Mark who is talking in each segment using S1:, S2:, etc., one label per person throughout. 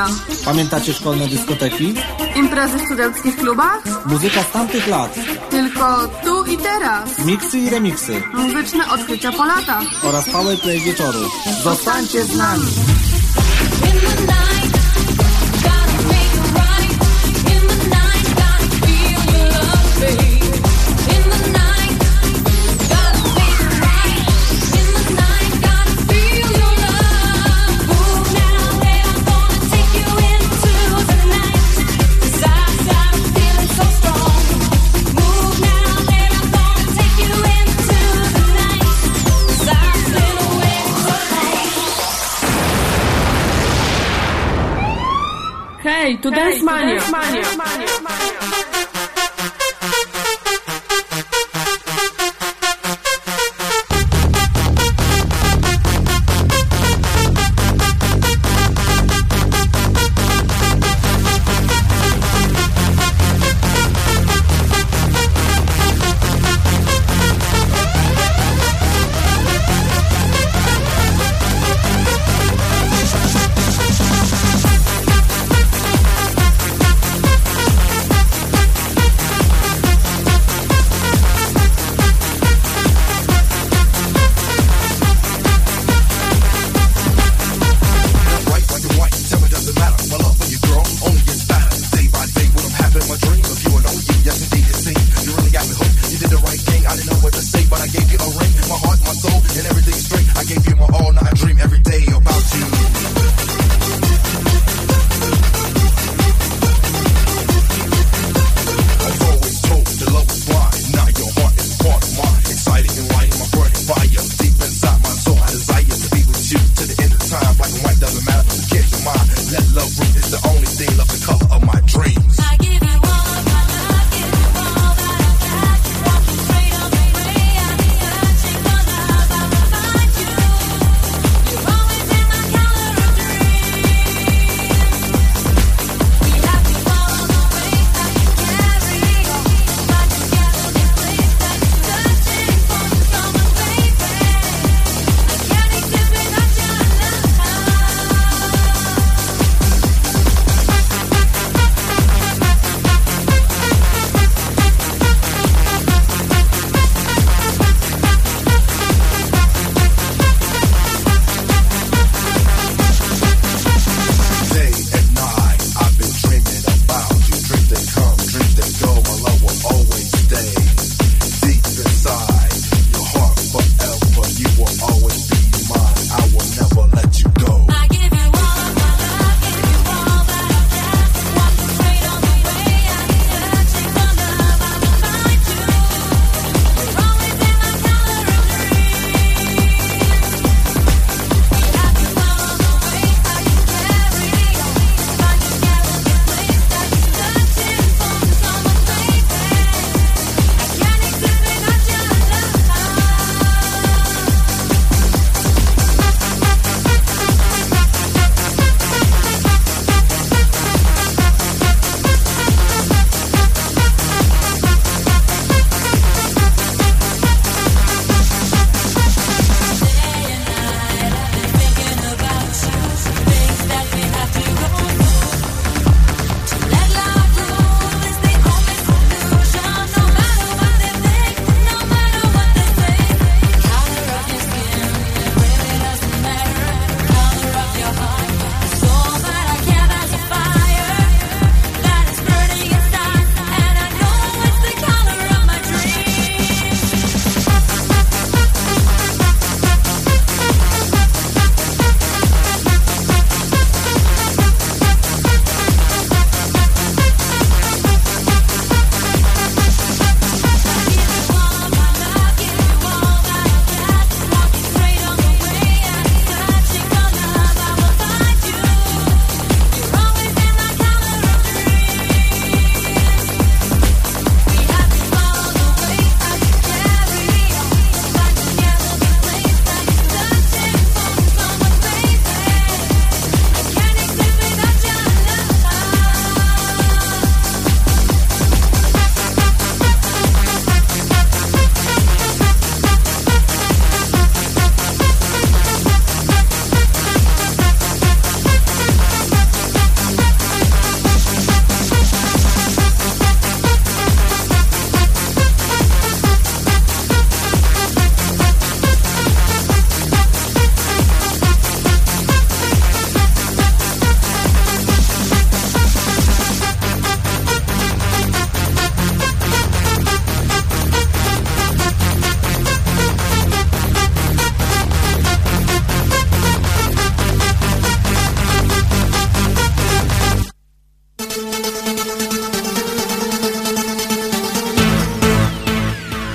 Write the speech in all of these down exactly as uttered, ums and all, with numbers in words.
S1: Mania.
S2: Pamiętacie szkolne dyskoteki?
S1: Imprezy w studenckich klubach?
S2: Muzyka z tamtych lat.
S1: Tylko tu i teraz.
S2: Miksy i remiksy.
S1: Muzyczne odkrycia po latach.
S2: Oraz powerplay wieczoru. Zostańcie z nami!
S1: Hej, tu Dance Mania.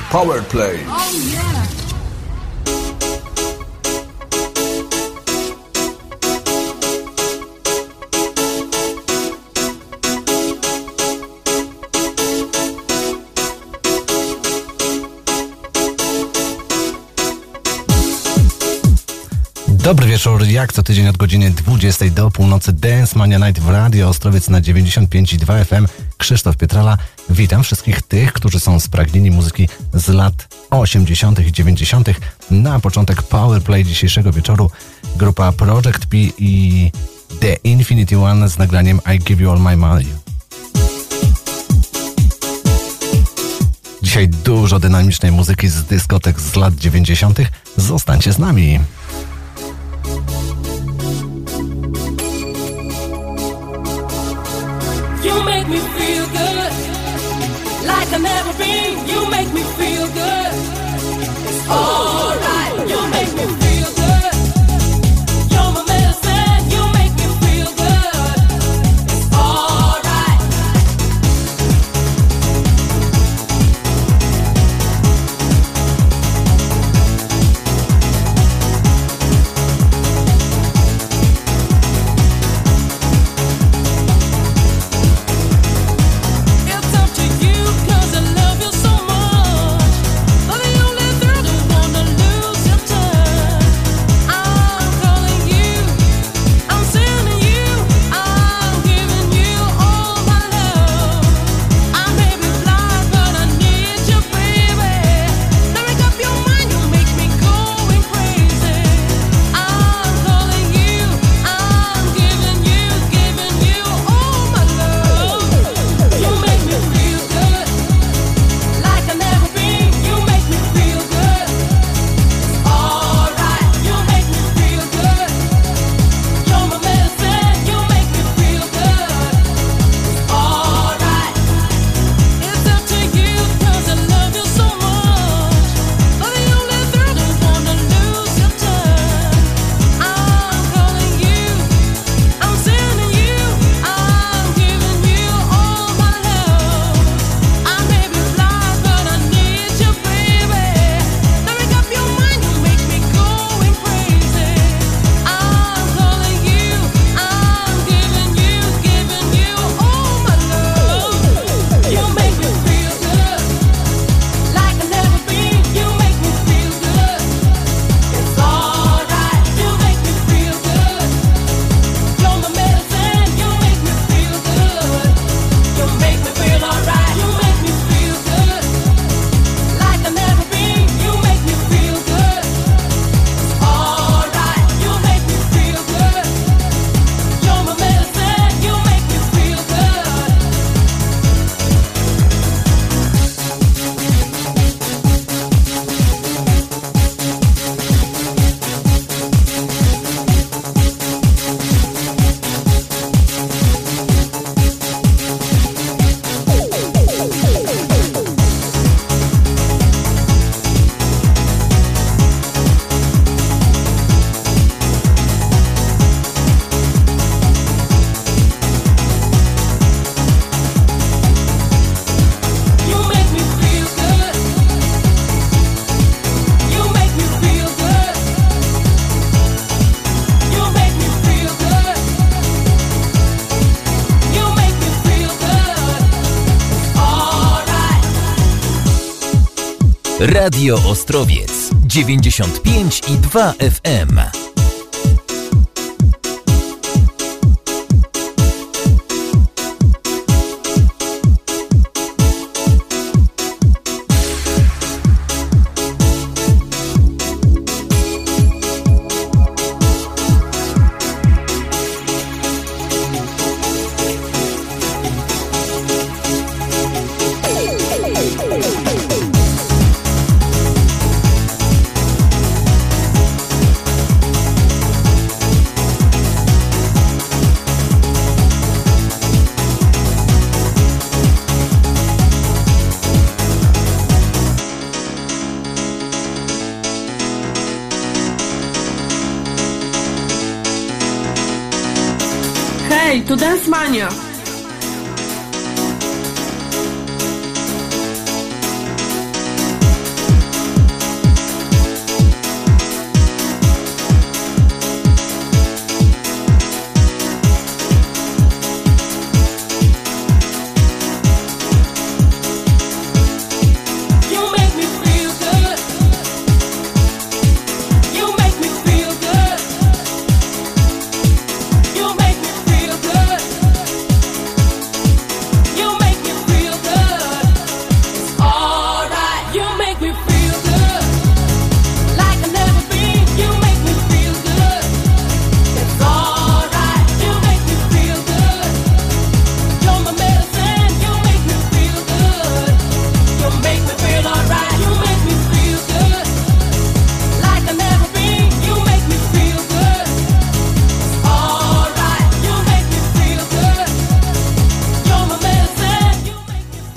S3: Powerplay.
S1: Oh yeah.
S4: Dobry wieczór, jak co tydzień od godziny dwudziestej do północy Dance Mania Night w Radio Ostrowiec na dziewięćdziesiąt pięć i dwa F M. Krzysztof Pietrala. Witam wszystkich tych, którzy są spragnieni muzyki z lat osiemdziesiątych i dziewięćdziesiątych. Na początek Powerplay dzisiejszego wieczoru grupa Project P i The Infinity One z nagraniem I Give You All My Money. Dzisiaj dużo dynamicznej muzyki z dyskotek z lat dziewięćdziesiątych. Zostańcie z nami.
S5: You make me feel good, like I've never been. You make me feel good. It's alright. You make me feel good. You're my medicine. You make me feel good. It's alright. It's up to you, 'cause I love you so much. But the only thing I wanna lose your touch. I'm calling you, I'm sending you, I'm giving you all my love. I may be blind, but I need you, baby. Now make up your mind, you make me going crazy. I'm calling you, I'm giving you, giving you all my love. You make me feel good, like I've never been. You make me feel good. Alright, you make me feel good. You're my medicine. You make me feel good. Alright, it's up to you, 'cause I love you so much. But the only thing I wanna lose your touch. I'm calling you, I'm sending you, I'm giving you all my love. I may be blind, but I need you, baby. Now make up your mind, you make me going crazy. I'm calling you, I'm giving you, giving you all my love. You make me feel good, like I've never been. You make me feel good. It's alright. You make me feel good. You're my medicine. You make me feel good. You make me feel alright. You make me feel good, like I've never been. You make me feel good. Alright. You make me feel good. You're my medicine. You make me feel good. You make me feel good. You make me feel good. You make me feel good. You make me feel good. Alright.
S6: Radio Ostrowiec dziewięćdziesiąt pięć i dwa F M.
S1: Hej, tu Dance Mania.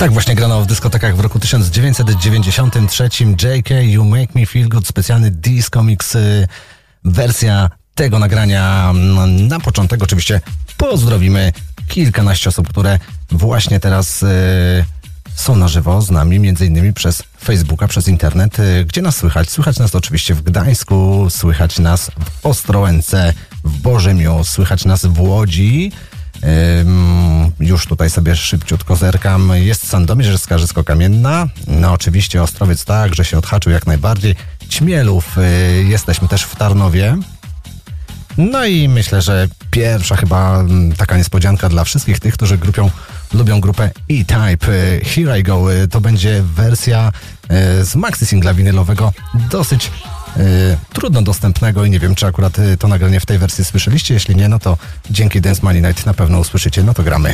S4: Tak właśnie grano w dyskotekach w roku tysiąc dziewięćset dziewięćdziesiątym trzecim. J K, You Make Me Feel Good, specjalny disco mix, y, wersja tego nagrania. Na początek oczywiście pozdrowimy kilkanaście osób, które właśnie teraz y, są na żywo z nami, między innymi przez Facebooka, przez internet. Y, gdzie nas słychać? Słychać nas oczywiście w Gdańsku, słychać nas w Ostrołęce, w Bożymiu, słychać nas w Łodzi. Ym, już tutaj sobie szybciutko zerkam. Jest Sandomierz, Skarżysko-Kamienna. No oczywiście Ostrowiec także się odhaczył jak najbardziej. Ćmielów, y, jesteśmy też w Tarnowie. No i myślę, że pierwsza chyba m, taka niespodzianka dla wszystkich tych, którzy grupią, lubią grupę E-Type. Y, Here I Go, y, to będzie wersja y, z maxi singla winylowego, dosyć y, trudno dostępnego i nie wiem, czy akurat y, to nagranie w tej wersji słyszeliście. Jeśli nie, no to dzięki Dance Money Night na pewno usłyszycie. No to gramy.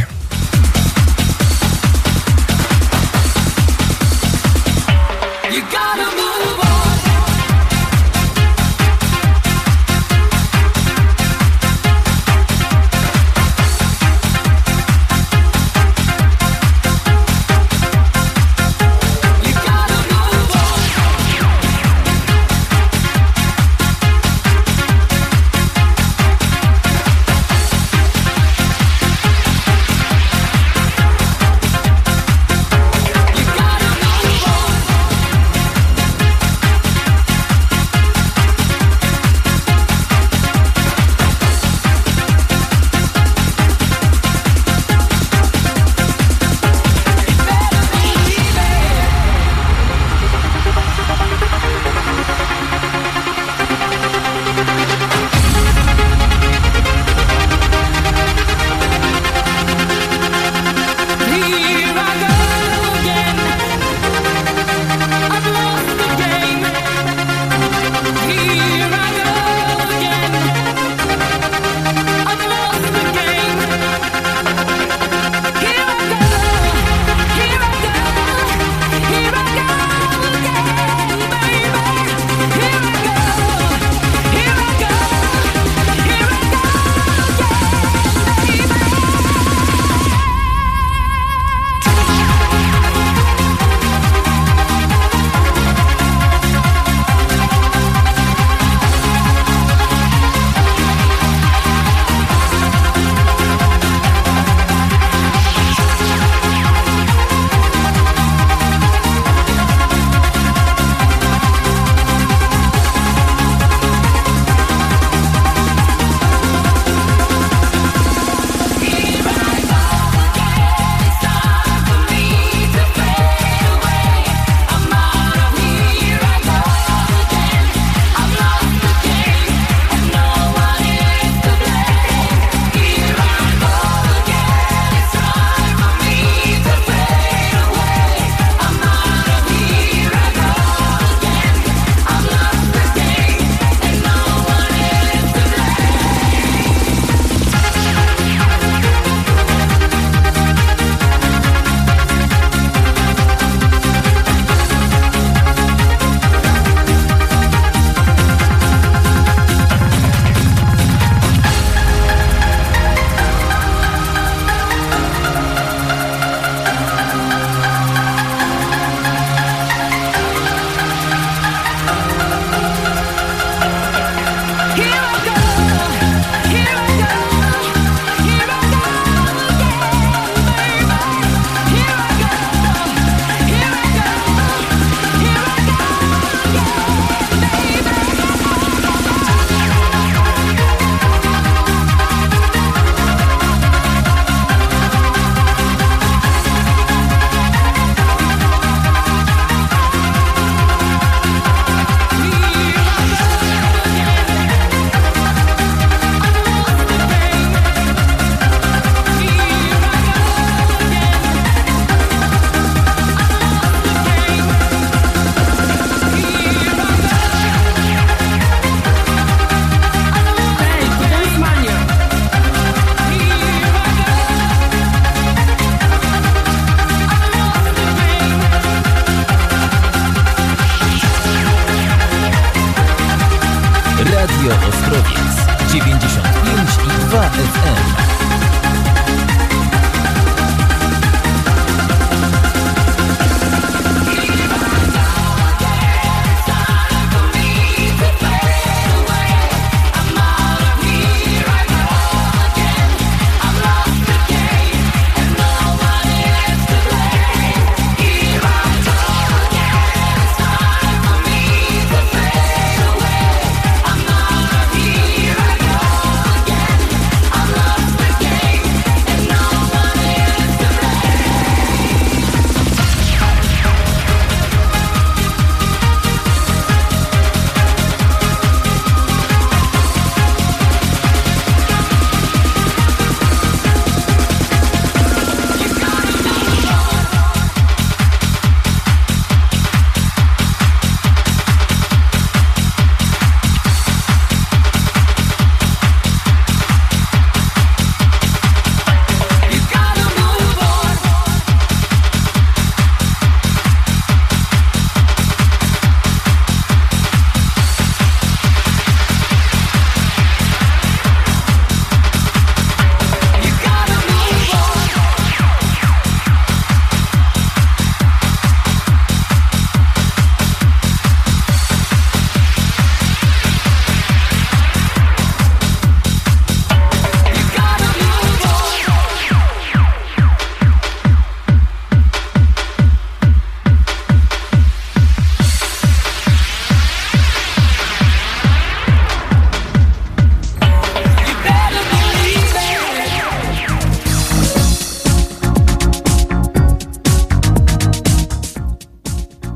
S5: You gotta move on. You gotta move on.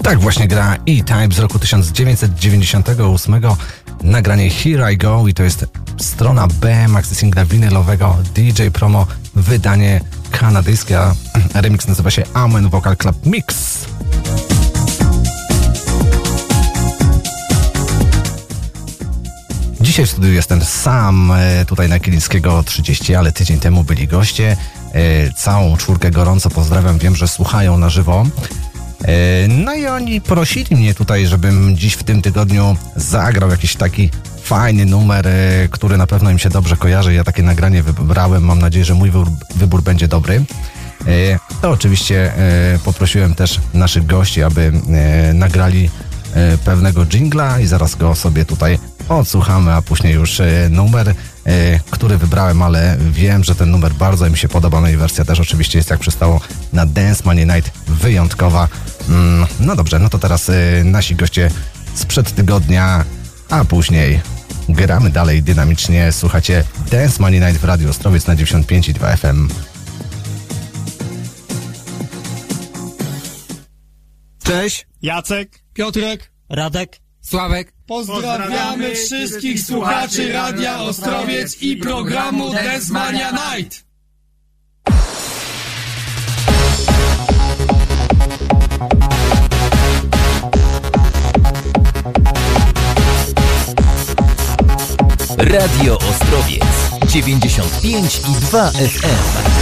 S4: Tak właśnie gra E-Type z roku tysiąc dziewięćset dziewięćdziesiątego ósmego. Nagranie Here I Go i to jest strona B maxi singla winylowego D J Promo, wydanie kanadyjskie, a remix nazywa się Amen Vocal Club Mix. Dzisiaj w studiu jestem sam, tutaj na Kilińskiego trzydzieści, ale tydzień temu byli goście. Całą czwórkę gorąco pozdrawiam, wiem, że słuchają na żywo. No i oni prosili mnie tutaj, żebym dziś w tym tygodniu zagrał jakiś taki fajny numer, który na pewno im się dobrze kojarzy. Ja takie nagranie wybrałem, mam nadzieję, że mój wybór, wybór będzie dobry. To oczywiście poprosiłem też naszych gości, aby nagrali pewnego dżingla i zaraz go sobie tutaj odsłuchamy, a później już numer, który wybrałem, ale wiem, że ten numer bardzo mi się podoba, no i wersja też oczywiście jest, jak przystało na Dance Mania Night, wyjątkowa. No dobrze, no to teraz nasi goście sprzed tygodnia, a później gramy dalej dynamicznie. Słuchacie Dance Mania Night w Radiu Ostrowiec na dziewięćdziesiąt pięć i dwa F M.
S3: Cześć,
S7: Jacek,
S3: Piotrek,
S7: Radek,
S3: Sławek.
S7: pozdrawiamy wszystkich słuchaczy Radia Ostrowiec i programu Dance Mania Night.
S6: Radio Ostrowiec dziewięćdziesiąt pięć i dwa F M.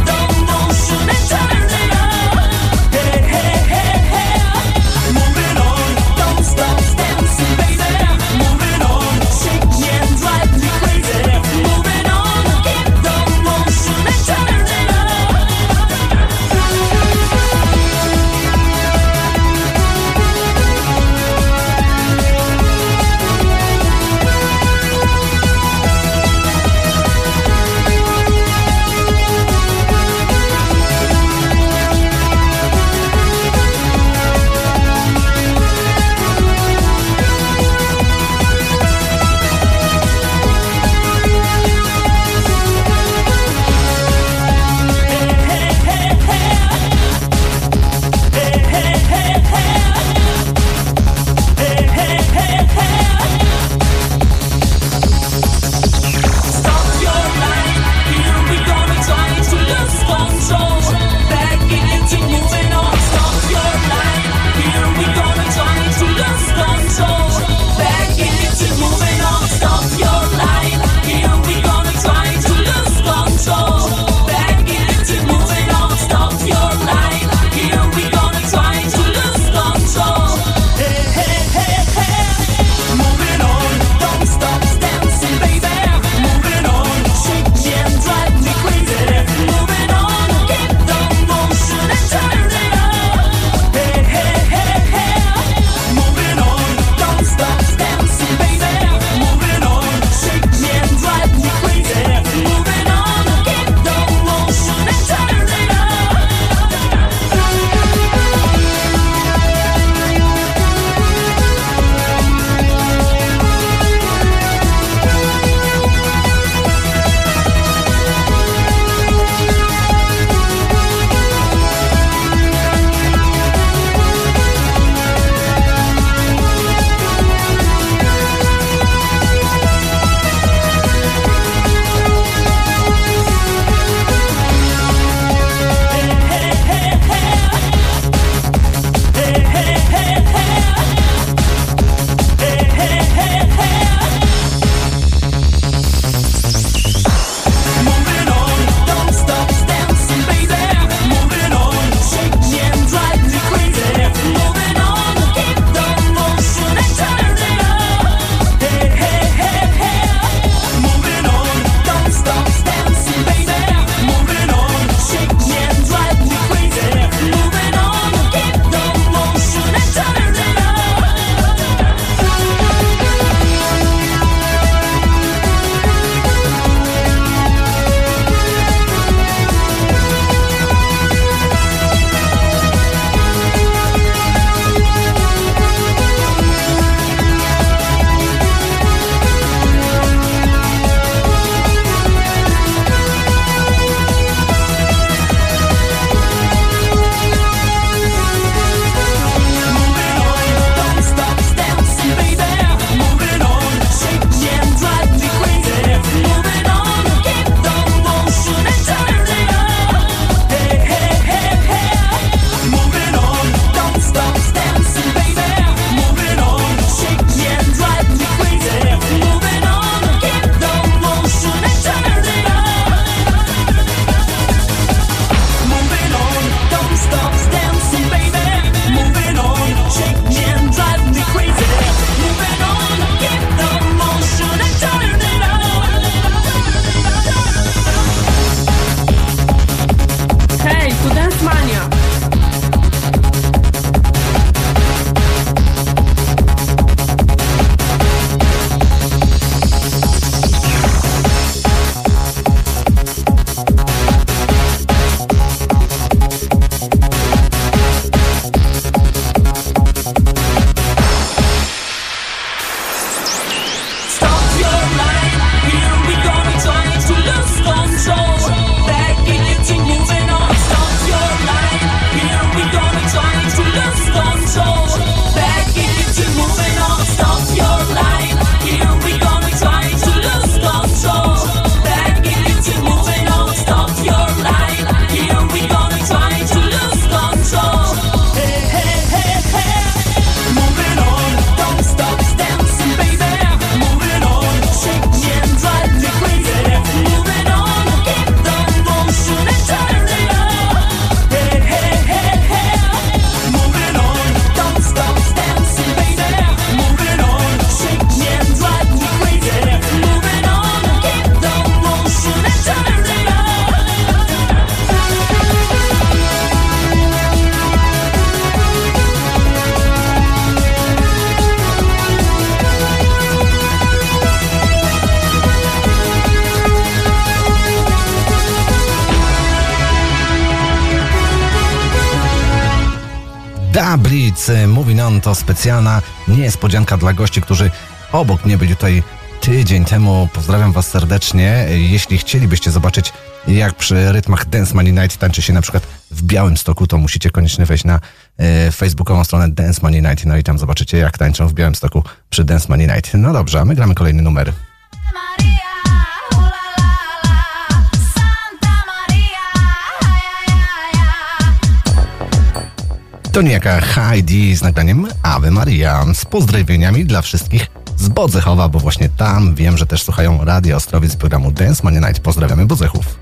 S5: Moving on.
S4: A Blitz, Moving On to specjalna niespodzianka dla gości, którzy obok mnie byli tutaj tydzień temu. Pozdrawiam was serdecznie. Jeśli chcielibyście zobaczyć, jak przy rytmach Dance Money Night tańczy się na przykład w Białymstoku, to musicie koniecznie wejść na e, facebookową stronę Dance Money Night, no i tam zobaczycie, jak tańczą w Białymstoku przy Dance Money Night. No dobrze, a my gramy kolejny numer. To niejaka Heidi z nagraniem Ave Maria z pozdrowieniami dla wszystkich z Bodzechowa, bo właśnie tam wiem, że też słuchają Radia Ostrowiec programu Dance Money Night. Pozdrawiamy Bodzechów.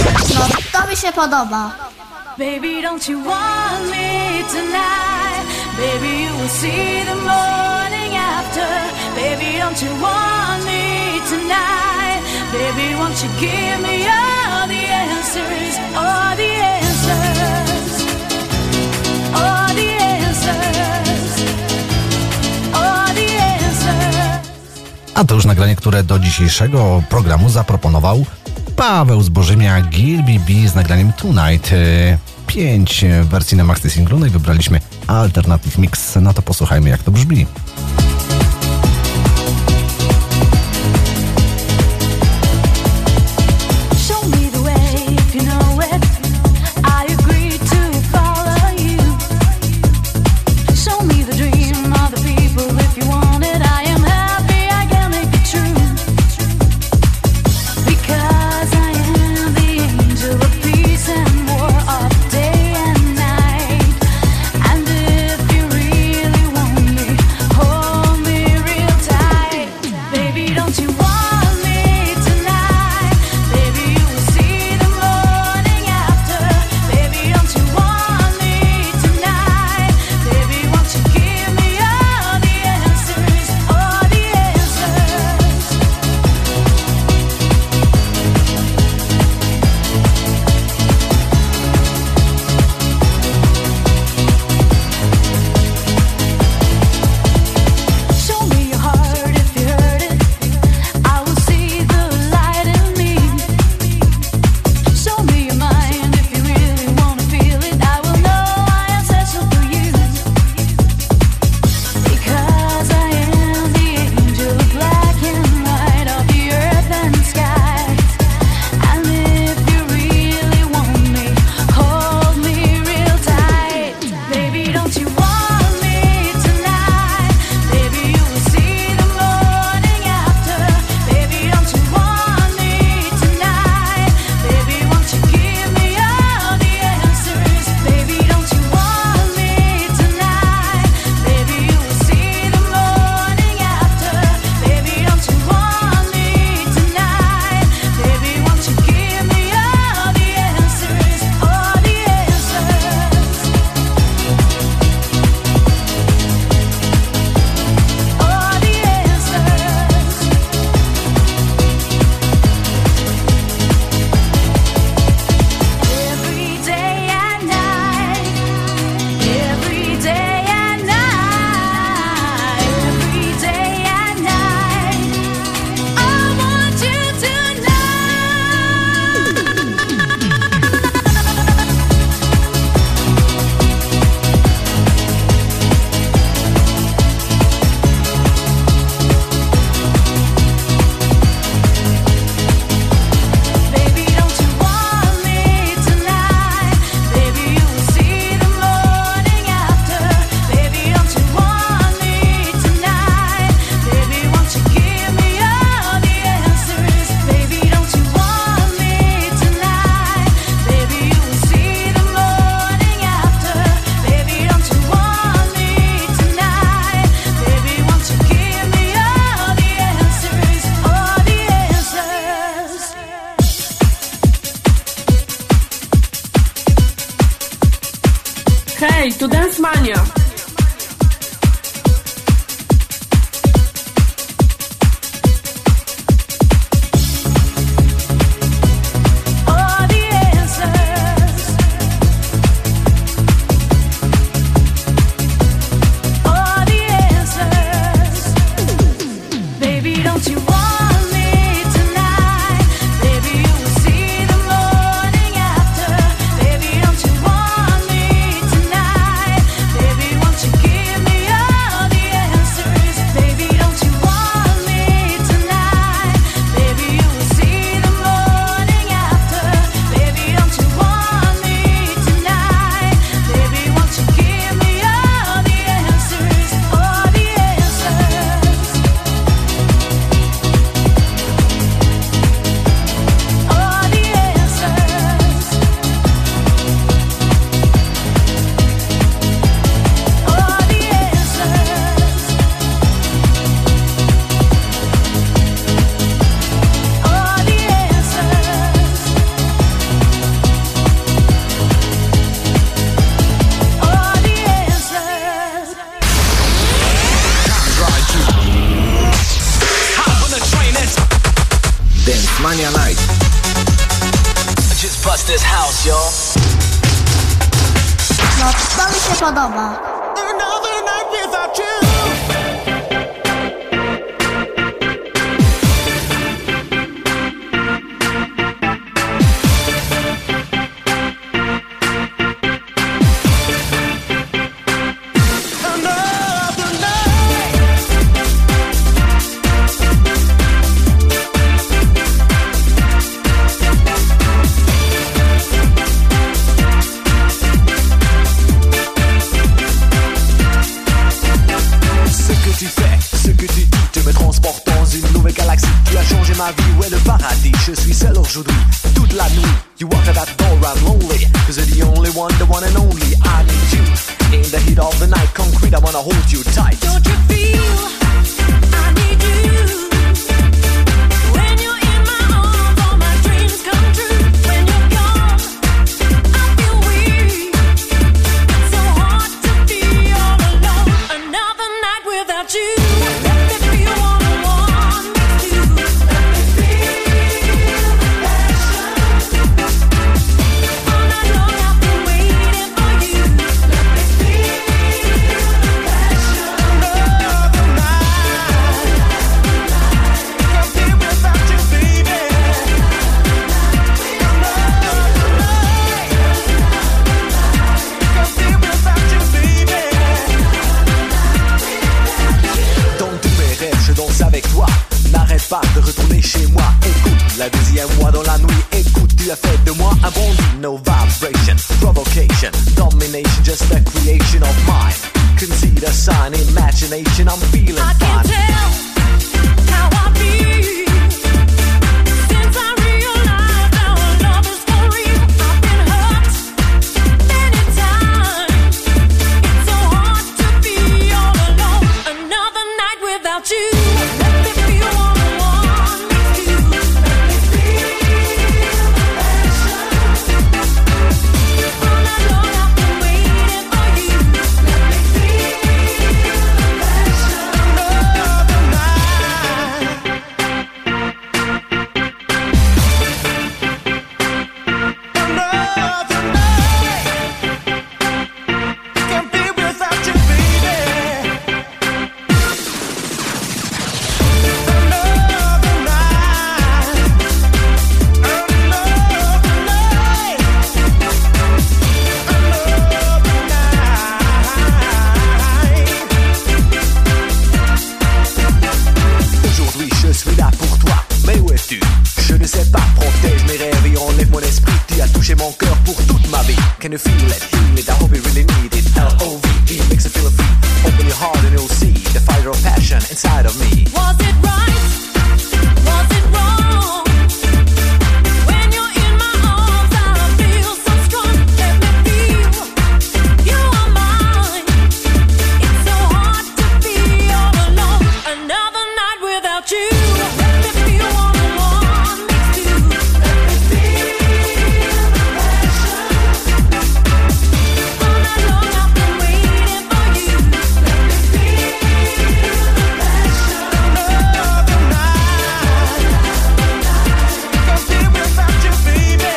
S8: się podoba.
S5: Baby, don't you want me tonight? Baby, you will see the morning after. Baby, don't you want me tonight? Baby, won't you give me all the answers, all the answers, all the answers, all the answers.
S4: A to już nagranie, które do dzisiejszego programu zaproponował Paweł Zbożymia, Gilby B z nagraniem Tonight. Pięć wersji na maxi singlu, no i wybraliśmy Alternative Mix. No to posłuchajmy, jak to brzmi.
S1: Hej, tu Dance Mania!
S5: Baby,
S6: this house, y'all.
S8: No, to mi się podoba.
S5: Another night without you.
S9: Ma vie, où est le paradis? Je suis seul aujourd'hui, toute la nuit. You walk out that door, I'm lonely, cause you're the only one, the one and only. I need you, in the heat of the night. Concrete, I wanna hold you tight.
S5: Don't you feel I need you? When you're in my arms, all my dreams come true. When you're gone, I feel weak. It's so hard to be all alone. Another night without you. Let me feel one on one with you. Let me feel the passion. All night long I've been waiting for you. Let me feel the passion. Another night. Can't be without you, baby. Another night. Can't be without you, baby.
S9: Dans tous mes rêves, je danse avec toi. N'arrête pas de retourner chez moi. Écoute, la deuxième fois dans la nuit. Écoute, tu as fait de moi un bandit. No vibration, provocation, domination, just a creation of mine. Consider sign, imagination, I'm feeling
S5: I can
S9: fine.
S5: tell how I feel since I realized our love is for real. I've been hurt many times. It's so hard to be all alone. Another night without you. Let me feel one on one with you. Let me feel the passion. All night long I've been waiting for you. Let me feel the passion. Another night. Another night. Can't be without you, baby. Another night. Another night. Another night.
S9: Aujourd'hui je suis là pour toi, mais où es-tu? Je ne sais pas, protège mes rêves et enlève mon esprit. Tu as touché mon cœur pour toute ma vie. Can you feel it, feel it, I hope you really need it. L O V E makes you feel free. Open your heart and you'll see the fire of passion inside of me.
S5: Was it right? Was it wrong? When you're in my arms, I feel so strong. Let me feel you are mine. It's so hard to be all alone. Another night without you. Let me feel one on one with you. Let me feel the passion. All night long I've been waiting for you. Let me feel the passion. Another night. Can't be without you, baby.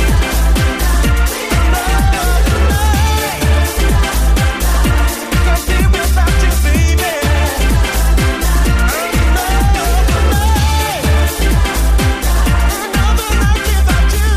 S5: Another night. Can't be without you, baby. Another night. Another night without you.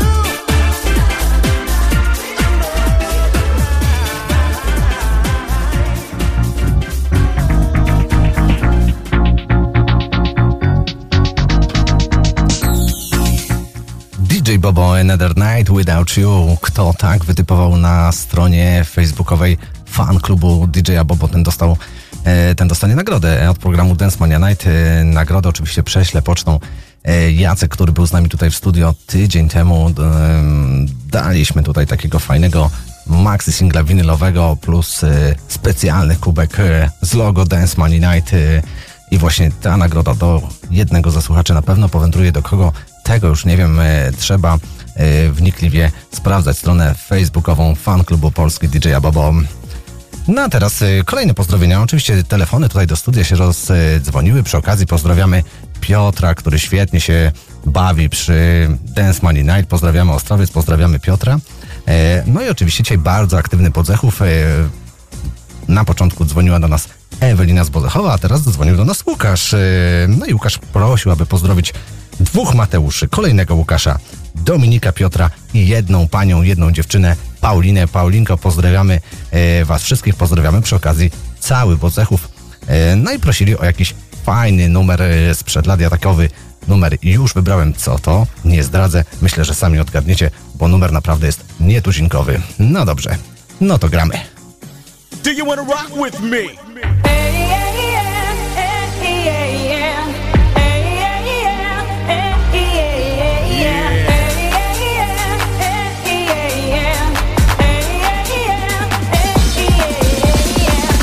S4: D J Bobo, Another Night Without You. Kto tak wytypował na stronie facebookowej fan klubu D J Bobo, ten dostał, e, ten dostanie nagrodę od programu Dance Mania Night. E, nagrodę oczywiście prześlę pocztą. E, Jacek, który był z nami tutaj w studio tydzień temu, e, daliśmy tutaj takiego fajnego maxi singla winylowego plus e, specjalny kubek e, z logo Dance Mania Night. E, I właśnie ta nagroda do jednego ze słuchaczy na pewno powędruje. Do kogo? Tego już nie wiem. E, trzeba e, wnikliwie sprawdzać stronę facebookową fan klubu Polski D J Bobo. No a teraz e, kolejne pozdrowienia. Oczywiście telefony tutaj do studia się rozdzwoniły. Przy okazji pozdrawiamy Piotra, który świetnie się bawi przy Dance Money Night. Pozdrawiamy Ostrowiec, pozdrawiamy Piotra. E, no i oczywiście dzisiaj bardzo aktywny Bodzechów. E, na początku dzwoniła do nas Ewelina z Bodzechowa, a teraz dzwonił do nas Łukasz. E, no i Łukasz prosił, aby pozdrowić dwóch Mateuszy, kolejnego Łukasza, Dominika, Piotra i jedną panią, jedną dziewczynę, Paulinę. Paulinko, pozdrawiamy e, was wszystkich, pozdrawiamy przy okazji cały Bodzechów. E, no i prosili o jakiś fajny numer e, sprzed lat, ja takowy numer już wybrałem. Co to? Nie zdradzę, myślę, że sami odgadniecie, bo numer naprawdę jest nietuzinkowy. No dobrze, no to gramy.
S9: Do you wanna rock with me?
S5: Hey, yeah, yeah, hey, yeah, yeah. Hey, yeah, yeah, hey, yeah, yeah. Hey, yeah, yeah, hey, yeah, yeah. Hey, yeah, yeah, hey, yeah, yeah.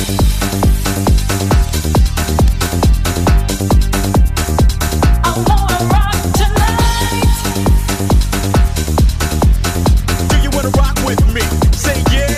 S5: I wanna rock tonight.
S9: Do you wanna rock with me? Say yeah.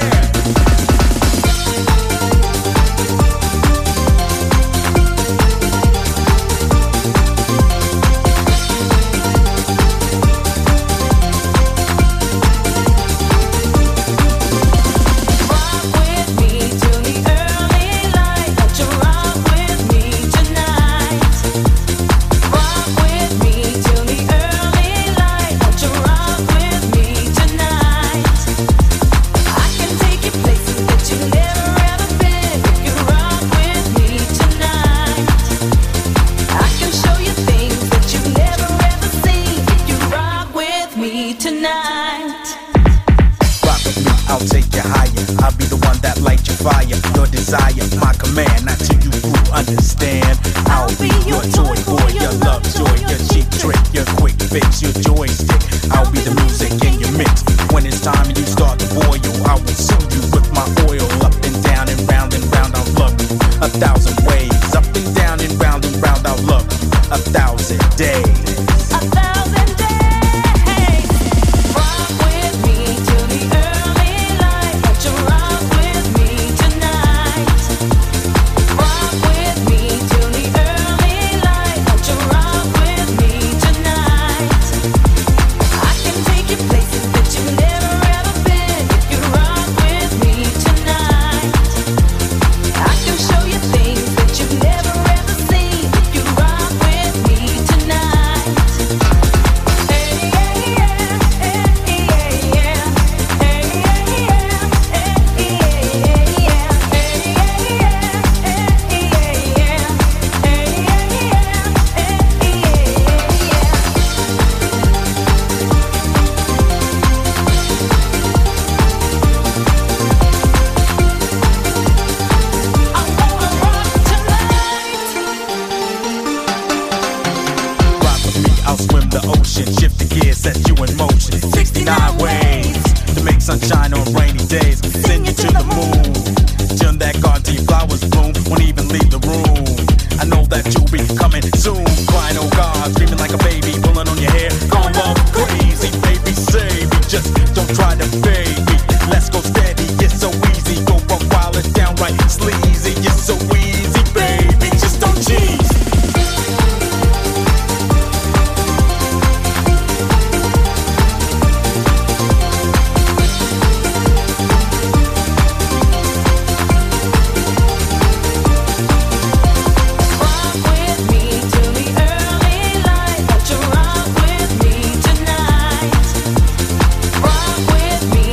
S5: Rock with me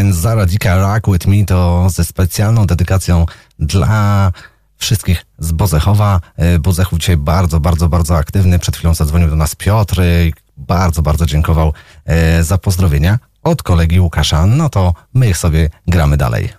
S4: Ten Zaradika Rock With Me to ze specjalną dedykacją dla wszystkich z Bozechowa. Bozechów dzisiaj bardzo, bardzo, bardzo aktywny. Przed chwilą zadzwonił do nas Piotr. Bardzo, bardzo dziękował za pozdrowienia od kolegi Łukasza. No to my ich sobie gramy dalej.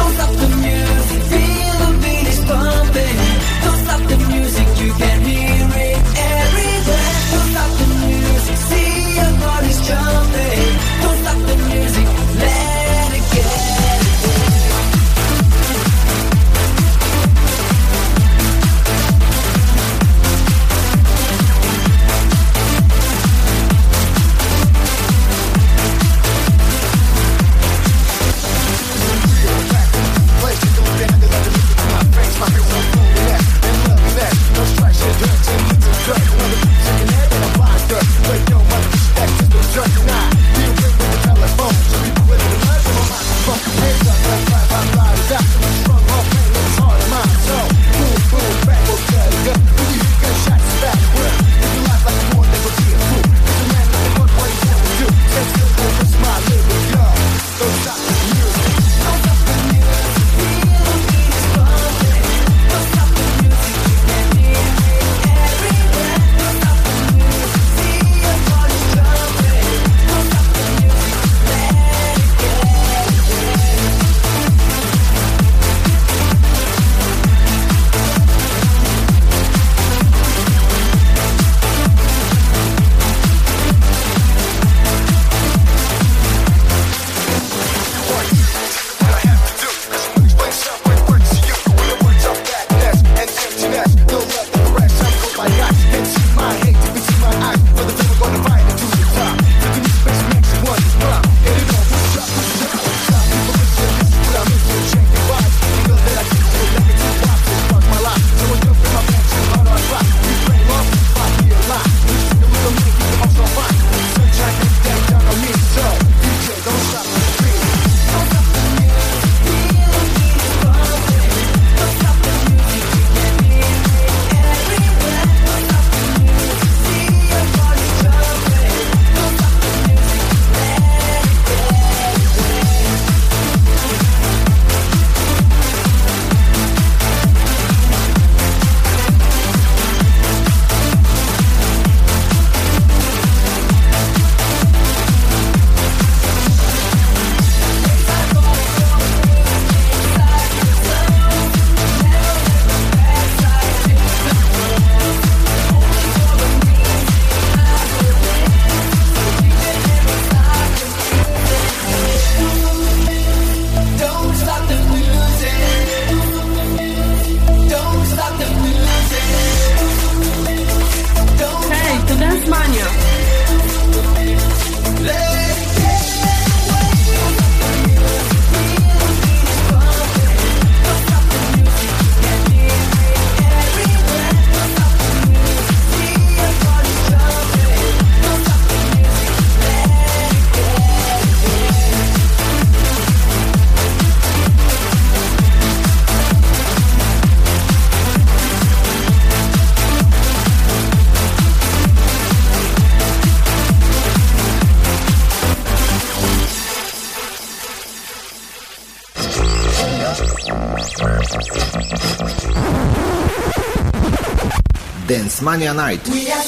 S2: Dance Mania Night.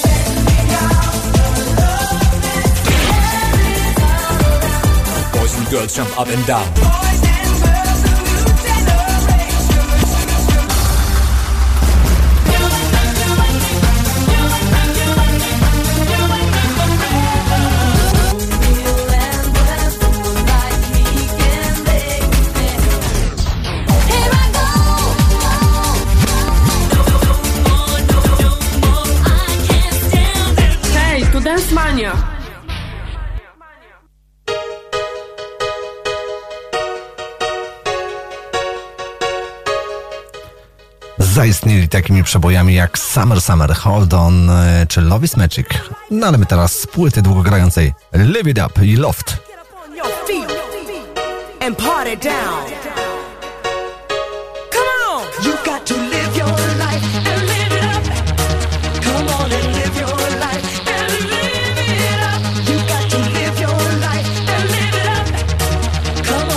S6: Boys and girls jump up and down.
S1: Dance Mania.
S4: Zaistnieli takimi przebojami jak Summer Summer, Hold On czy Love is Magic. No ale my teraz z płyty długogrającej Live It Up i Loft.
S10: And party down. Come on, you got to live your life and live it up. Come on and live your life and live it up. You got to live your life and live it up. Come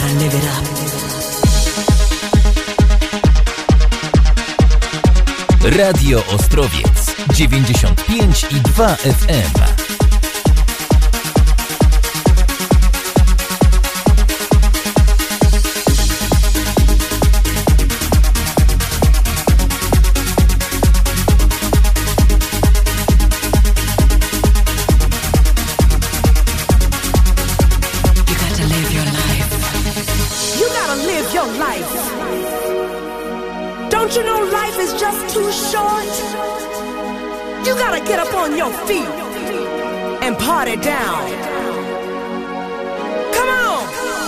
S10: gotta live it up.
S6: Radio Ostrowiec dziewięćdziesiąt pięć i dwa F M.
S10: Don't you know life is just too short? You gotta get up on your feet and party down. Come on!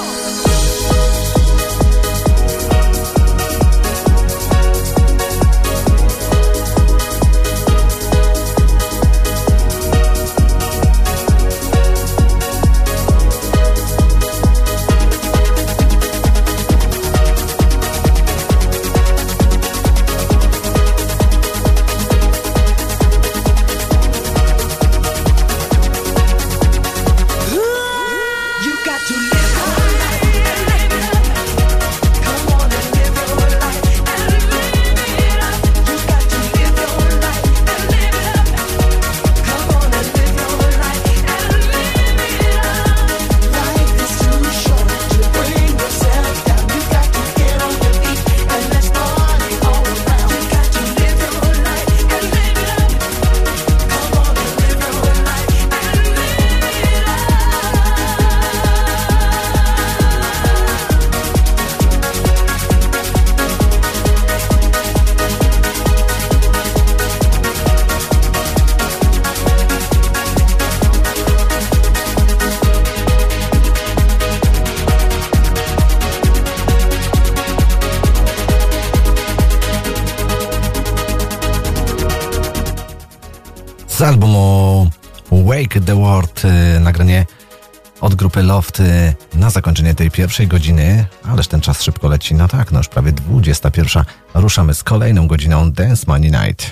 S4: Z albumu Wake the World, y, nagranie od grupy Loft y, na zakończenie tej pierwszej godziny, ależ ten czas szybko leci, no tak, no już prawie dwudziesta pierwsza. Ruszamy z kolejną godziną Dance Money Night.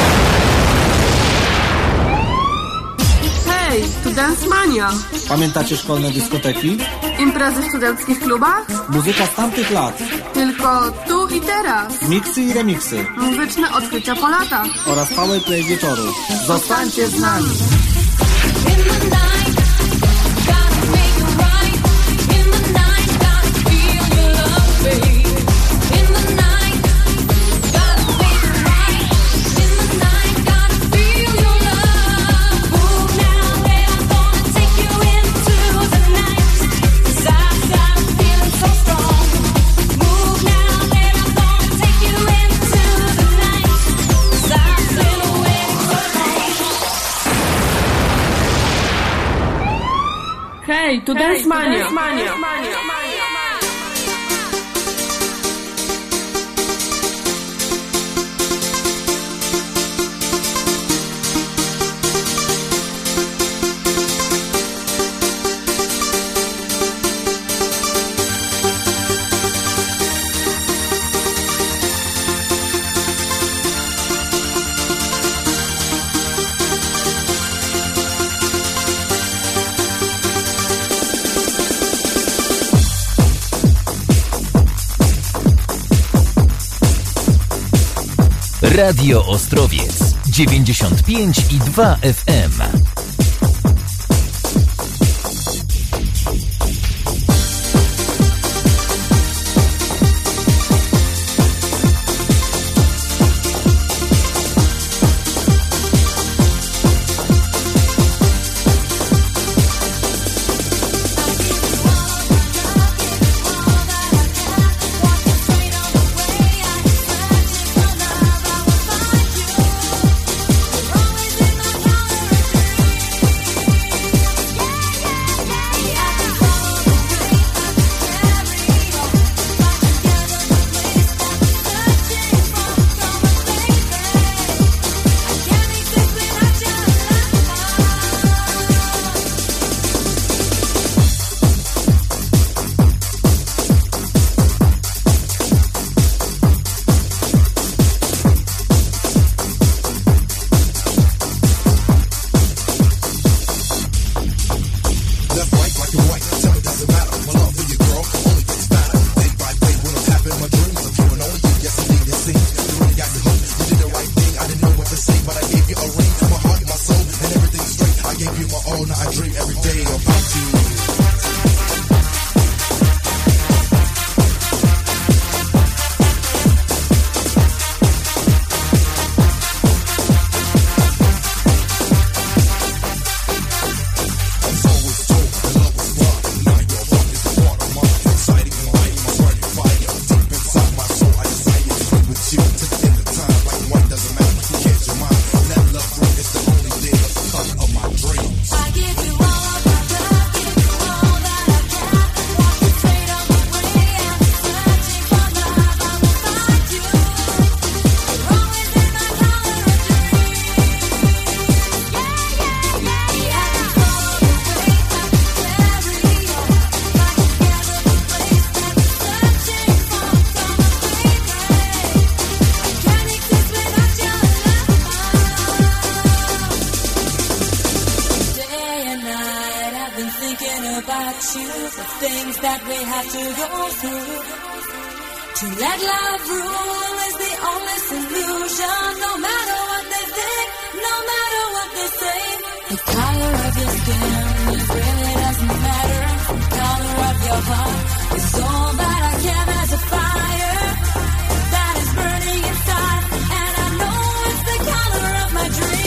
S1: Hej, tu Dance Mania.
S2: Pamiętacie szkolne dyskoteki?
S1: Imprezy w studenckich klubach?
S2: Muzyka z tamtych lat.
S1: Tylko tu i teraz.
S2: Miksy i remiksy.
S1: Muzyczne odkrycia po latach.
S2: Oraz powerplay wieczoru. Zostańcie z nami!
S1: Hej, tu Dance Mania.
S6: Radio Ostrowiec dziewięćdziesiąt pięć i dwa F M.
S10: Always in my
S5: you the things that we have to go through. To let love rule is the only solution. No matter what they think, no matter what they say, the color of your skin, it really doesn't matter. The color of your heart is all that I can as a fire that is burning inside. And I know it's the color of my dreams.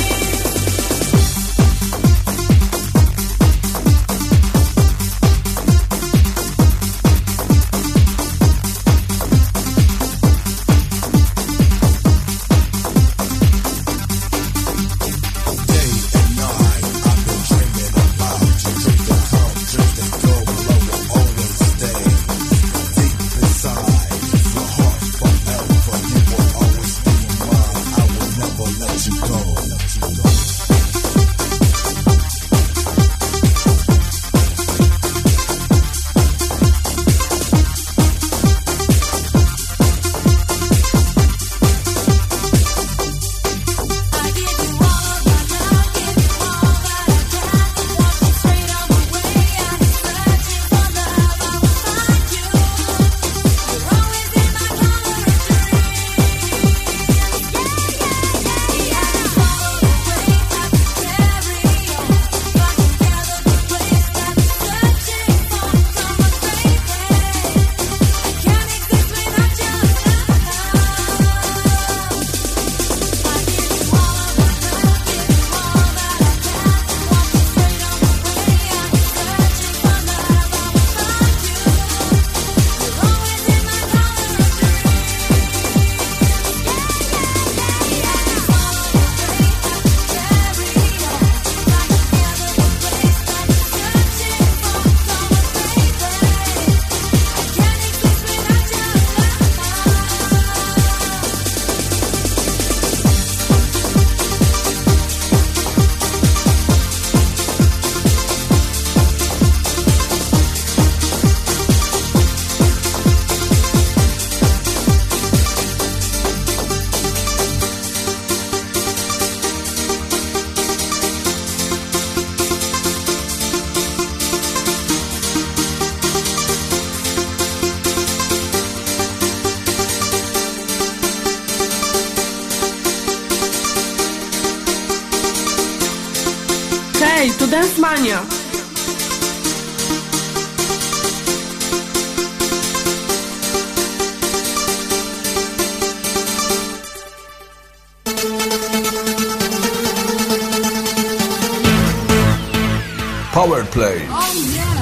S1: Hej, tu Dance Mania!
S11: Power Play.
S5: Oh yeah.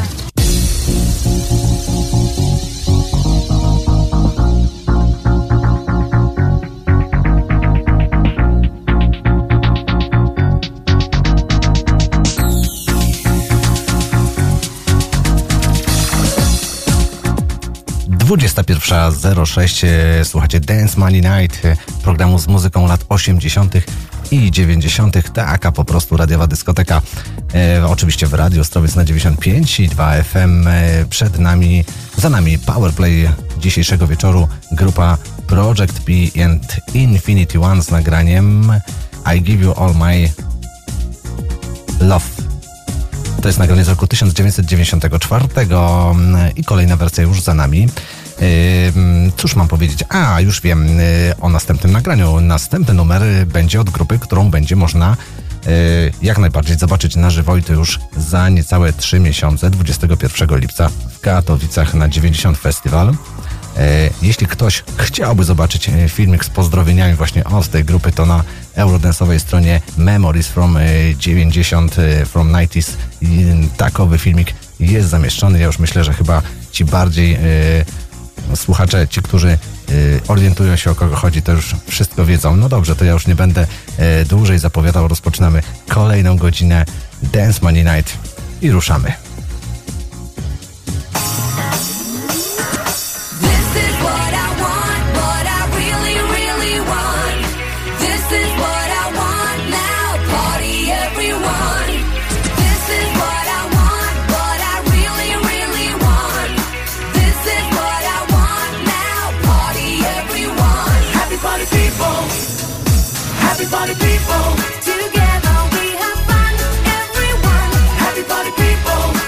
S4: dwudziesta pierwsza zero sześć. Słuchacie Dance Money Night, programu z muzyką lat osiemdziesiątych i dziewięćdziesiątych. Taka po prostu radiowa dyskoteka. E, oczywiście w Radio Ostrowiec na dziewięćdziesiąt pięć i dwa F M. E, przed nami, za nami Powerplay dzisiejszego wieczoru. Grupa Project P and Infinity One z nagraniem I Give You All My Love. To jest nagranie z roku tysiąc dziewięćset dziewięćdziesiątego czwartego i kolejna wersja już za nami. Cóż mam powiedzieć? A, już wiem o następnym nagraniu. Następny numer będzie od grupy, którą będzie można jak najbardziej zobaczyć na żywo i to już za niecałe trzy miesiące, dwudziestego pierwszego lipca w Katowicach na dziewięćdziesiąt Festival. Jeśli ktoś chciałby zobaczyć filmik z pozdrowieniami właśnie od tej grupy, to na eurodance'owej stronie Memories from dziewięćdziesiąt, from dziewięćdziesiąt takowy filmik jest zamieszczony. Ja już myślę, że chyba ci bardziej e, słuchacze, ci, którzy e, orientują się, o kogo chodzi, to już wszystko wiedzą. No dobrze, to ja już nie będę e, dłużej zapowiadał. Rozpoczynamy kolejną godzinę Dance Money Night i ruszamy.
S5: Party people, together we have fun, everyone. Happy party people.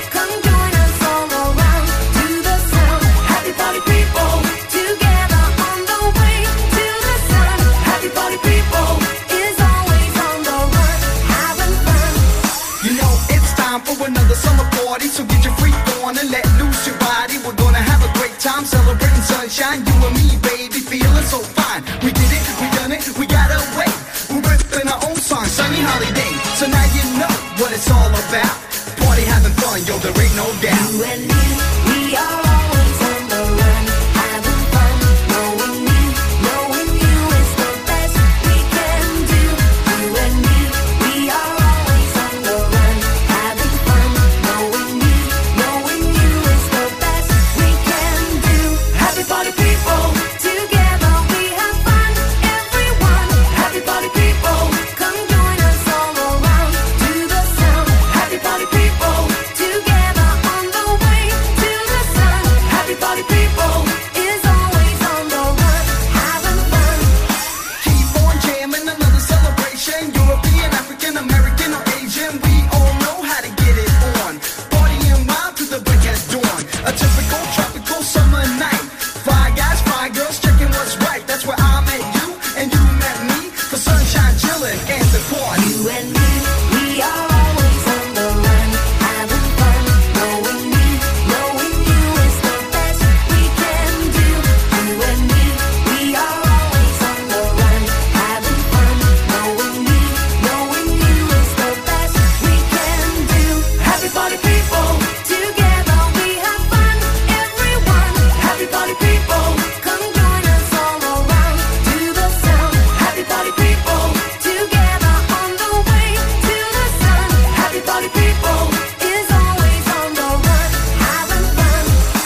S12: time celebrating sunshine. You and me, baby, feeling so fine. We did it, we done it, we got away. We're ripping our own song, sunny holiday. So now you know what it's all about. Party having fun, yo, there ain't no doubt.
S5: You and me, we are always on the run, having fun, knowing you, knowing you is the best we can do. You and me, we are always on the run, having fun, knowing you, knowing you is the best we can do. Happy party people, together we have fun, everyone. Happy party people, come join us all around to the sound. Happy party people, together on the way to the sun. Happy party people is always on the run, having fun.
S12: Keep on jamming, another celebration. European, African, American, or Asian, we all know how to get it on. Partying wild to the break of dawn. A typical tropical summer night. Five guys, five girls, checking what's right. That's where I met you, and you met me. For sunshine, chilling, and the party.
S5: You and me, we are always on the run, having fun, knowing you, knowing you is the best we can do. You and me, we are always on the run, having fun, knowing you, knowing you is the best we can do. Happy party people, together we have fun, everyone. Happy party people, come join us all around to the sound. Happy party people, together on the way to the sun. Happy party people is always on the run, having fun.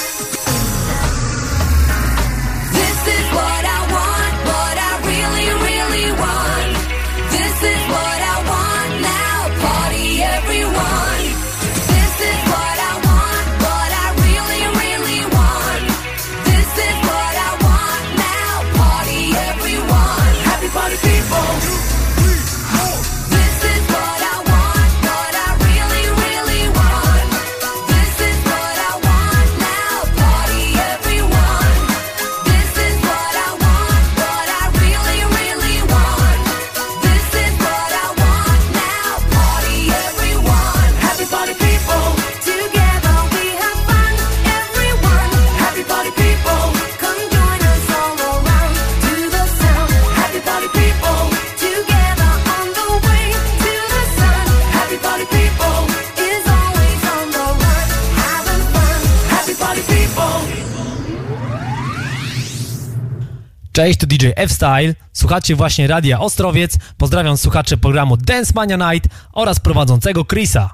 S5: This is what I want, what I really, really want. This is what I want now, party everyone. This is what I want, what I really, really want. This is what I want now, party everyone. Happy party people. This is what I want, what I really, really want. This is what I want now, party everyone. This is what I want, what I really, really want. This is what I want now, party everyone. Happy party people, together we have fun, everyone. Happy party people, come join us all around to the sound. Happy party people, together on the way to the sun. Happy party people is always on the run, having fun. Happy party people.
S13: Cześć, tu D J F-Style, słuchacie właśnie Radia Ostrowiec, pozdrawiam słuchaczy programu Dance Mania Night oraz prowadzącego Chrisa.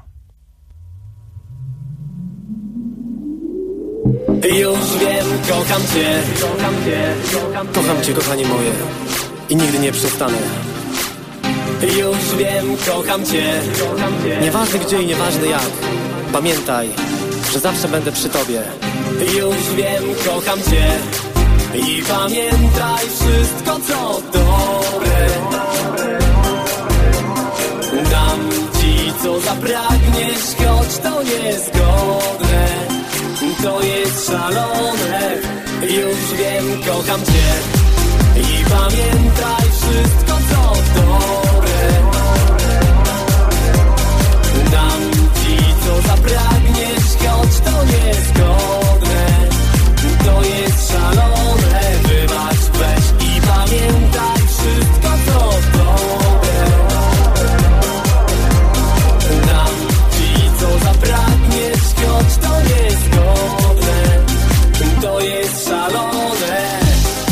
S14: Już wiem, kocham cię, kocham cię, kocham cię, kochanie moje, i nigdy nie przestanę. Już wiem, kocham cię, kocham cię, nieważne gdzie i nieważne jak, pamiętaj, że zawsze będę przy tobie. Już wiem, kocham cię, i pamiętaj wszystko co dobre. Dam ci co zapragniesz, choć to niezgodne. To jest szalone. Już wiem, kocham cię, i pamiętaj wszystko co dobre. Dam ci co zapragniesz, choć to niezgodne. To jest szalone. Wybacz, weź i pamiętaj wszystko co dobre. Dam ci co zapragniesz, choć to niezgodne. To jest szalone.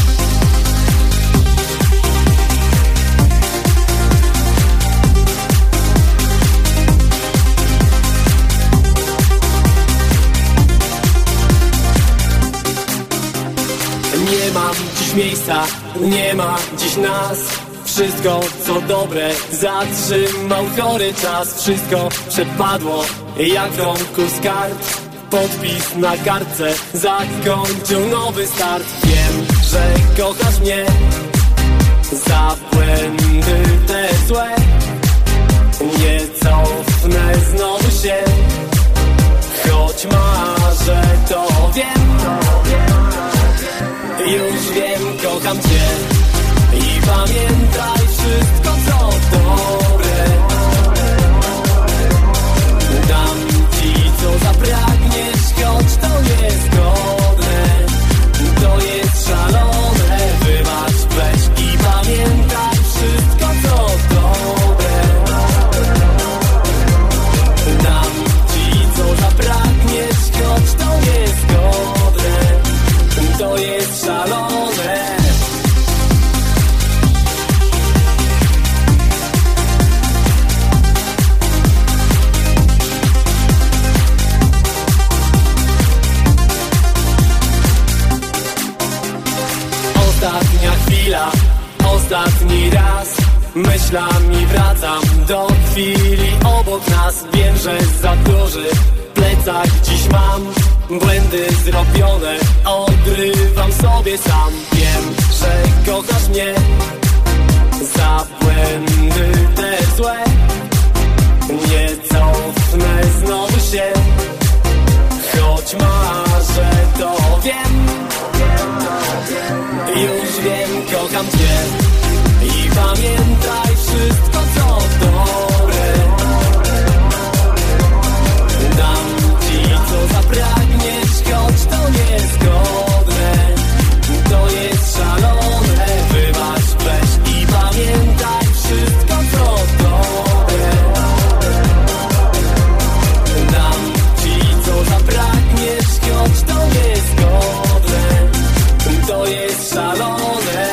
S14: Nie mam dziś miejsca, nie ma dziś nas. Wszystko co dobre zatrzymał chory czas. Wszystko przepadło jak w rąku skarb. Podpis na kartce zakończył nowy start. Wiem, że kochasz mnie za błędy te złe. Nie cofnę znowu się, choć marzę, to wiem. Już wiem, kocham cię, i pamiętaj wszystko co dobre. Dam ci co zapragniesz, choć to niezgodne. Myślami wracam do chwili obok nas. Wiem, że za duży plecak dziś mam. Błędy zrobione odrywam sobie sam. Wiem, że kochasz mnie za błędy te złe. Nie cofnę znowu się, choć marzę, to wiem. Już wiem, kocham cię. I pamiętaj wszystko, co dobre. Dam ci, co zapragniesz, choć to niezgodne. To jest szalone, wybacz, weź i pamiętaj wszystko, co dobre. Dam ci, co zapragniesz, choć to niezgodne. To jest szalone.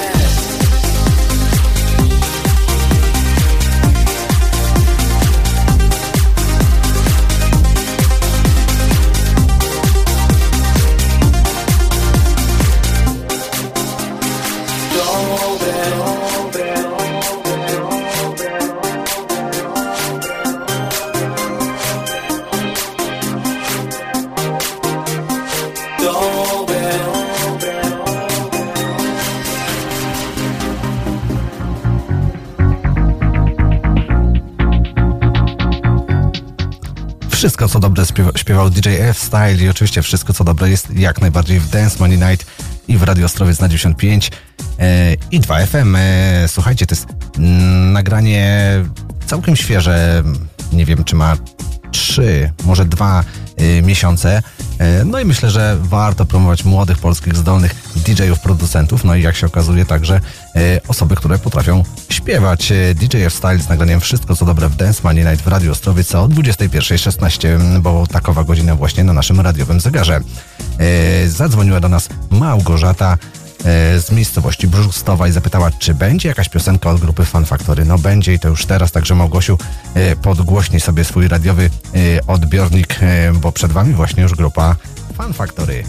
S4: Wszystko co dobre śpiewa, śpiewał D J F-Style i oczywiście wszystko co dobre jest jak najbardziej w Dance Money Night i w Radio Ostrowiec na dziewięćdziesiąt pięć e, i dwa F M. E, słuchajcie, to jest mm, nagranie całkiem świeże, nie wiem czy ma trzy, może dwa e, miesiące. E, no i myślę, że warto promować młodych polskich zdolnych D J ów, producentów, no i jak się okazuje także e, osoby, które potrafią śpiewać. E, D J F-Style z nagraniem Wszystko co dobre w Dance Money Night w Radio Ostrowiec o dwudziestej pierwszej szesnaście, bo takowa godzina właśnie na naszym radiowym zegarze. E, zadzwoniła do nas Małgorzata e, z miejscowości Brzustowa i zapytała, czy będzie jakaś piosenka od grupy Fun Factory. No będzie i to już teraz, także Małgosiu, e, podgłośnij sobie swój radiowy e, odbiornik, e, bo przed wami właśnie już grupa Fun Factory.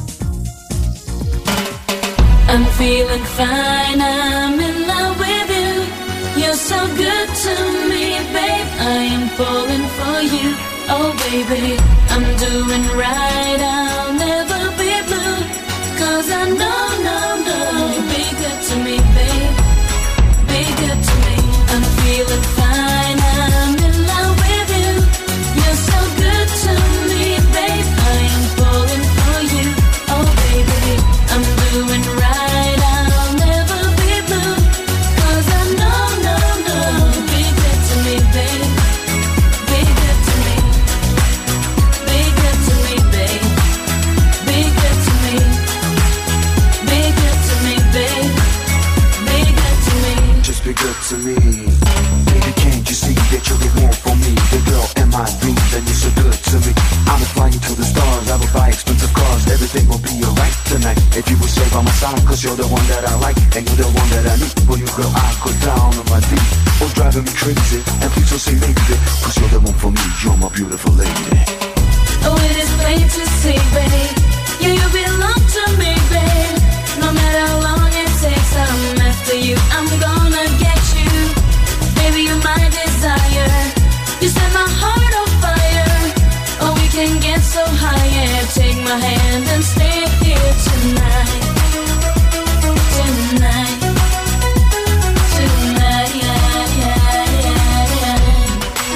S5: I'm feeling fine, I'm in love with you. You're so good to me, babe. I am falling for you, oh baby. I'm doing right, I'll never be blue. Cause I know, no, no, be good to me, babe. Be good to me. I'm feeling fine, I'm in love with you. You're so good to me, babe. I am falling for you, oh baby. I'm doing right.
S15: Be good to me. Baby, can't you see that you're the one for me? The girl in my dreams, and you're so good to me. I'm flying to the stars, I will buy expensive cars. Everything will be alright tonight if you will stay by my side. Cause you're the one that I like, and you're the one that I need. For you, girl, I go down on my feet. Oh, driving me crazy, and please don't say maybe. Cause you're the one for me, you're my beautiful lady.
S5: Oh, it is plain to see, babe. Yeah, you belong to me, babe. No matter how long it takes, I'm after you. I'm gonna get you. Baby, you're my desire. You set my heart on fire. Oh, we can get so high, yeah. Take my hand and stay here tonight. Tonight. Tonight, yeah, yeah, yeah, yeah.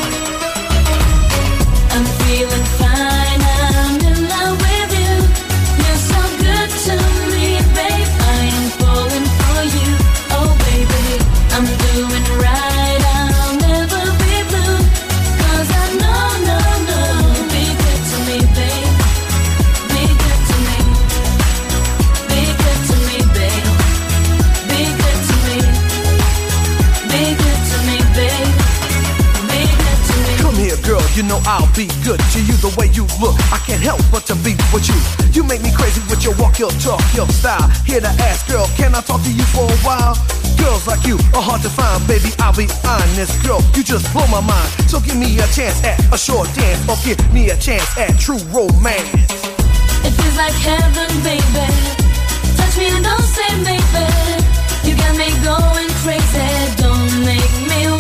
S5: I'm feeling fine, I'm in love with you. You're so good to me, babe. I am falling for you, oh baby. I'm doing right, I'll never be blue. Cause I know, no, no, be good to me, babe. Be good to me. Be good to me, babe. Be good to me. Be good to me, babe. Be good to me.
S16: Come here, girl, you know I'll be good to you. The way you look, I can't help but to be with you. You make me crazy with your walk, your talk, your style. Here to ask, girl, can I talk to you for a while? Girls like you are hard to find, baby, I'll be honest. Girl, you just blow my mind. So give me a chance at a short dance, or give me a chance at true romance.
S5: It feels like heaven, baby. Touch me and don't say maybe. You got me going crazy, don't make me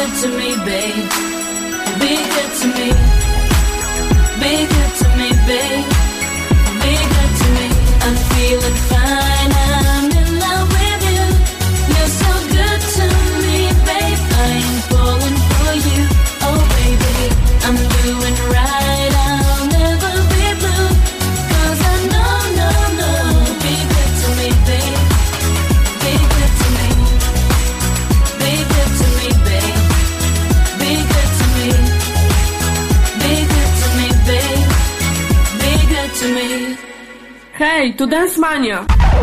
S5: good to me, babe. Be good to me. Be good to me, babe. Be good to me. I'm feeling fine. I'm in love with you. You're so good to me, babe. I'm falling for you. Oh, baby, I'm doing right. I'll never be blue. 'Cause I know, no, no. Be good to me, babe. Be good to me. Be good to me, babe. Be good to me. Be good to me, babe. Be good to me.
S1: Hej, tu Dance Mania!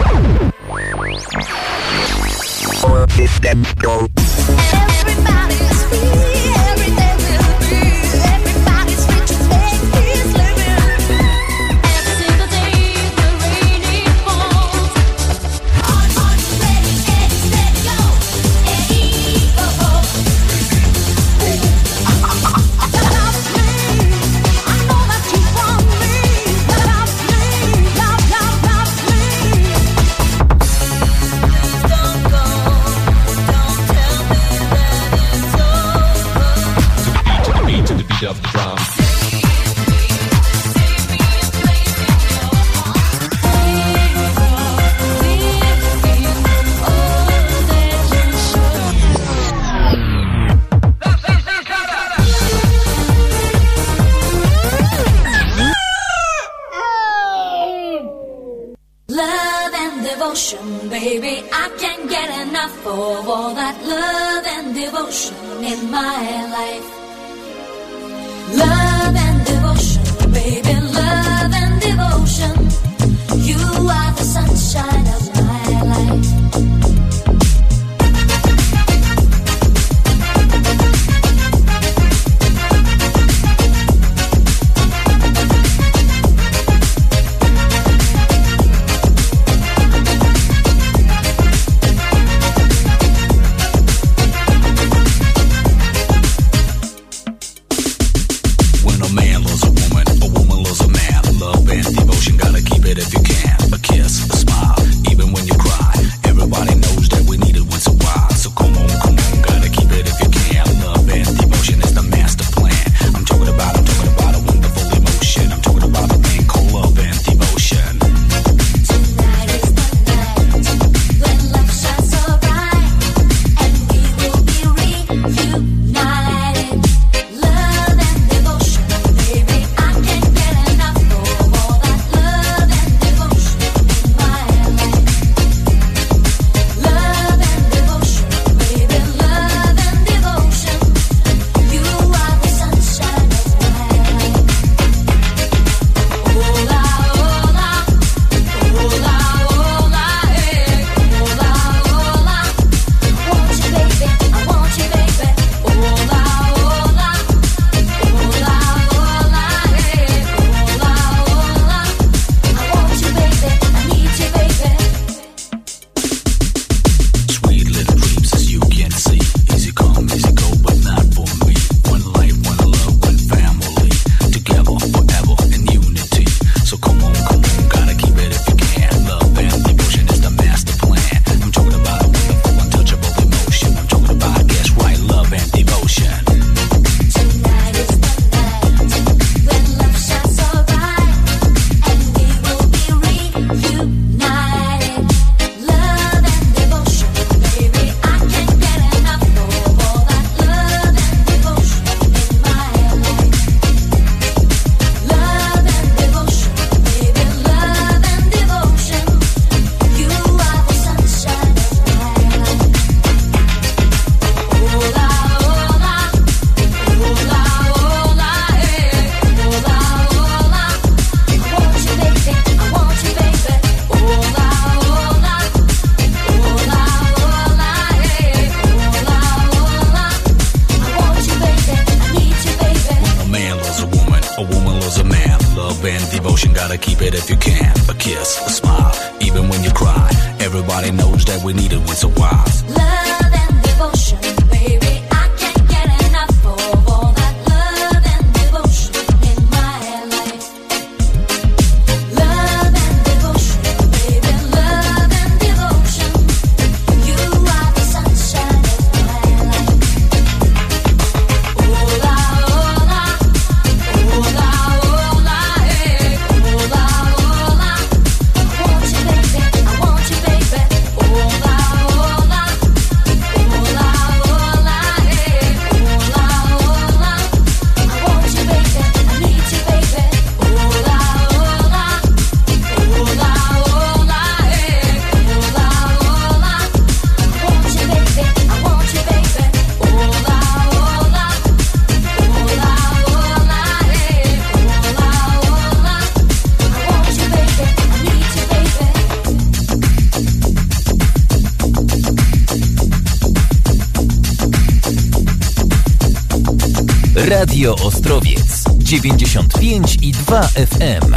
S5: Everybody's free, every day will be. Everybody's free to make his living. Every single day the rain falls. On, on, ready, steady, steady, go. Hey, oh, oh. Love me, I know that you want me. Love me, love, love, love me. Please don't go. Don't tell me that it's over.
S11: To the beat, to the beat of the drum.
S5: Love and devotion, baby, I can't get enough of all that love and devotion in my life. Love and devotion, baby, love and devotion. You are the sunshine of my life.
S17: When a man loves a woman, a woman loves a man. Love and devotion, gotta keep it if you can. A kiss, a smile, even when you cry. Everybody knows that we need it once in a while. So come on, come on, gotta keep it if you can. Love and devotion is the master plan. I'm talking about, I'm talking about a wonderful emotion. I'm talking about a thing called love and devotion.
S5: Tonight is the night when love shines so bright, and we will be reunited. Love and devotion, baby, I can't get enough of all that love and devotion in my life. Love and devotion, baby, love and devotion. You are the sunshine of my life. Hola, hola. Hola, hola, hey. Hola, hola. I want you, baby. I want you, baby. Hola, hola. Hola, hola, hey. Hola, hola. I want you, baby. I need you, baby.
S17: Sweet little dreams as you can see. Easy come, easy go, but not for me. One life, one love, one family. Together, forever, in unity. So come on, come on, gotta keep it if you can. Love and devotion is the master plan. I'm talking about a wonderful, untouchable emotion. I'm talking about, guess right, love and devotion.
S5: Tonight is the night when love shines so bright, and we will be reunited. Love and devotion, baby, I can't get enough of all that love and devotion in my life. Love and devotion, baby, love and devotion. You are the sunshine of my life. Hola, hola. Hola, hola, hey. Hola, hola. I want you, baby. I want you, baby. Hola, hola. Hola, hola, hey. Hola, hola. I want you, baby. I need you, baby.
S17: A man loves a woman, a woman loves a man. Love and devotion, gotta keep it if you can. A kiss, a smile, even when you cry. Everybody knows that we need it once in a while.
S5: Love and devotion, baby. I can't get enough of all that love and devotion in my life. Love and devotion, baby. Love and devotion. You are the sunshine of my life.
S6: Radio Ostrowiec dziewięćdziesiąt pięć i dwa F M.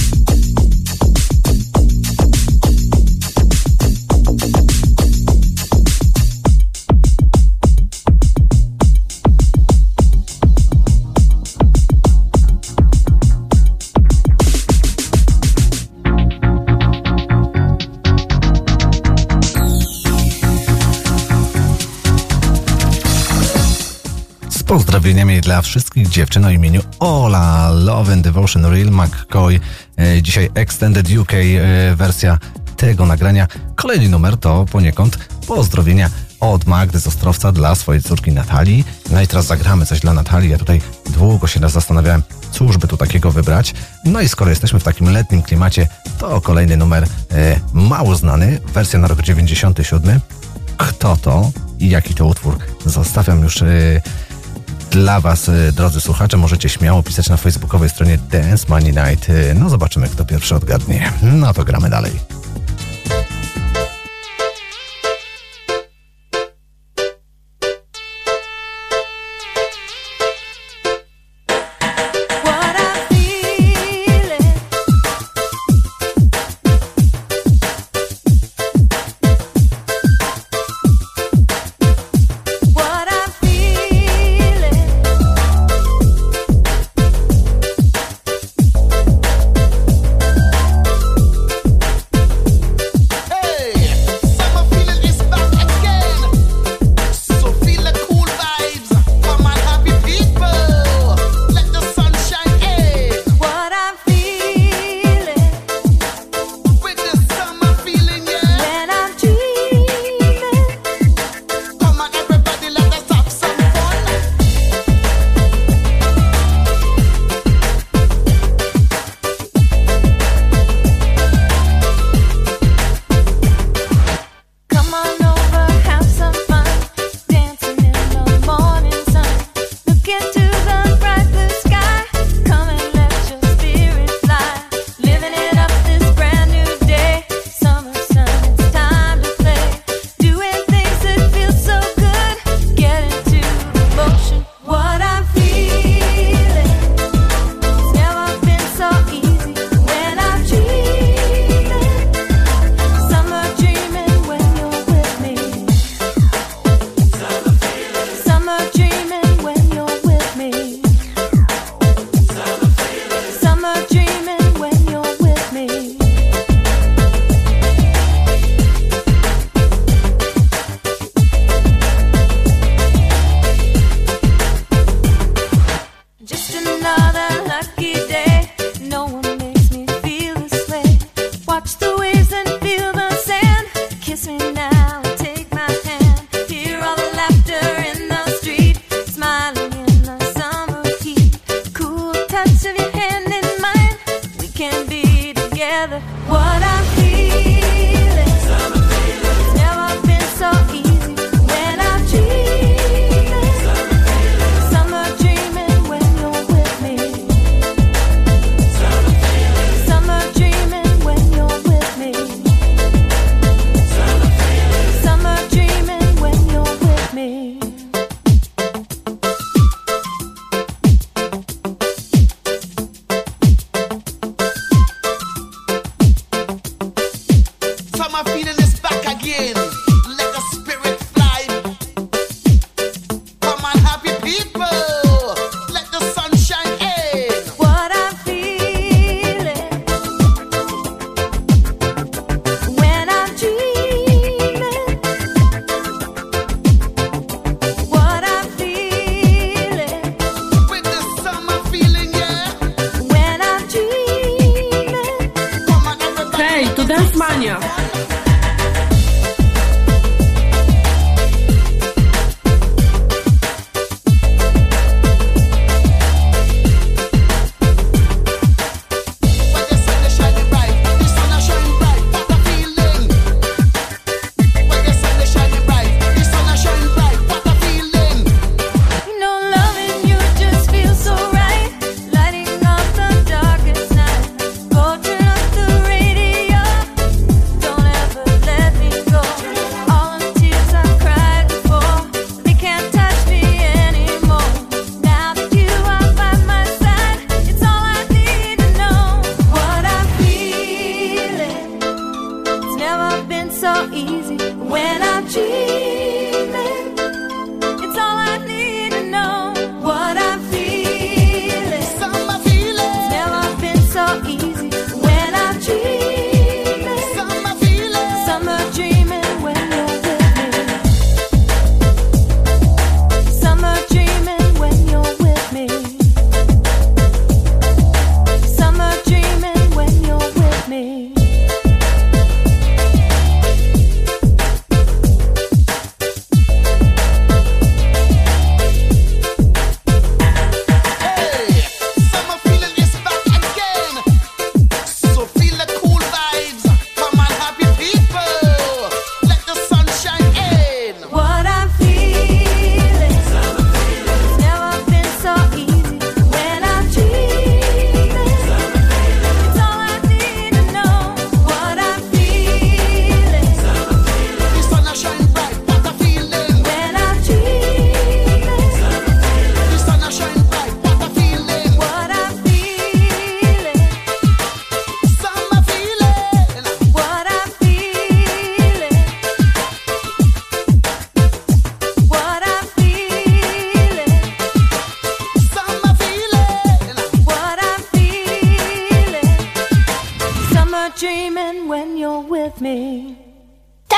S4: Pozdrowieniami dla wszystkich dziewczyn o imieniu Ola, Love and Devotion, Real McCoy. E, dzisiaj Extended U K e, wersja tego nagrania. Kolejny numer to poniekąd pozdrowienia od Magdy z Ostrowca dla swojej córki Natalii. No i teraz zagramy coś dla Natalii. Ja tutaj długo się zastanawiałem, cóż by tu takiego wybrać. No i skoro jesteśmy w takim letnim klimacie, to kolejny numer e, mało znany, wersja na rok dziewięćdziesiąty siódmy. Kto to i jaki to utwór? Zostawiam już... E, Dla Was, drodzy słuchacze, możecie śmiało pisać na facebookowej stronie Dance Money Night. No zobaczymy, kto pierwszy odgadnie. No to gramy dalej.
S5: What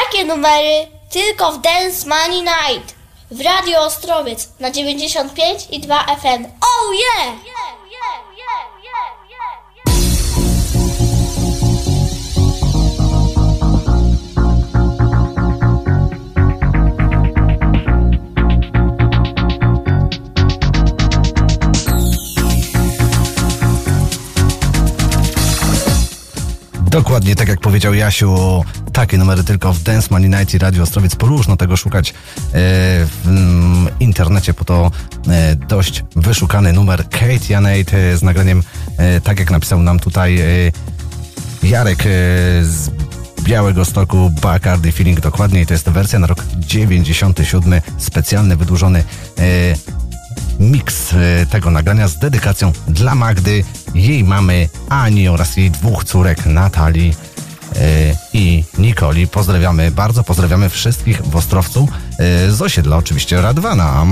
S8: Takie numery tylko w Dance Money Night w Radio Ostrowiec na dziewięćdziesiąt pięć i dwa F M. Oh yeah!
S4: Dokładnie tak jak powiedział Jasiu, takie numery tylko w Dance Money Night i Radio Ostrowiec. Próżno tego szukać e, w m, internecie, po to e, dość wyszukany numer Katie Anate e, z nagraniem, e, tak jak napisał nam tutaj e, Jarek e, z Białego Stoku, Bacardi Feeling, dokładnie, i to jest wersja na rok dziewięćdziesiąty siódmy, specjalny, wydłużony e, miks e, tego nagrania z dedykacją dla Magdy, jej mamy Ani oraz jej dwóch córek Natalii yy, i Nikoli. Pozdrawiamy, bardzo pozdrawiamy wszystkich w Ostrowcu, yy, z osiedla oczywiście Radwana.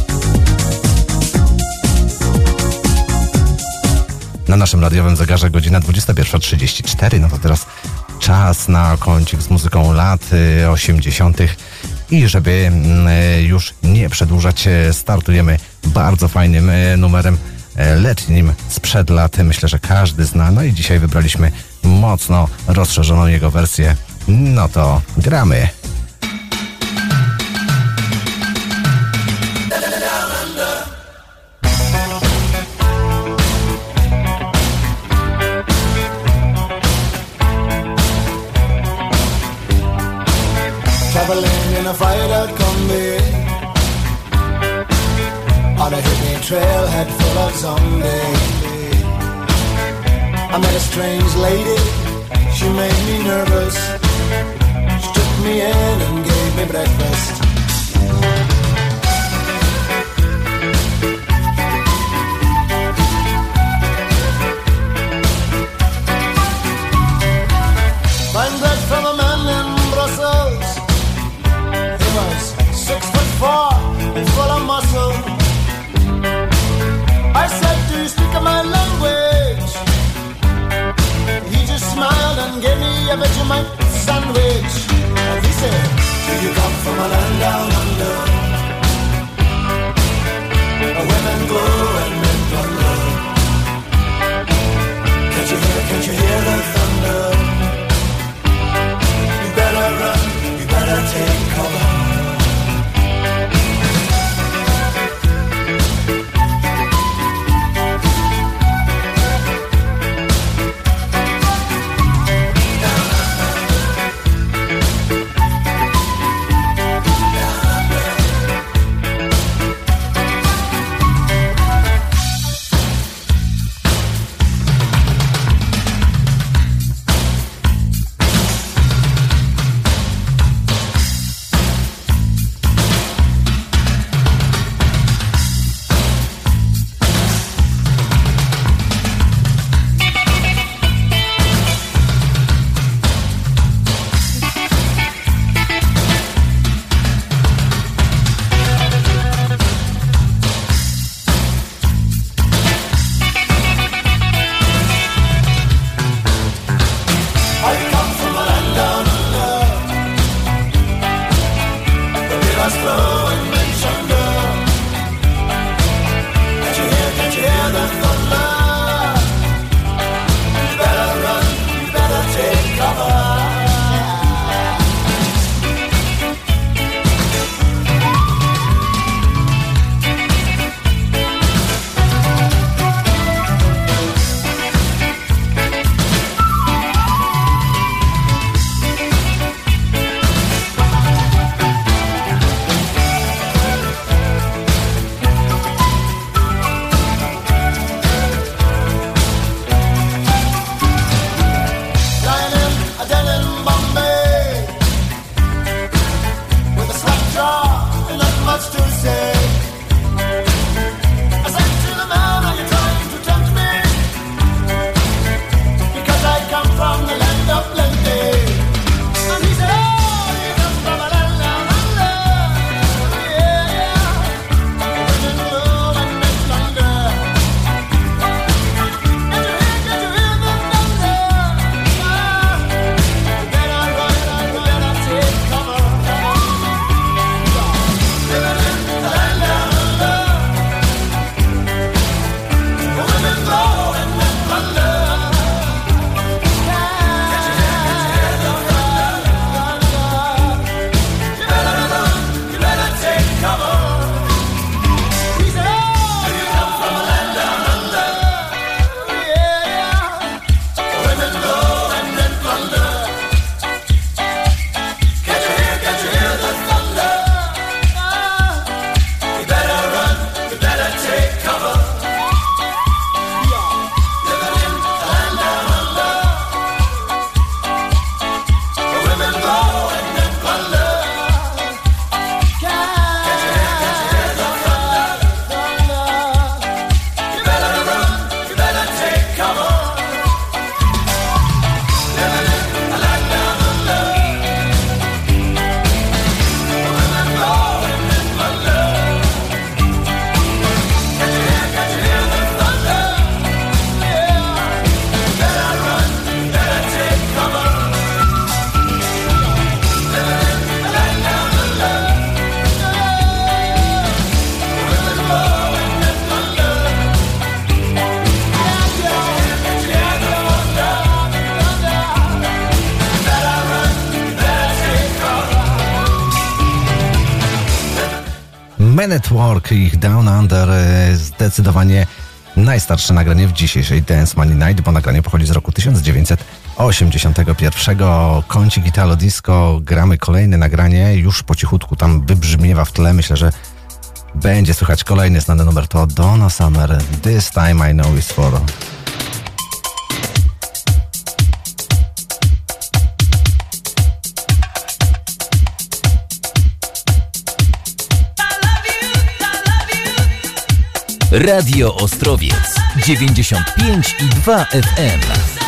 S4: Na naszym radiowym zegarze godzina dwudziesta pierwsza trzydzieści cztery, no to teraz czas na kącik z muzyką lat yy, osiemdziesiątych. I żeby yy, już nie przedłużać, yy, startujemy bardzo fajnym yy, numerem letnim sprzed lat. Myślę, że każdy zna. No i dzisiaj wybraliśmy mocno rozszerzoną jego wersję. No to gramy.
S18: Traveling in a fired combi on a hippie trailhead full of zombies. I met a strange lady, she made me nervous. She took me in and gave me breakfast. Fine bread from a man in Brussels. He was six foot four and full of muscle. I said, do you speak my language? He just smiled and gave me a Vegemite sandwich. And he said, do you come from a land down under? Where men go and men plunder. Can't you hear, can't you hear the thunder? You better run, you better take cover.
S4: Men at Work, ich Down Under, zdecydowanie najstarsze nagranie w dzisiejszej Dance Money Night, bo nagranie pochodzi z roku tysiąc dziewięćset osiemdziesiątego pierwszego. Kącik Italo Disco, gramy kolejne nagranie, już po cichutku tam wybrzmiewa w tle, myślę, że będzie słychać kolejny znany numer, to Donna Summer, This Time I Know It's For.
S6: Radio Ostrowiec dziewięćdziesiąt pięć i dwa F M.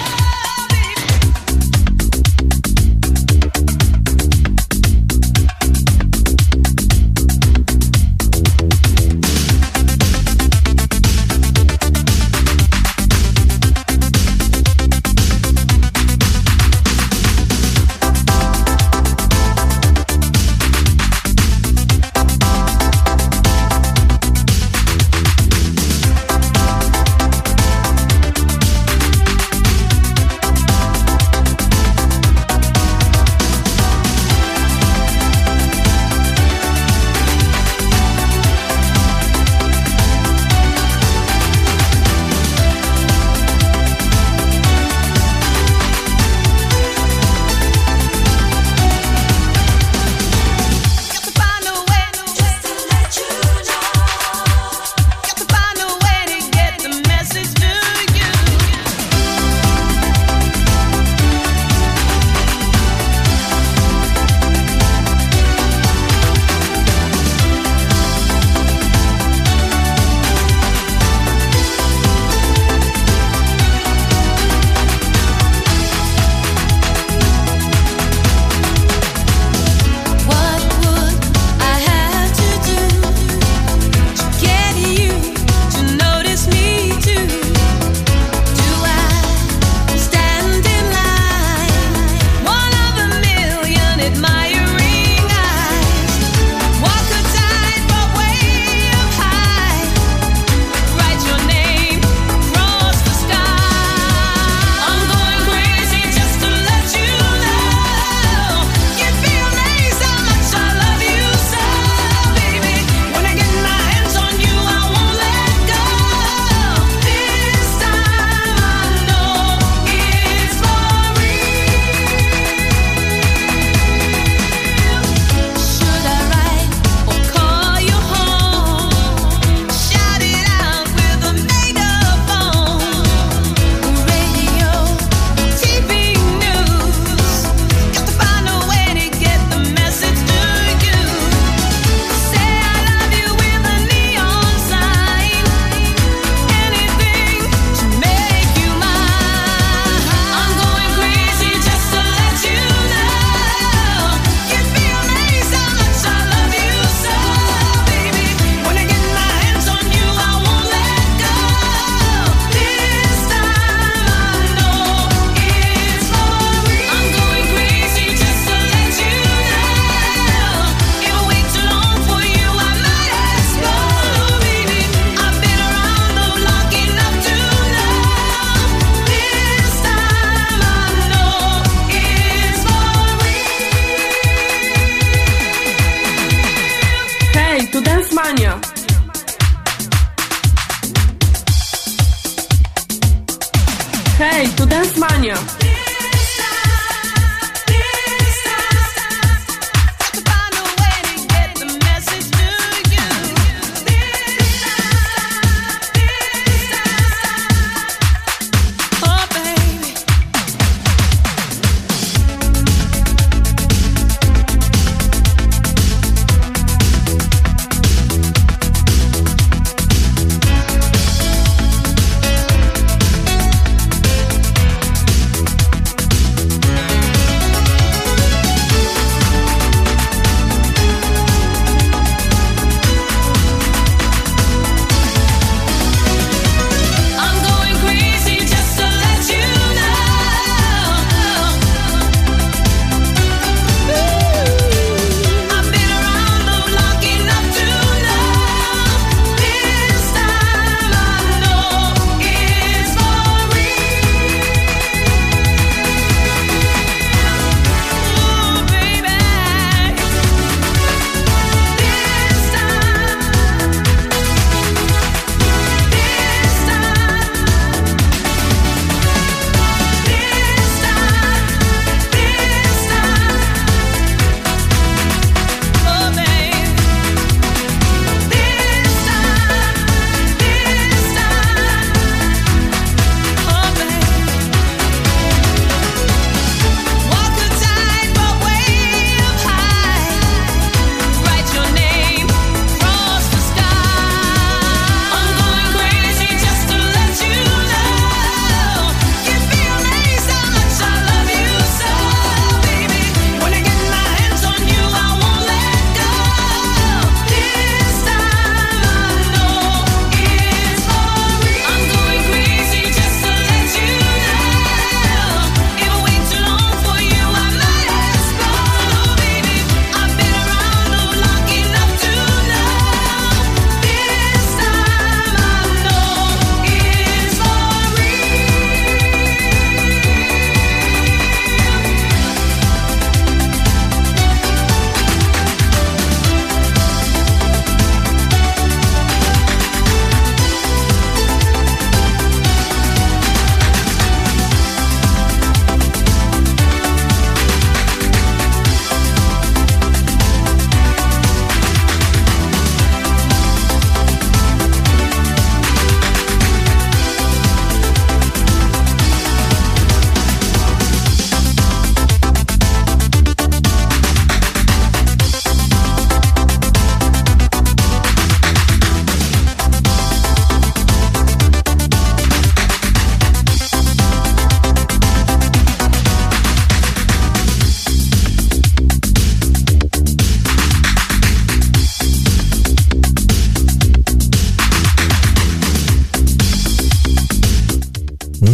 S1: Hej, tu Dance Mania!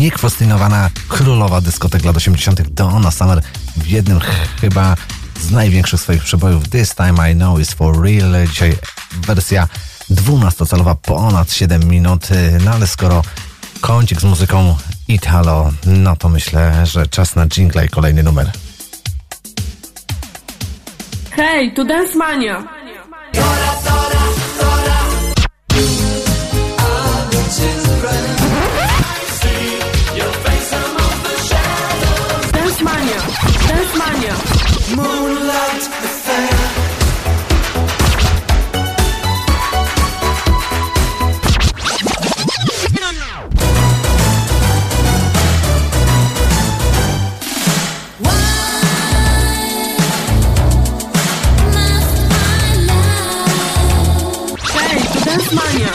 S4: niekwestionowana królowa dyskotek lat osiemdziesiątych Donna Summer w jednym ch- chyba z największych swoich przebojów This Time I Know Is For Real. Dzisiaj wersja dwunastocalowa, ponad siedem minut, no ale skoro kącik z muzyką Italo, no to myślę, że czas na dżingla i kolejny numer.
S1: Hej, tu Dance Mania! Dance Mania! Dance Mania!
S5: Moonlight affair.
S1: Hej, tu Dance Mania!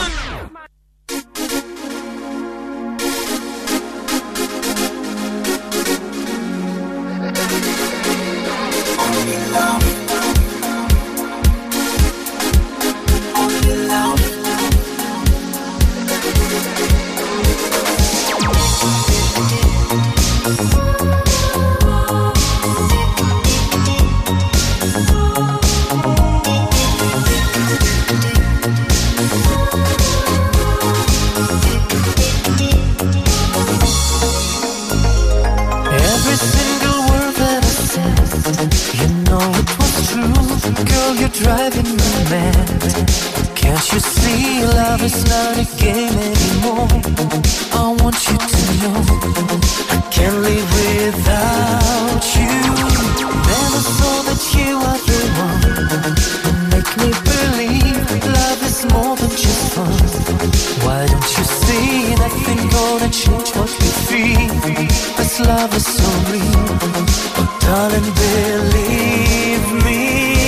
S5: Every single word that I said, you know it was true. Girl, you're driving me mad. Can't you see love is not a game anymore? I want you to know I can't live without you. Never saw that you are the one who make me believe love is more than just fun. Why don't you see nothing gonna change what we feel? This love is so real, oh, darling, believe me.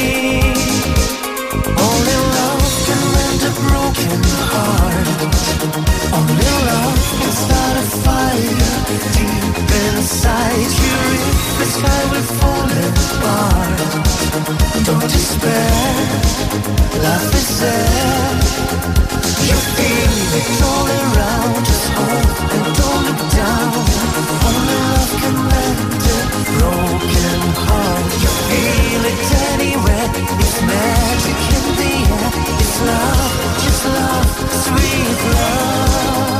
S5: Only love can mend a broken heart. Only love can start a fire deep inside you. If the sky will fall apart, don't despair. Love is there. You feel it all around. Just hold and don't look down. Only love can mend a broken heart. You feel it anywhere. It's magic in the air. It's love, just love, sweet love.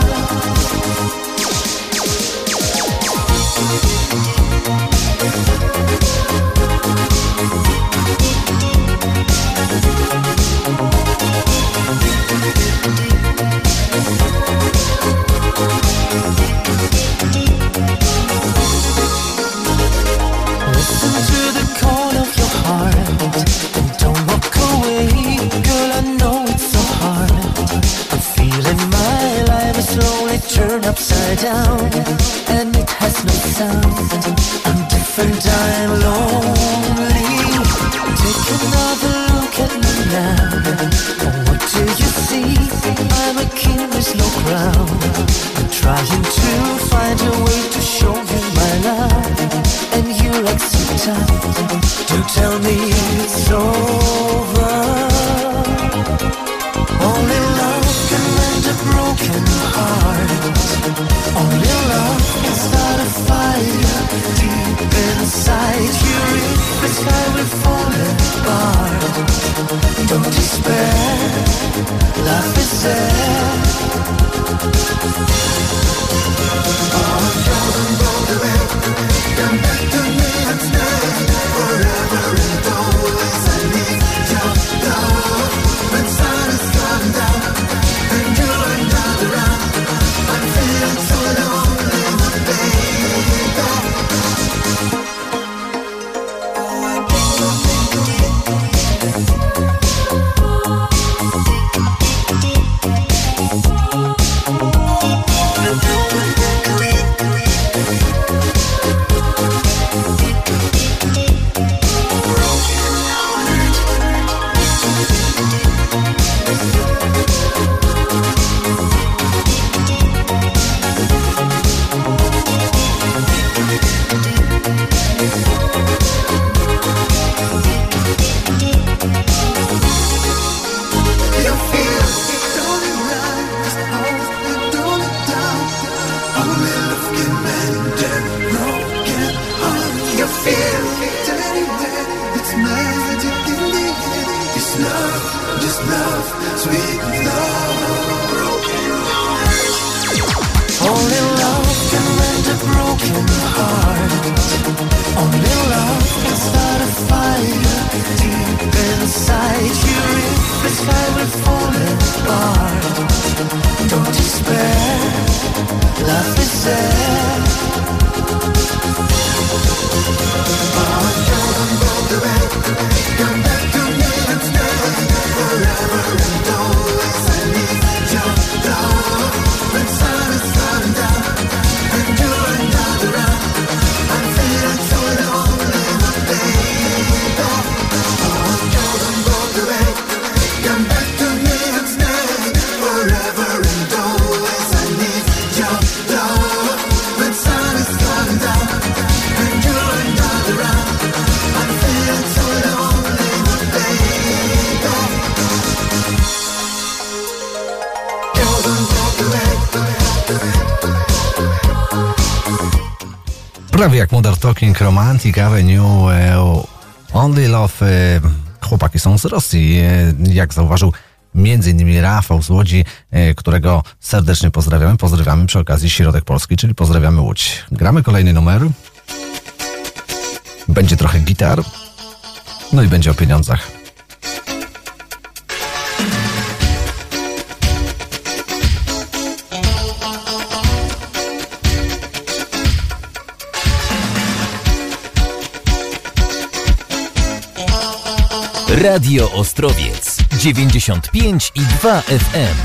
S5: Listen to the call of your heart and don't walk away. Girl, I know it's so hard. I'm feeling my life is slowly turned upside down, and it has no sound. I'm different, I'm lonely. Take another look at me now. Oh, what do you see? I'm a king, there's no crown. I'm trying to find a way to show you my love, and you like so tough. Do tell me it's over. Only love can mend a broken heart. Only love can start a fire deep inside you. If the sky will fall apart, don't despair. Love is there. Oh, come on, come back to me tonight. Forever and always I need your love. When sun is gone down and you are not around, I'm feeling so lonely, baby.
S19: falling apart. Don't despair, life is sad. Oh, don't go away, come back to me and stay forever and always. I need your love. When sun is going down and you're not around, I'm feeling so lonely, my baby. Oh, don't go away, come back to me and stay forever and always. I need your love. When sun is going down and you're not around, I'm feeling so lonely, my baby. Don't go away.
S4: Prawie jak Modern Talking, Romantic Avenue, e, Only Love. E, chłopaki są z Rosji, e, jak zauważył między innymi Rafał z Łodzi, e, którego serdecznie pozdrawiamy. Pozdrawiamy przy okazji Środek Polski, czyli pozdrawiamy Łódź. Gramy kolejny numer. Będzie trochę gitar. No i będzie o pieniądzach.
S6: Radio Ostrowiec dziewięćdziesiąt pięć i dwa F M.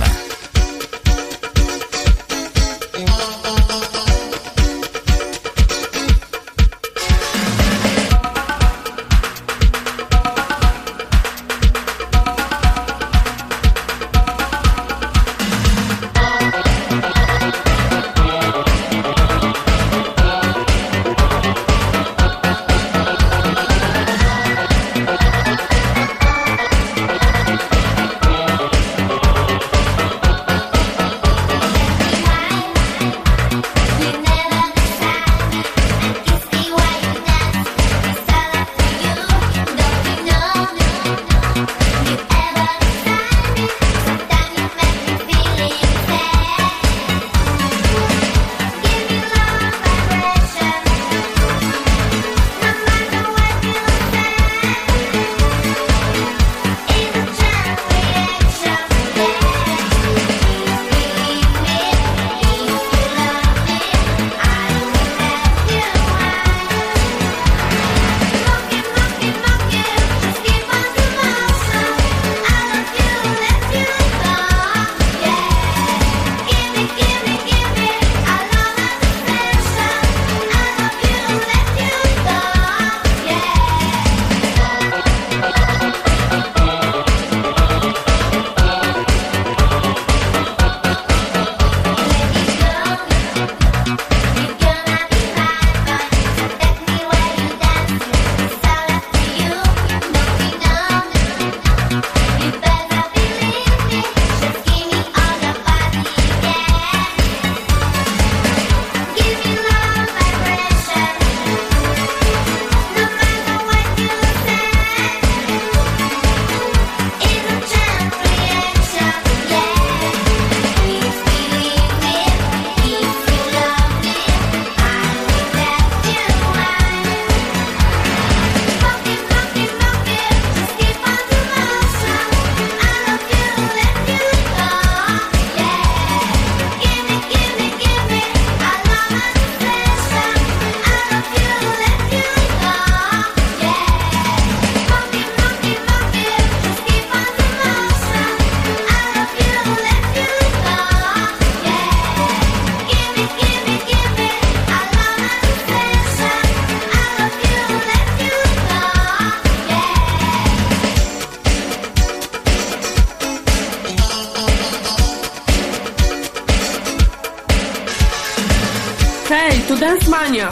S1: Hej, tu Dance Mania!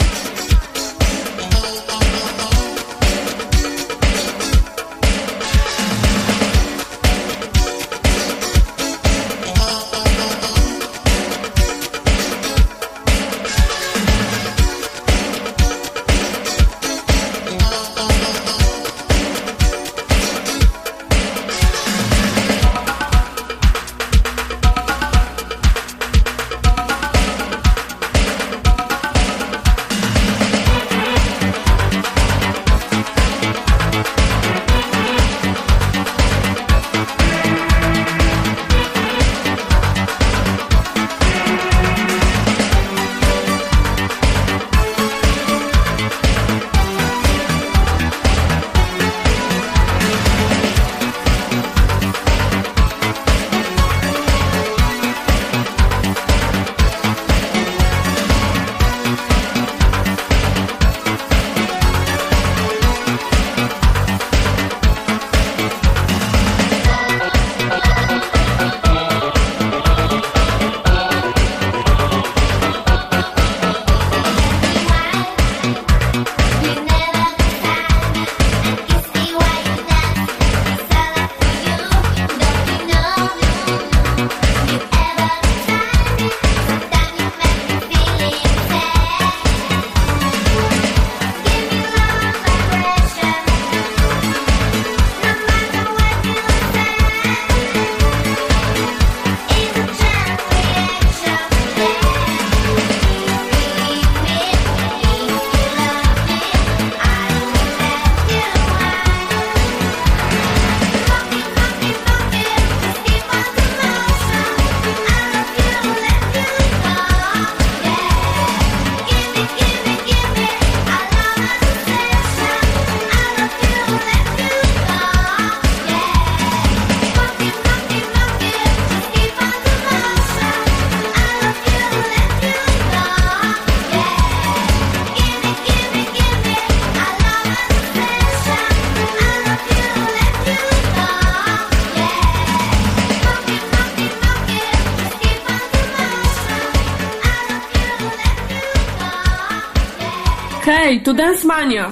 S1: Hej, tu Dance Mania!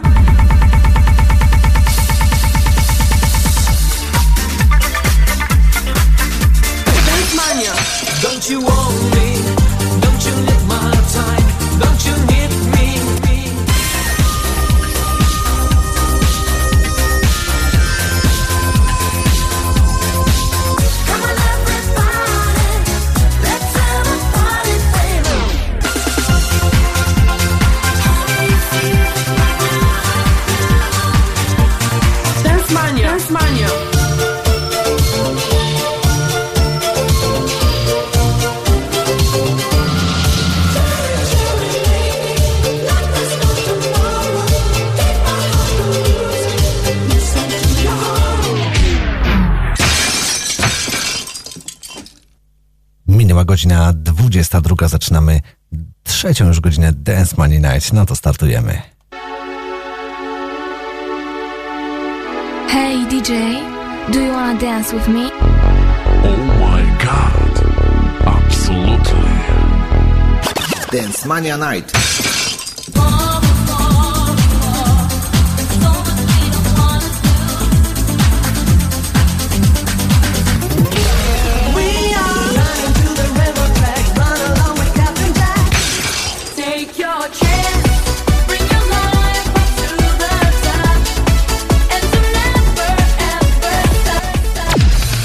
S1: Dance Mania!
S5: Don't you want me? Don't you need my time? Don't you need me? Come on everybody, let's have a party, baby.
S1: Dance Mania! Dance Mania!
S4: Minęła godzina dwudziesta druga, zaczynamy trzecią już godzinę Dance Money Night. No to startujemy.
S20: Hey D J, do you wanna dance with me?
S17: Oh my god. Absolutely.
S2: Dance Mania Night.
S5: Take your chance, bring your life up to the top, and to never ever stop.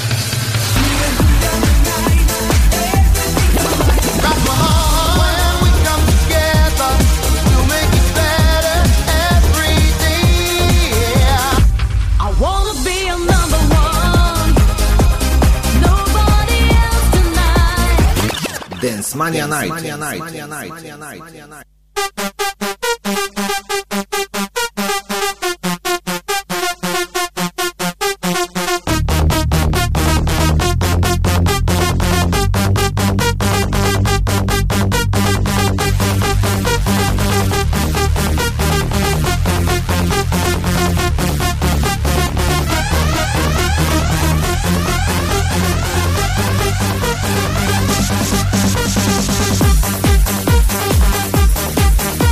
S18: Come on, when we come together, we'll make it better every day.
S5: I wanna be a number one, nobody else tonight.
S2: Dance Mania Night. Mania Night. Mania Night. Mania Night. Mania Night.
S5: Thank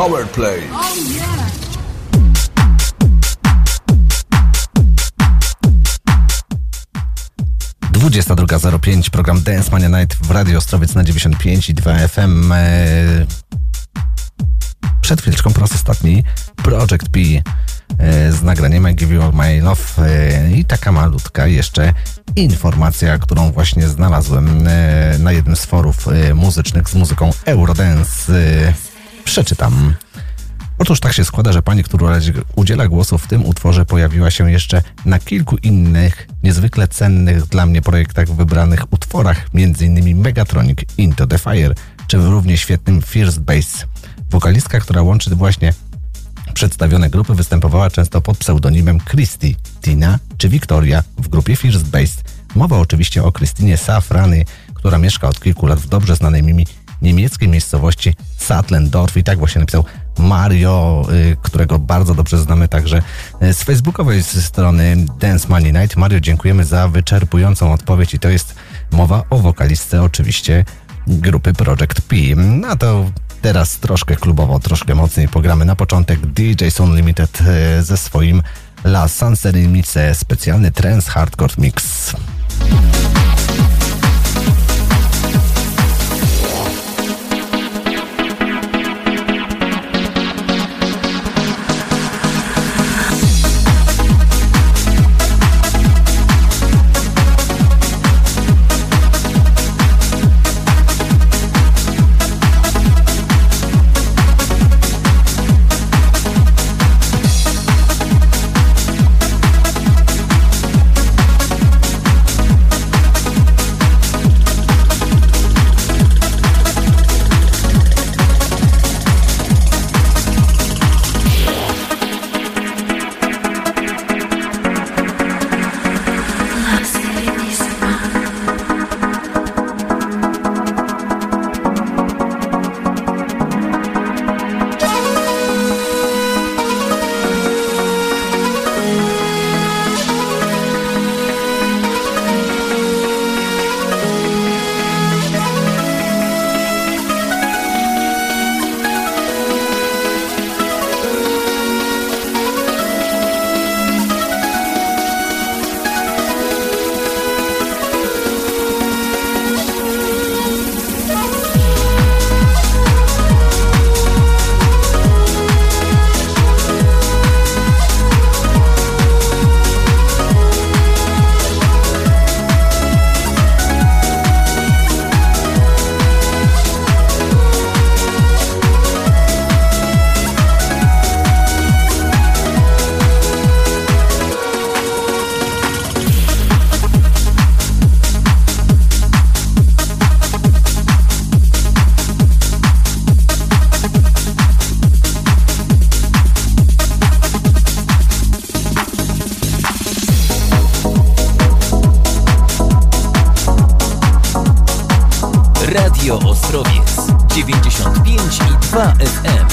S7: Power Play.
S4: dwudziesta druga zero pięć, program Dance Mania Night w Radio Ostrowiec na dziewięćdziesiąt pięć i dwa F M. Przed chwileczką po raz ostatni Project P z nagraniem I Give You All My Love i taka malutka jeszcze informacja, którą właśnie znalazłem na jednym z forów muzycznych z muzyką Eurodance. Przeczytam. Otóż tak się składa, że pani, która udziela głosu w tym utworze, pojawiła się jeszcze na kilku innych, niezwykle cennych dla mnie projektach w wybranych utworach, m.in. Megatronic, Into the Fire, czy w równie świetnym First Base. Wokalistka, która łączy właśnie przedstawione grupy, występowała często pod pseudonimem Christy, Tina czy Victoria w grupie First Base. Mowa oczywiście o Krystynie Safrany, która mieszka od kilku lat w dobrze znanej mi niemieckiej miejscowości Sattlendorf i tak właśnie napisał Mario, y, którego bardzo dobrze znamy także z facebookowej strony Dance Money Night. Mario, dziękujemy za wyczerpującą odpowiedź i to jest mowa o wokalistce oczywiście grupy Project P. No to teraz troszkę klubowo, troszkę mocniej pogramy. Na początek D J's Unlimited y, ze swoim La Sanserimice, specjalny trance hardcore mix.
S6: Radio Ostrowiec dziewięćdziesiąt pięć i dwa F M.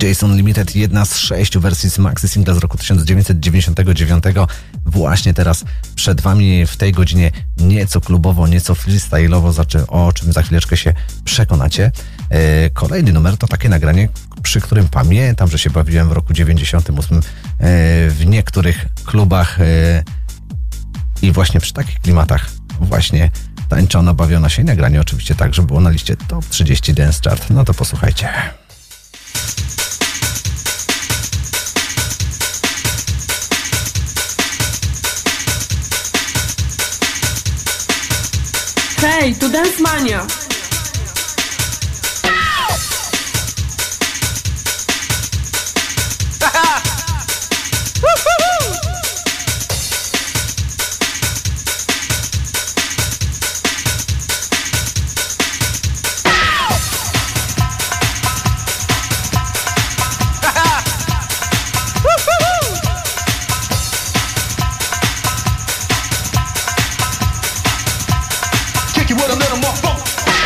S4: J's Unlimited, jedna z sześciu wersji z maxi singla z roku tysiąc dziewięćset dziewięćdziesiątego dziewiątego. Właśnie teraz przed wami w tej godzinie nieco klubowo, nieco freestyle'owo, o czym za chwileczkę się przekonacie. E, kolejny numer to takie nagranie, przy którym pamiętam, że się bawiłem w roku dziewięćdziesiątym ósmym e, w niektórych klubach e, i właśnie przy takich klimatach właśnie tańczono, bawiono się i nagranie oczywiście tak, że było na liście Top trzydzieści Dance Chart. No to posłuchajcie.
S1: Hej, tu Dance Mania!
S19: Kick it with a little more funk.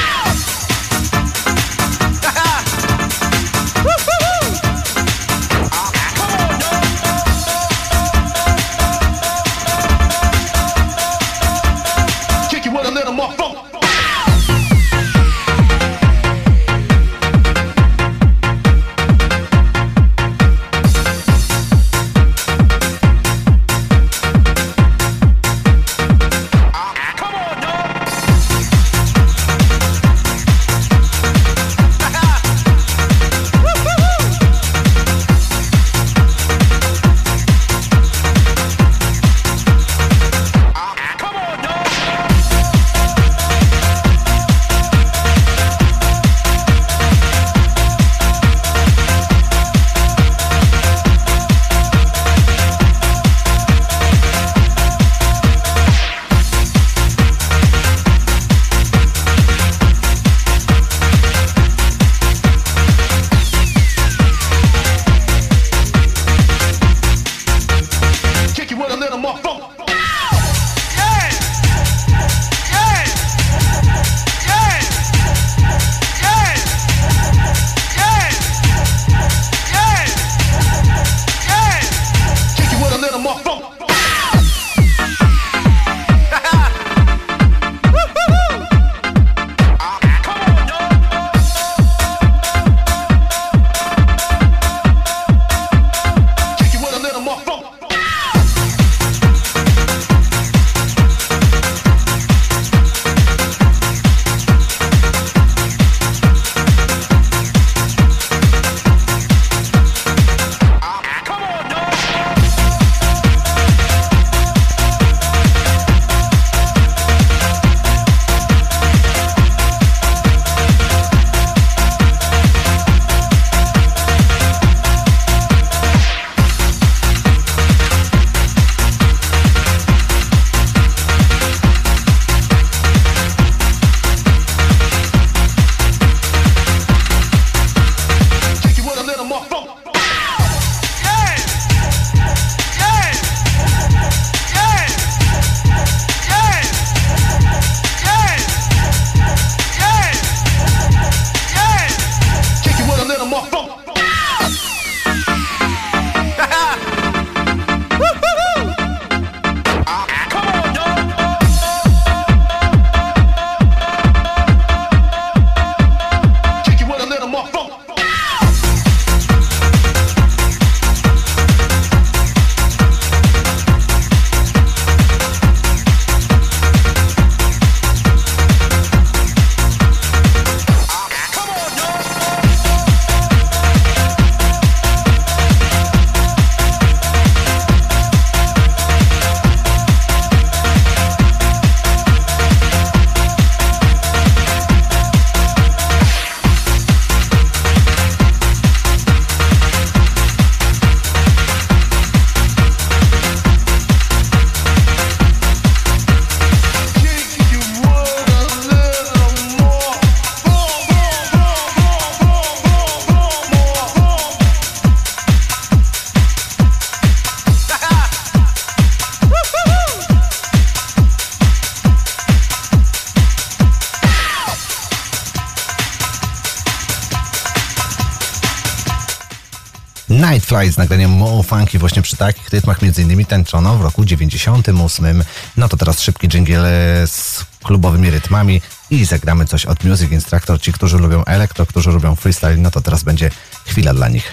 S4: Fly z nagraniem Mo Funky. Właśnie przy takich rytmach między innymi tańczono w roku dziewięćdziesiątym ósmym. No to teraz szybki dżingiel z klubowymi rytmami i zagramy coś od Music Instructor. Ci, którzy lubią elektro, którzy lubią freestyle, no to teraz będzie chwila dla nich.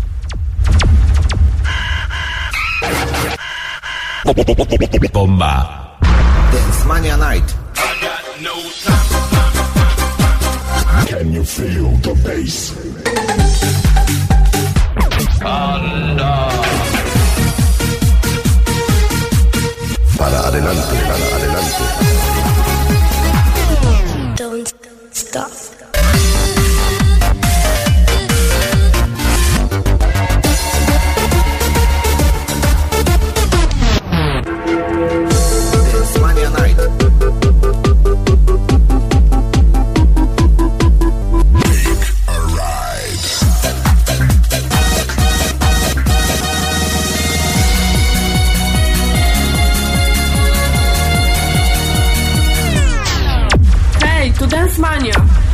S2: Bomba. Dance Mania Night.
S19: Can you feel the bass? Para adelante, para adelante.
S8: Don't stop.
S2: Dance Mania Night.
S1: To Dance Mania.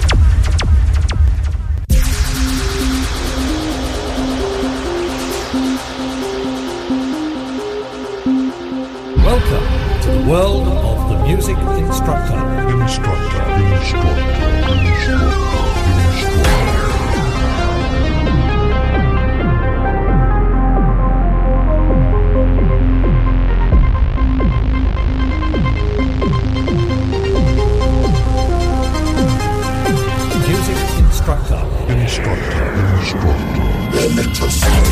S21: Welcome to the world of the Music Instructor.
S19: Instructor, instructor, instructor,
S21: Instructor.
S19: Instructor, instructor. Let us go.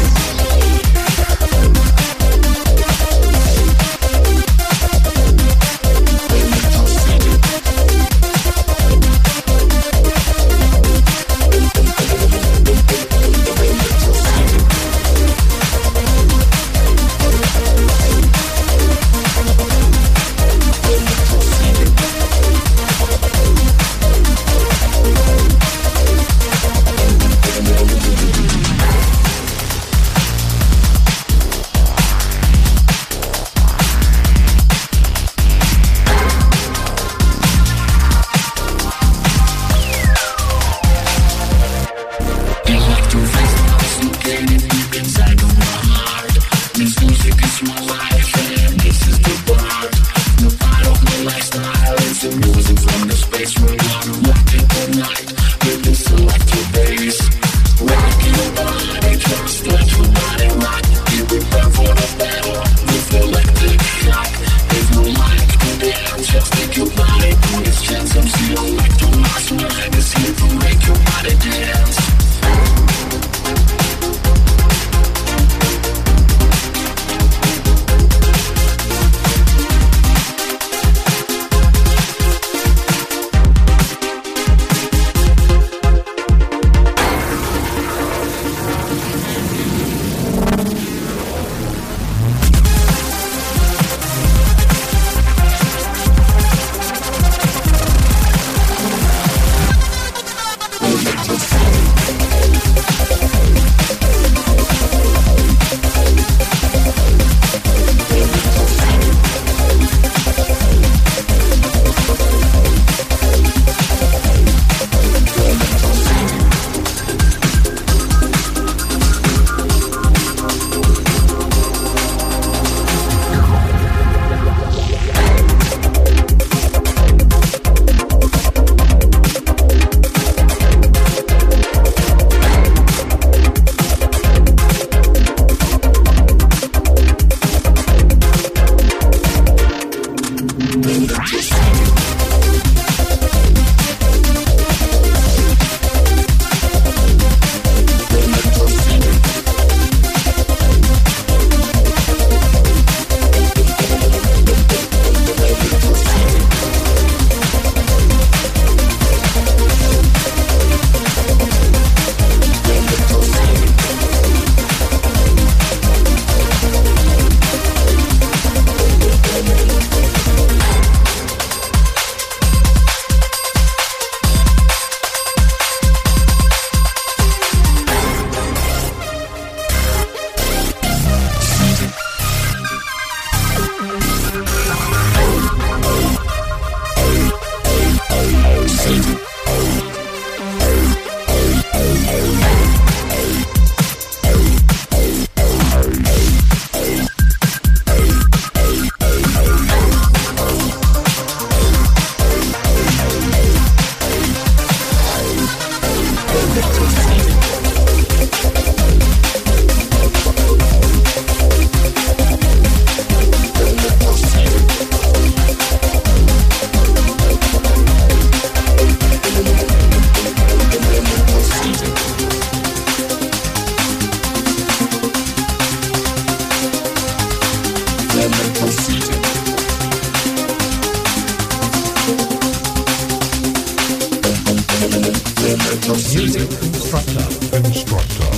S21: Music Instructor. Instructor.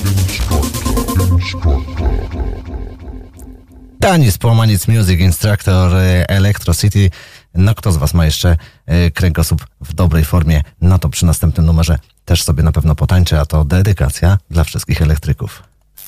S4: Tanis Połamaniec Music Instructor Electro City. No kto z was ma jeszcze e, kręgosłup w dobrej formie? No to przy następnym numerze też sobie na pewno potańczy, a to dedykacja dla wszystkich elektryków.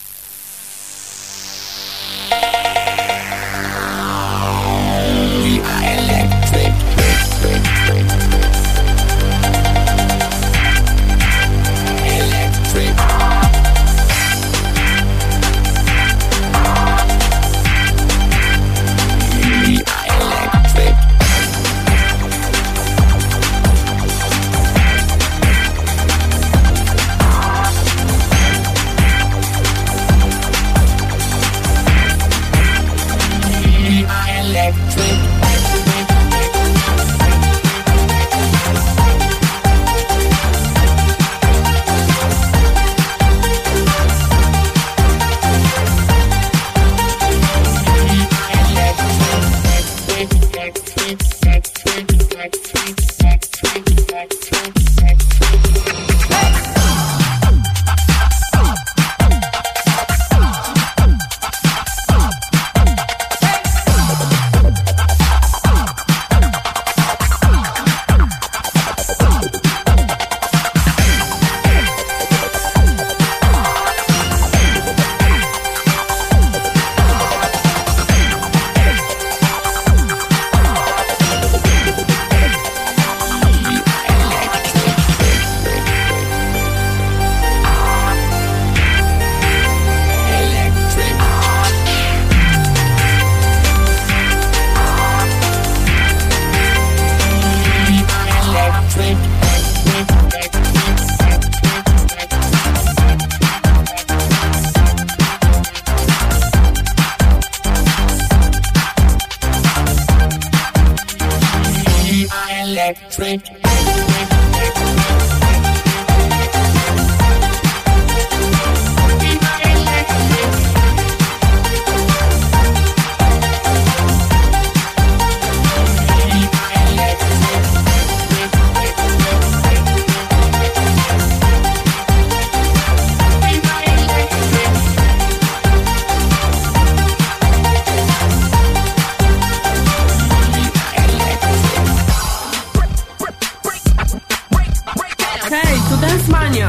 S1: Hej, tu Dance Mania!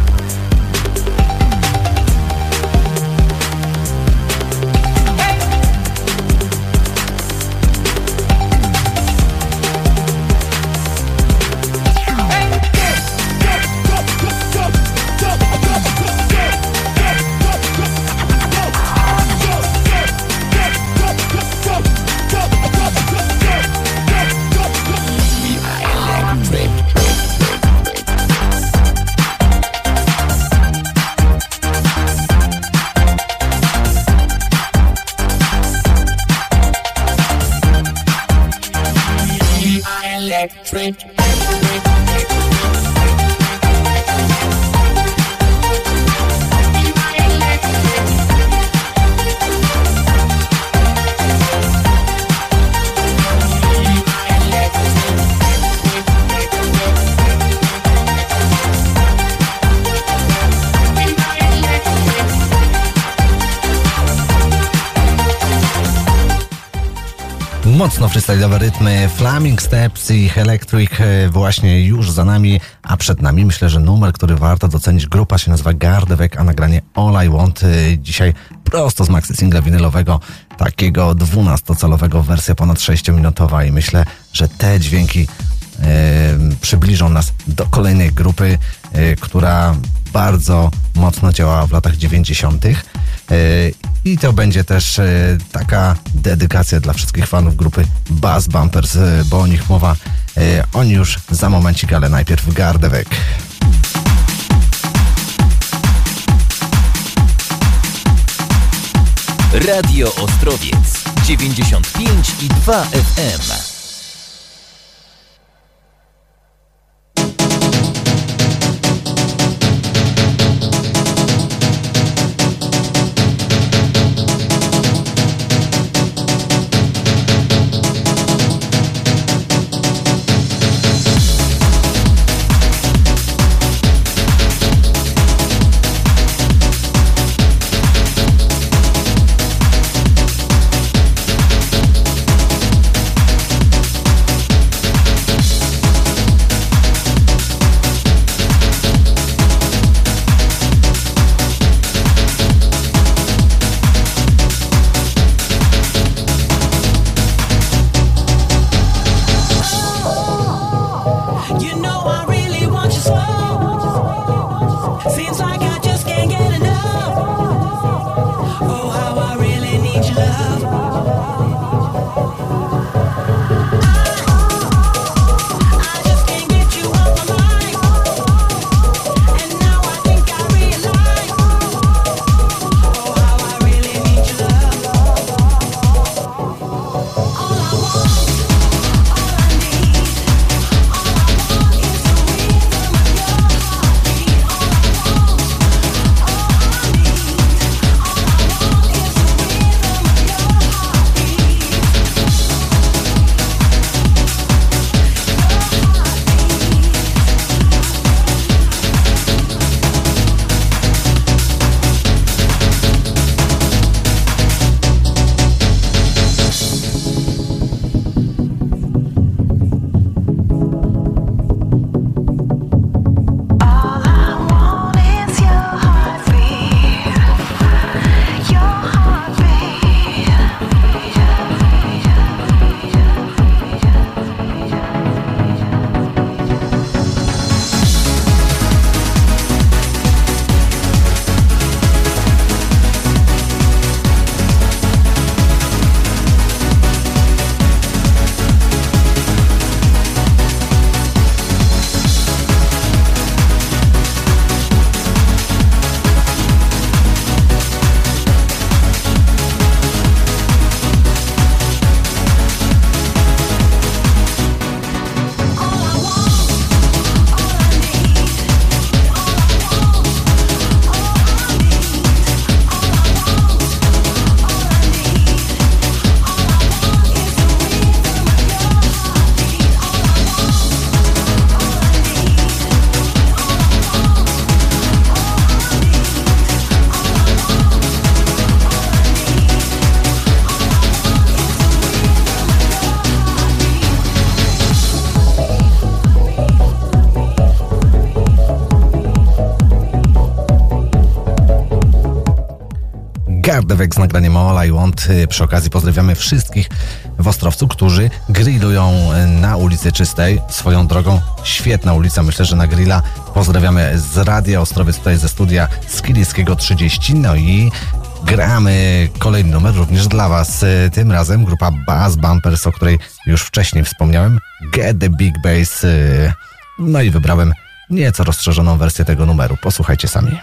S4: Mocno freestyle'owe rytmy, Flaming Steps i Electric właśnie już za nami, a przed nami myślę, że numer, który warto docenić. Grupa się nazywa Gardewek, a nagranie All I Want dzisiaj prosto z maxi singla winylowego, takiego dwunastocalowego, wersja ponad sześciominutowa i myślę, że te dźwięki e, przybliżą nas do kolejnej grupy, e, która bardzo mocno działała w latach dziewięćdziesiątych. I to będzie też taka dedykacja dla wszystkich fanów grupy Bass Bumpers, bo o nich mowa. Oni już za momencik, ale najpierw Gardewek.
S6: Radio Ostrowiec dziewięćdziesiąt pięć i dwa F M.
S4: Gardewek z nagraniem All I Want. Przy okazji pozdrawiamy wszystkich w Ostrowcu, którzy grillują na ulicy Czystej. Swoją drogą świetna ulica, myślę, że na grilla. Pozdrawiamy z Radia Ostrowiec, tutaj ze studia Skidickiego trzydzieści. No i gramy kolejny numer również dla Was. Tym razem grupa Bass Bumpers, o której już wcześniej wspomniałem. Get the Big Bass. No i wybrałem nieco rozszerzoną wersję tego numeru. Posłuchajcie sami.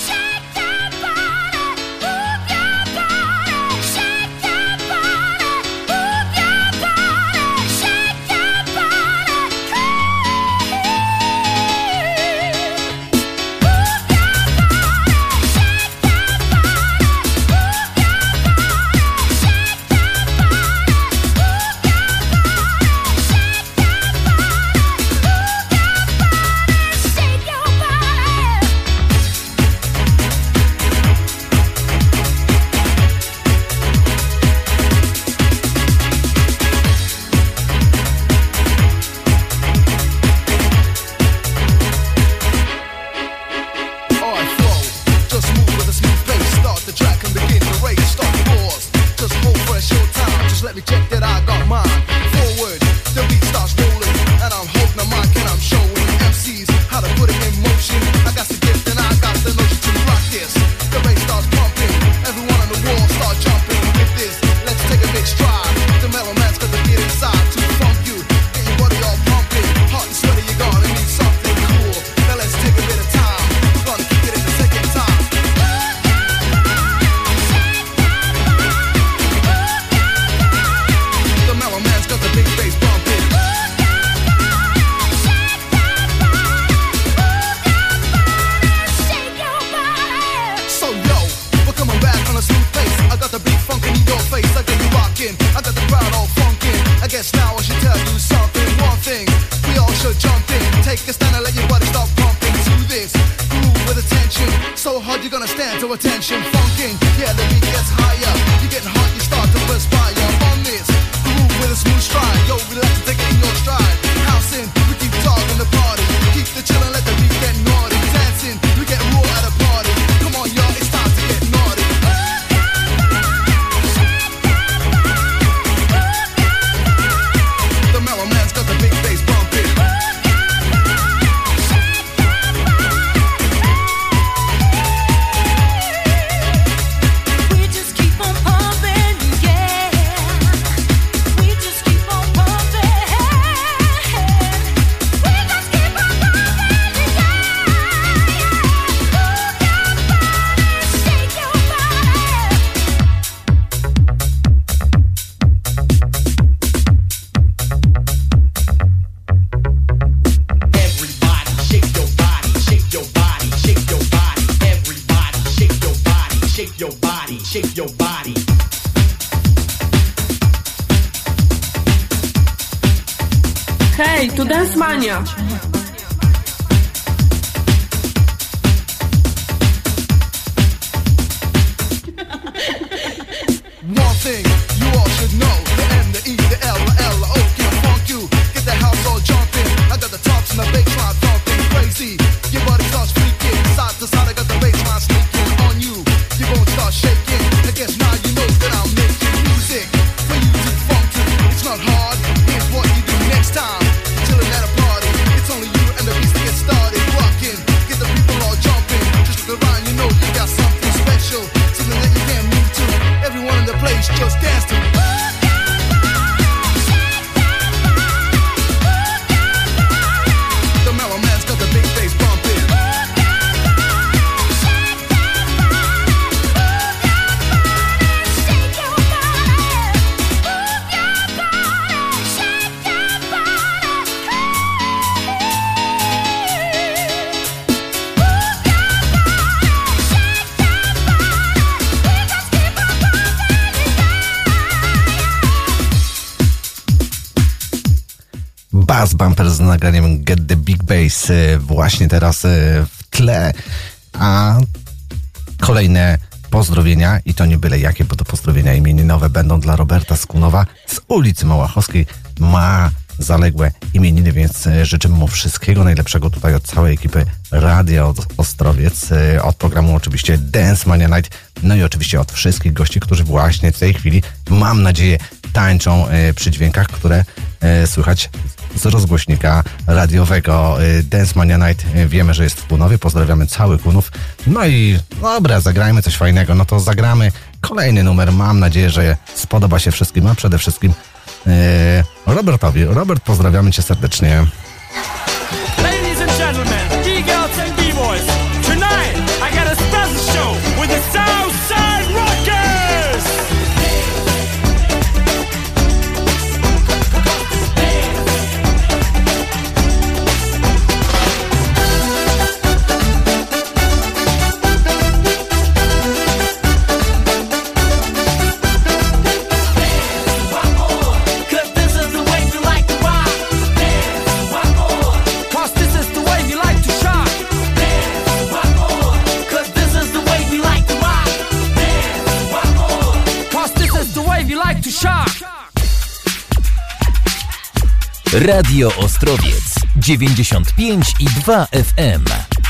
S1: Hej, tu Dance Mania.
S16: One thing you all should know: the M, the E, the L, the L, the O can funk you. Get the house all jumping. I got the tops and the bassline thumping crazy. Your body starts freaking side to side. I got the bassline sneaking on you. You won't start shaking. I guess now you know that I'm making music for you to funk to. It's not hard. Here's what you do next time. Chilling at a party. It's only you and the beats to get started rocking. Get the people all jumping. Just look around, you know you got something special, something that you can't move to. Everyone in the place just dance to. The mellow man's got the big bass bumping.
S4: Bass Bumpers z nagraniem Get the Big Bass właśnie teraz w tle, a kolejne pozdrowienia, i to nie byle jakie, bo to pozdrowienia imieninowe będą dla Roberta Skunowa z ulicy Małachowskiej. Ma zaległe imieniny, więc e, życzymy mu wszystkiego najlepszego tutaj od całej ekipy Radia Ostrowiec, e, od programu oczywiście Dance Mania Night, no i oczywiście od wszystkich gości, którzy właśnie w tej chwili, mam nadzieję, tańczą e, przy dźwiękach, które e, słychać z rozgłośnika radiowego. e, Dance Mania Night e, wiemy, że jest w Kunowie, pozdrawiamy cały Kunów. No i dobra, zagrajmy coś fajnego, no to zagramy kolejny numer, mam nadzieję, że spodoba się wszystkim, a przede wszystkim e, Robertowi. Robert, pozdrawiamy cię serdecznie.
S3: Ladies and gentlemen, D-girls and D-boys, tonight I got a special show with the Southside Rockers! Cause this is the way we like to rock. Cause this is the way we like to shock. Cause this is the way we like to rock. Cause this is the way we like to shock.
S6: Radio Ostrowiec dziewięćdziesiąt pięć i dwa F M.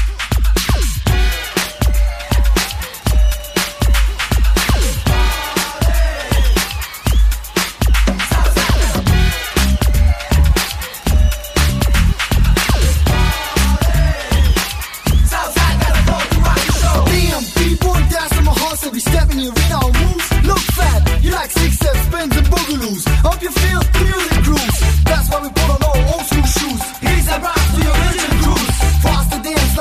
S18: Damn, B-boy, that's in my heart, so we step in your arena on moves. Look fat, you like six step spins and boogaloos. Hope you feel the music grooves. That's why we put on all old school shoes. He's a rock to your religion cruise. For us to dance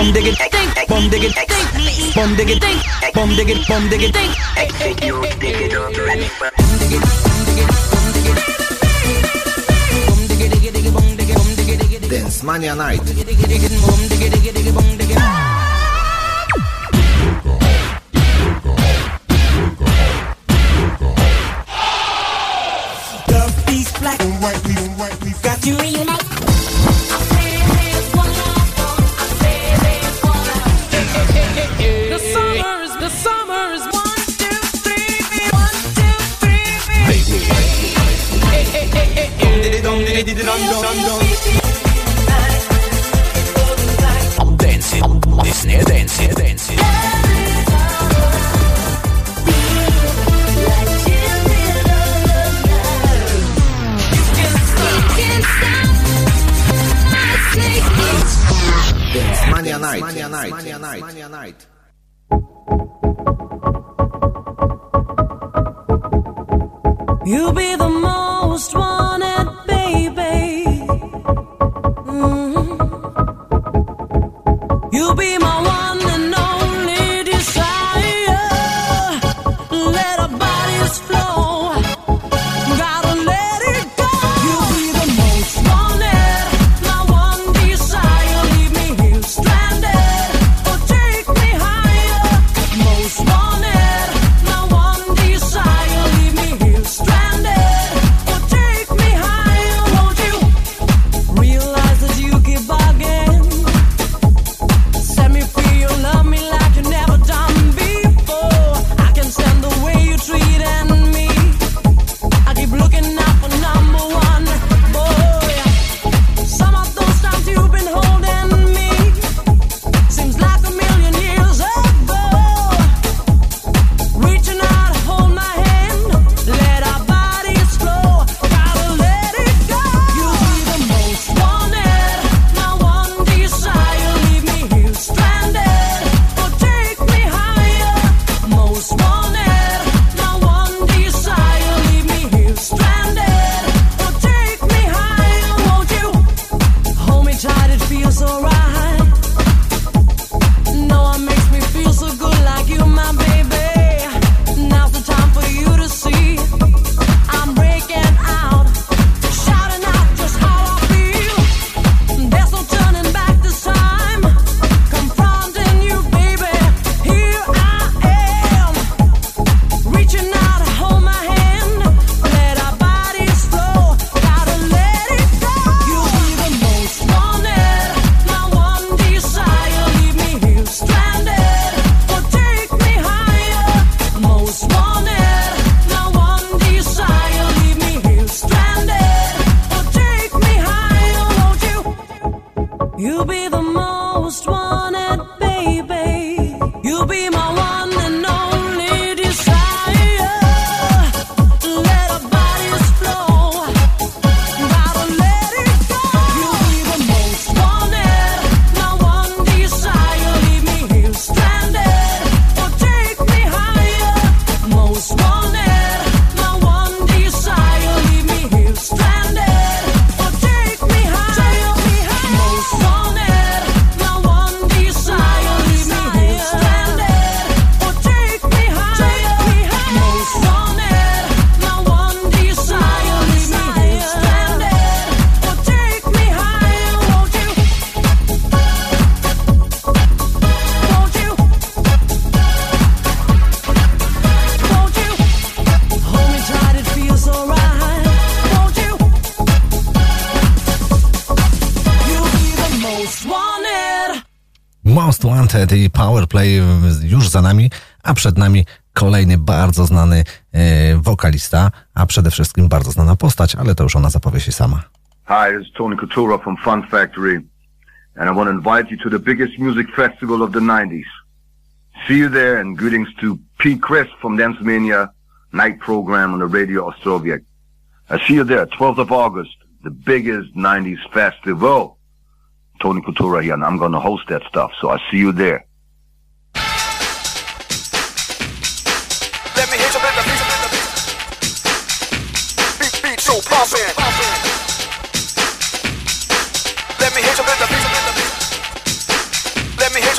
S3: bum diggy ding, bum diggy ding, bum diggy ding, bum diggy bum diggy ding. Hey, you dig it up, ready? Bum diggy, bum diggy, bum diggy, bum diggy, diggy, diggy, bum diggy, bum diggy, diggy, diggy.
S2: Dance Mania Night.
S3: Bum diggy, diggy, diggy, bum diggy.
S5: Love these black and white, and white, we've got to reunite.
S3: The summer is, the summer is one, two, three, one, two, three, baby. Hey, hey, hey, hey, hey. Dum diddy dum diddy dum dum dum.
S6: I'm dancing, this near dancing, dancing.
S2: Dance Mania Night. Mania Night. Mania Night. Mania Night.
S5: You'll be the most wanted, baby. Mhm. You'll be my one and only desire. Let our bodies flow. Gotta let it go. You'll be the most wanted, my one desire. Leave me here stranded, or take me higher. Most wanted, my one desire. Leave me here stranded, or take me higher. Won't you realize that you keep bugging? Set me free, you love me like you never done before. I can stand the way you're treating me. I keep looking out for number one, boy. Some of those times you've been holding me seems like a million years ago. Reaching out, hold my hand, let our bodies flow. Gotta let it go. You'll be the most wanted, my one desire. Leave me here stranded, or take me higher. Most wanted, my one desire. Leave me here stranded, or take me higher. Won't you hold me tight? It feels so right. No one makes me feel so good like you, my baby. Now's the time for you to see. I'm breaking out, shouting out just how I feel. There's no turning back this time. Confronting you, baby. Here I am, reaching out, hold my hand. Let our bodies flow. Gotta let it go. You'll be the most wanted, my one desire. Leave me here stranded, or take me higher. Most wanted, my one desire. Leave me here stranded, or take me higher. Won't you? You'll be the most wanted, baby. You'll be my one and only desire. Let our bodies flow. Gotta let it go. You'll be the most wanted, my one desire. Leave me here stranded, or take me higher. Most wanted, my one desire. Leave me here stranded, or take me higher. Most wanted, my one desire. Leave me here stranded, or take me higher. Most wanted, my one desire. Leave me here stranded, or take me higher. Won't you? Won't you? Won't you? Hold me tight, it feels so right. Won't you? You'll be the most wanted.
S4: Most Wanted i Powerplay już za nami, a przed nami kolejny bardzo znany e, wokalista, a przede wszystkim bardzo znana postać, ale to już ona zapowie się sama.
S9: Hi, this is Tony Couture from Fun Factory, and I want to invite you to the biggest music festival of the nineties. See you there, and greetings to Pete Chris from Dance Mania night program on the Radio Ostrowiec. I see you there, twelfth of August, the biggest nineties festival. Tony Couture here, and I'm going to host that stuff, so I see you there.
S22: Let me hit you with the beat, beat, beat, so pumpin'. Let me hit you with the beat, let me hit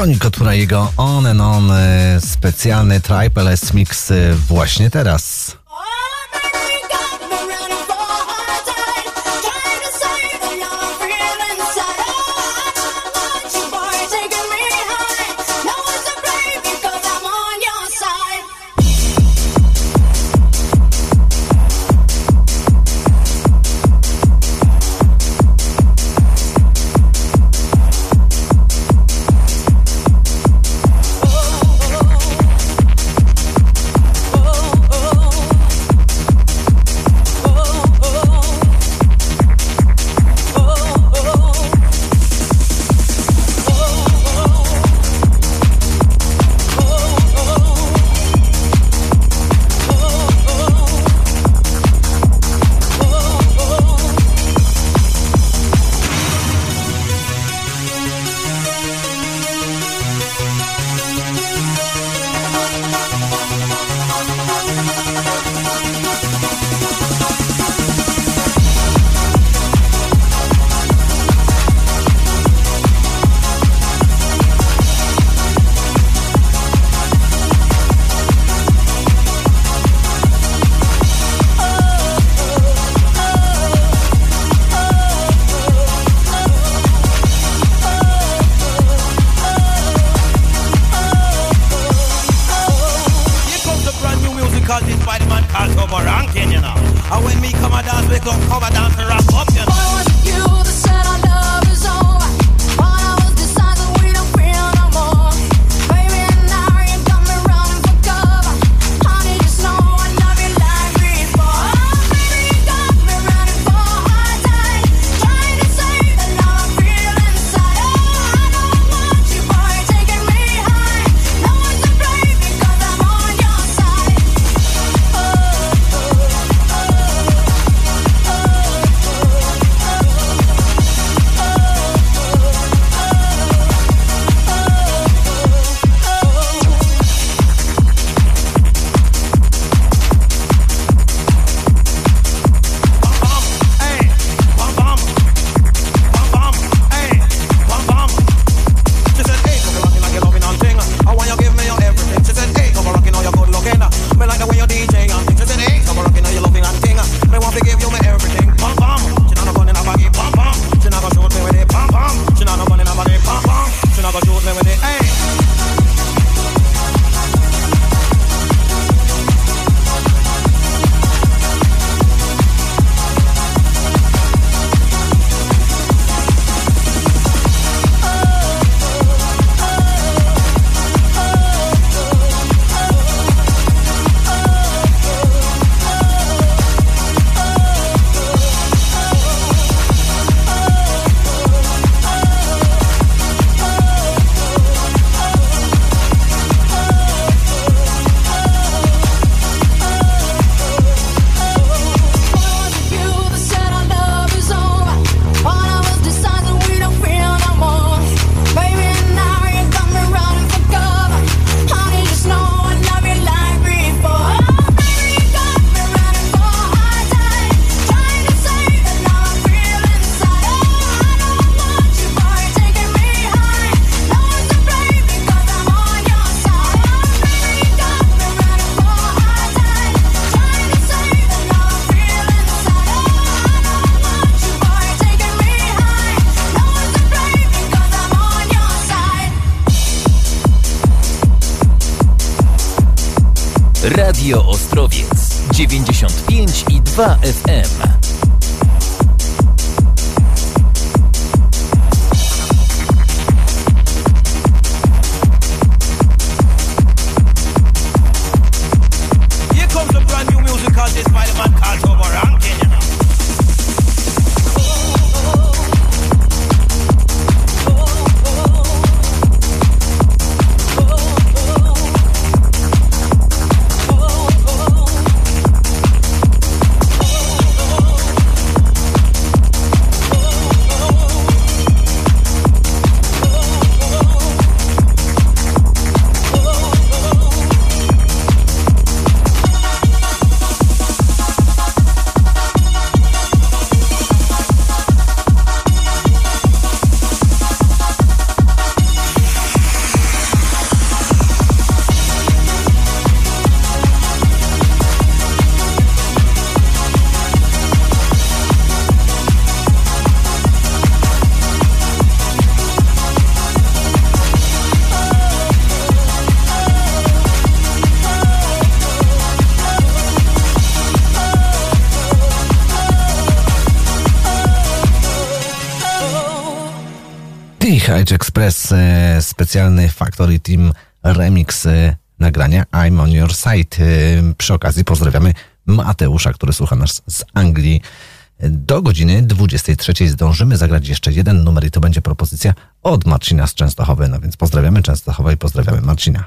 S4: Toni Kotura, jego On and On, e, specjalny Triple S Mix e, właśnie teraz.
S6: Radio Ostrowiec dziewięćdziesiąt pięć i dwa F M.
S4: H Express, e, specjalny Factory Team remix e, nagrania I'm on your side. E, przy okazji pozdrawiamy Mateusza, który słucha nas z Anglii. Do godziny dwudziestej trzeciej zdążymy zagrać jeszcze jeden numer i to będzie propozycja od Marcina z Częstochowy. No więc pozdrawiamy Częstochowa i pozdrawiamy Marcina.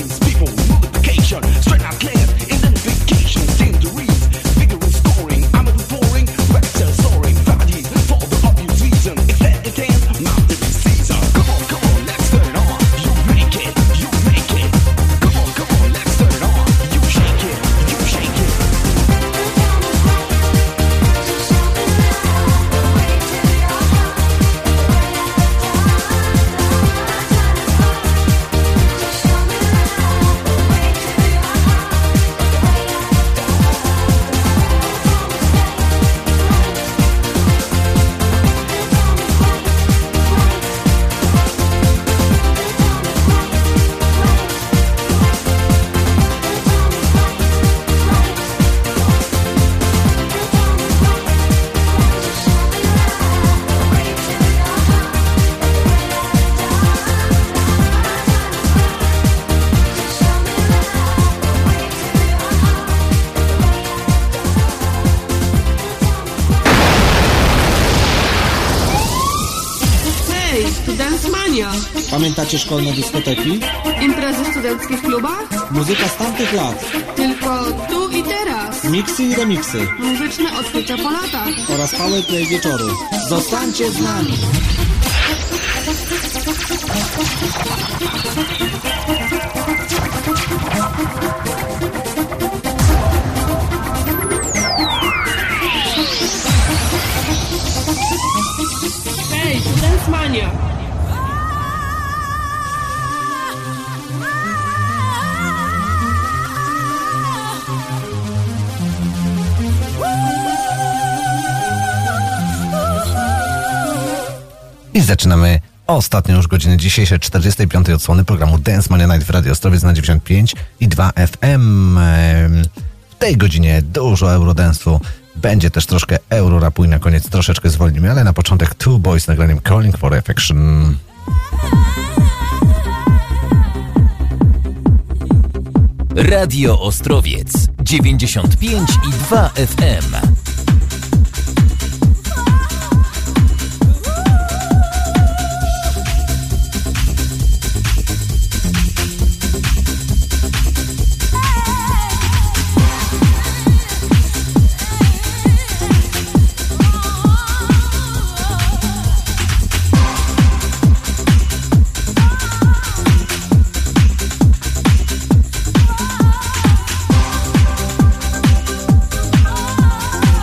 S10: Straight out clear, identification, seem to read. Figuring, scoring, I'm a
S1: Dance Mania.
S10: Pamiętacie szkolne dyskoteki?
S1: Imprezy w studenckich klubach?
S10: Muzyka z tamtych lat.
S1: Tylko tu i teraz.
S10: Miksy i remiksy.
S1: Muzyczne odkrycia po latach.
S10: Oraz powerplay wieczoru. Zostańcie z nami!
S1: Hej, tu Dance Mania.
S4: I zaczynamy ostatnią już godzinę dzisiejszej czterdziestej piątej odsłony programu Dance Mania Night w Radio Ostrowiec na dziewięćdziesiąt pięć i dwa F M. W tej godzinie dużo eurodance'u. Będzie też troszkę eurorapu i na koniec troszeczkę zwolnimy, ale na początek Two Boys z nagraniem Calling for Affection.
S6: Radio Ostrowiec dziewięćdziesiąt pięć i dwa F M.
S19: We'll be right back.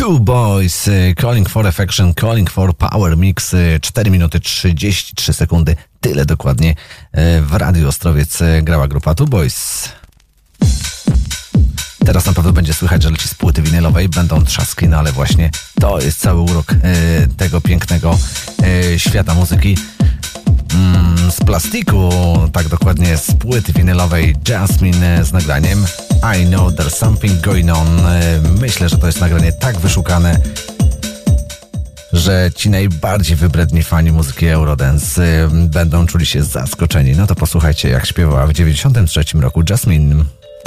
S4: Two Boys, Calling for Affection, Calling for Power Mix, cztery minuty trzydzieści trzy sekundy, tyle dokładnie w Radiu Ostrowiec grała grupa Two Boys. Teraz na pewno będzie słychać, że leci z płyty winylowej, będą trzaski, no ale właśnie to jest cały urok e, tego pięknego e, świata muzyki. Mm, z plastiku, tak dokładnie z płyty winylowej Jasmine z nagraniem I Know There's Something Going On. E, myślę, że to jest nagranie tak wyszukane, że ci najbardziej wybredni fani muzyki Eurodance e, będą czuli się zaskoczeni. No to posłuchajcie, jak śpiewała w dziewięćdziesiątym trzecim roku Jasmine.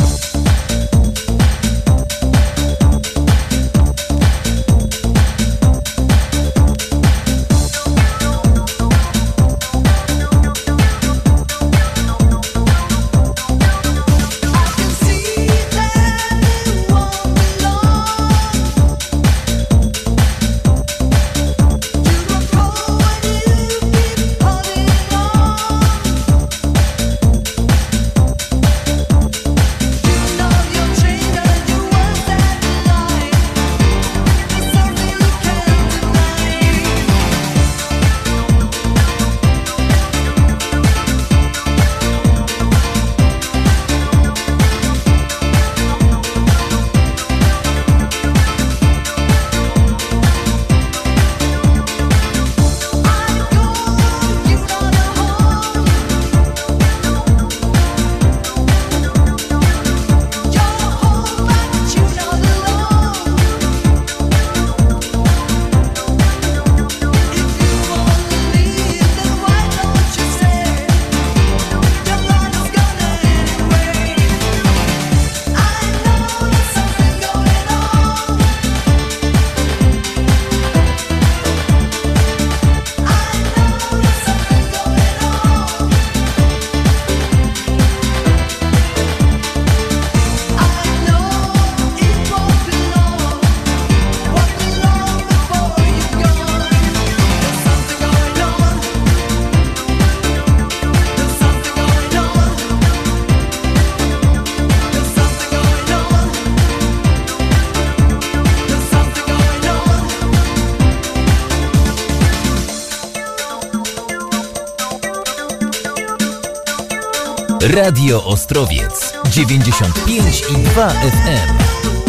S6: Radio Ostrowiec dziewięćdziesiąt pięć i dwa F M.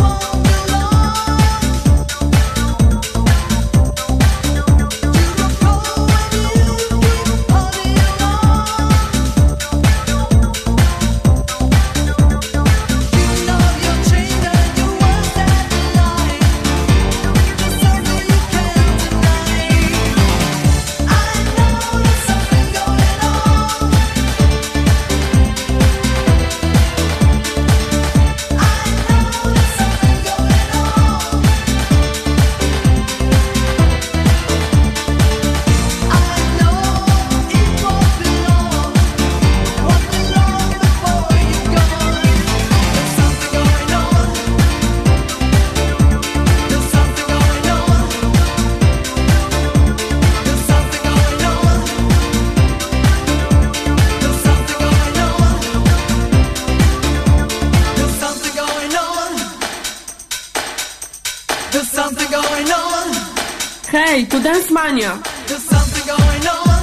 S1: Hej, to Dance Mania!
S5: There's something going on.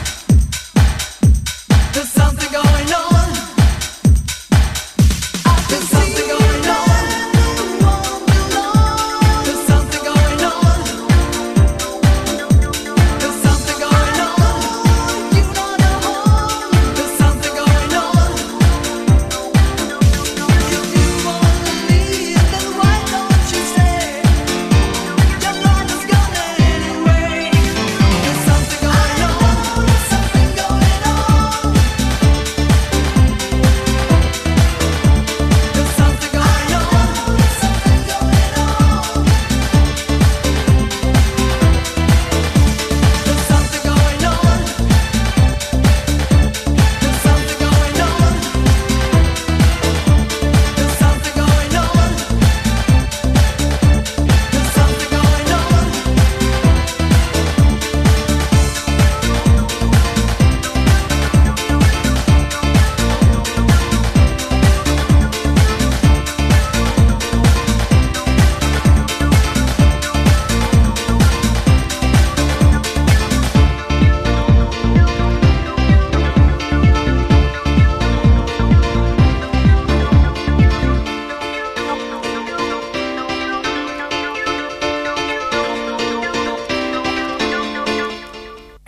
S5: There's something going on. There's something going on. There's something going on. There's something going on. You know the home. There's something going on. If you wanna leave, then why don't you say your love is gone anyway? There's something going on.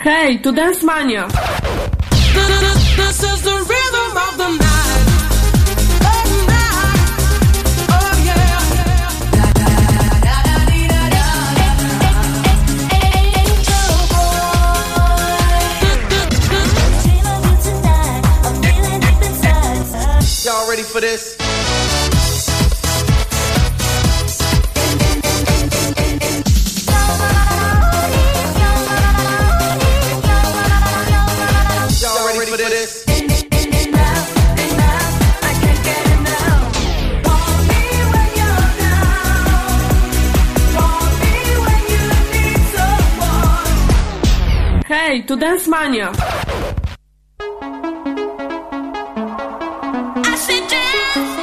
S1: Hey, to Dance Mania!
S5: This is the rhythm of the night. Oh, night. Oh, yeah.
S22: Y'all ready for this? Y'all ready for this?
S1: Hey, to Dance Mania!
S5: I said dance.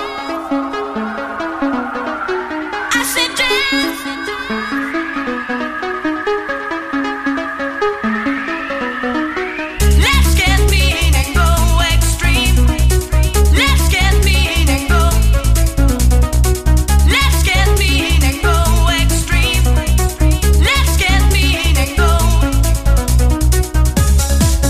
S5: I said dance. Let's get mean and go extreme. Let's get mean and go. Let's get mean and go extreme. Let's get mean and go.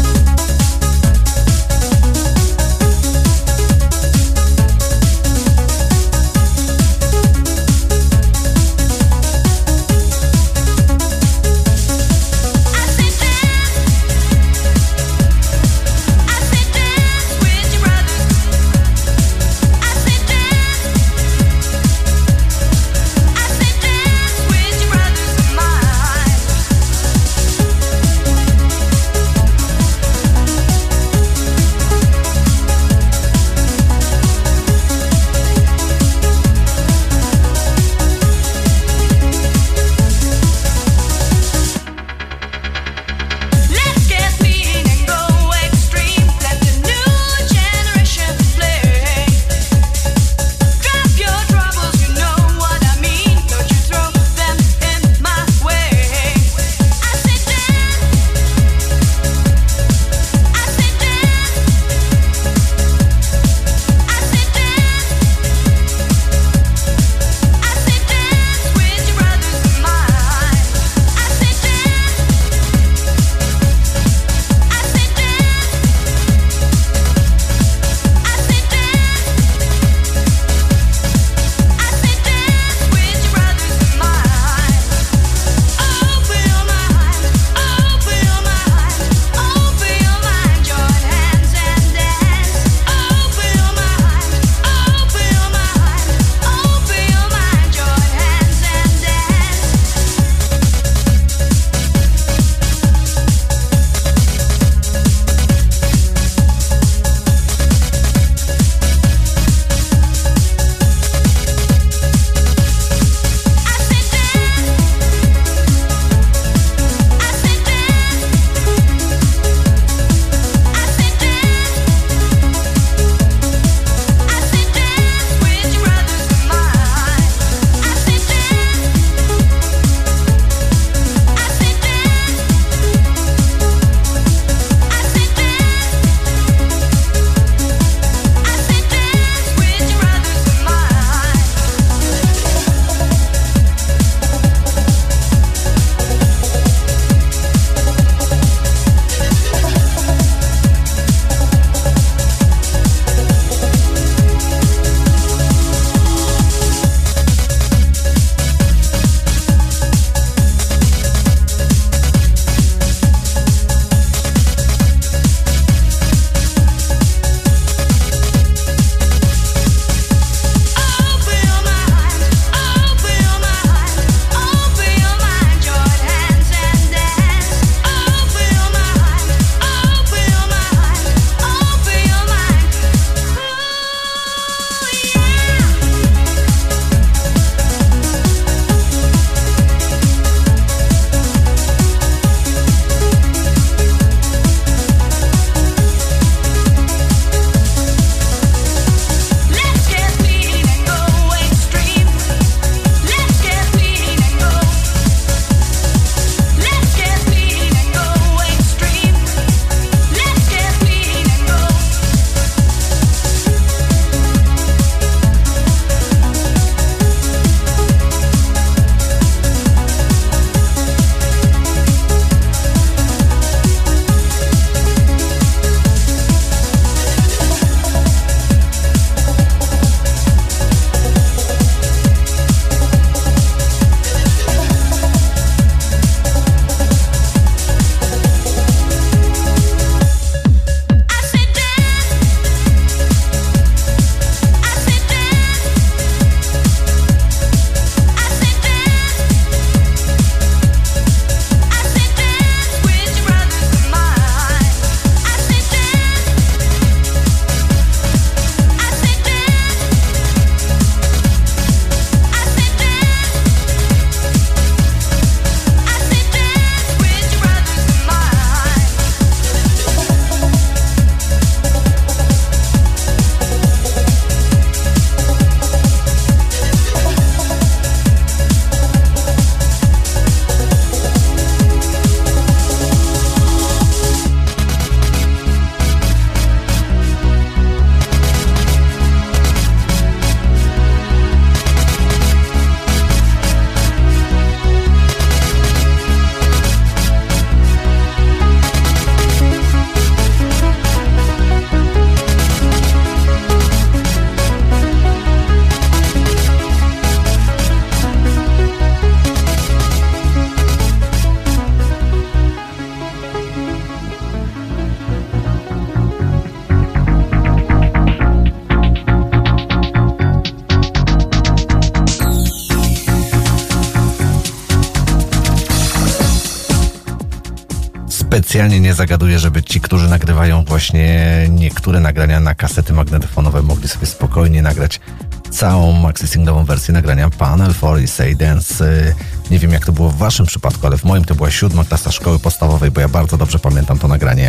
S4: specjalnie nie zagaduję, żeby ci, którzy nagrywają właśnie niektóre nagrania na kasety magnetofonowe, mogli sobie spokojnie nagrać całą maxi-singlową wersję nagrania Panel four i Say Dance. Nie wiem, jak to było w waszym przypadku, ale w moim to była siódma klasa szkoły podstawowej, bo ja bardzo dobrze pamiętam to nagranie.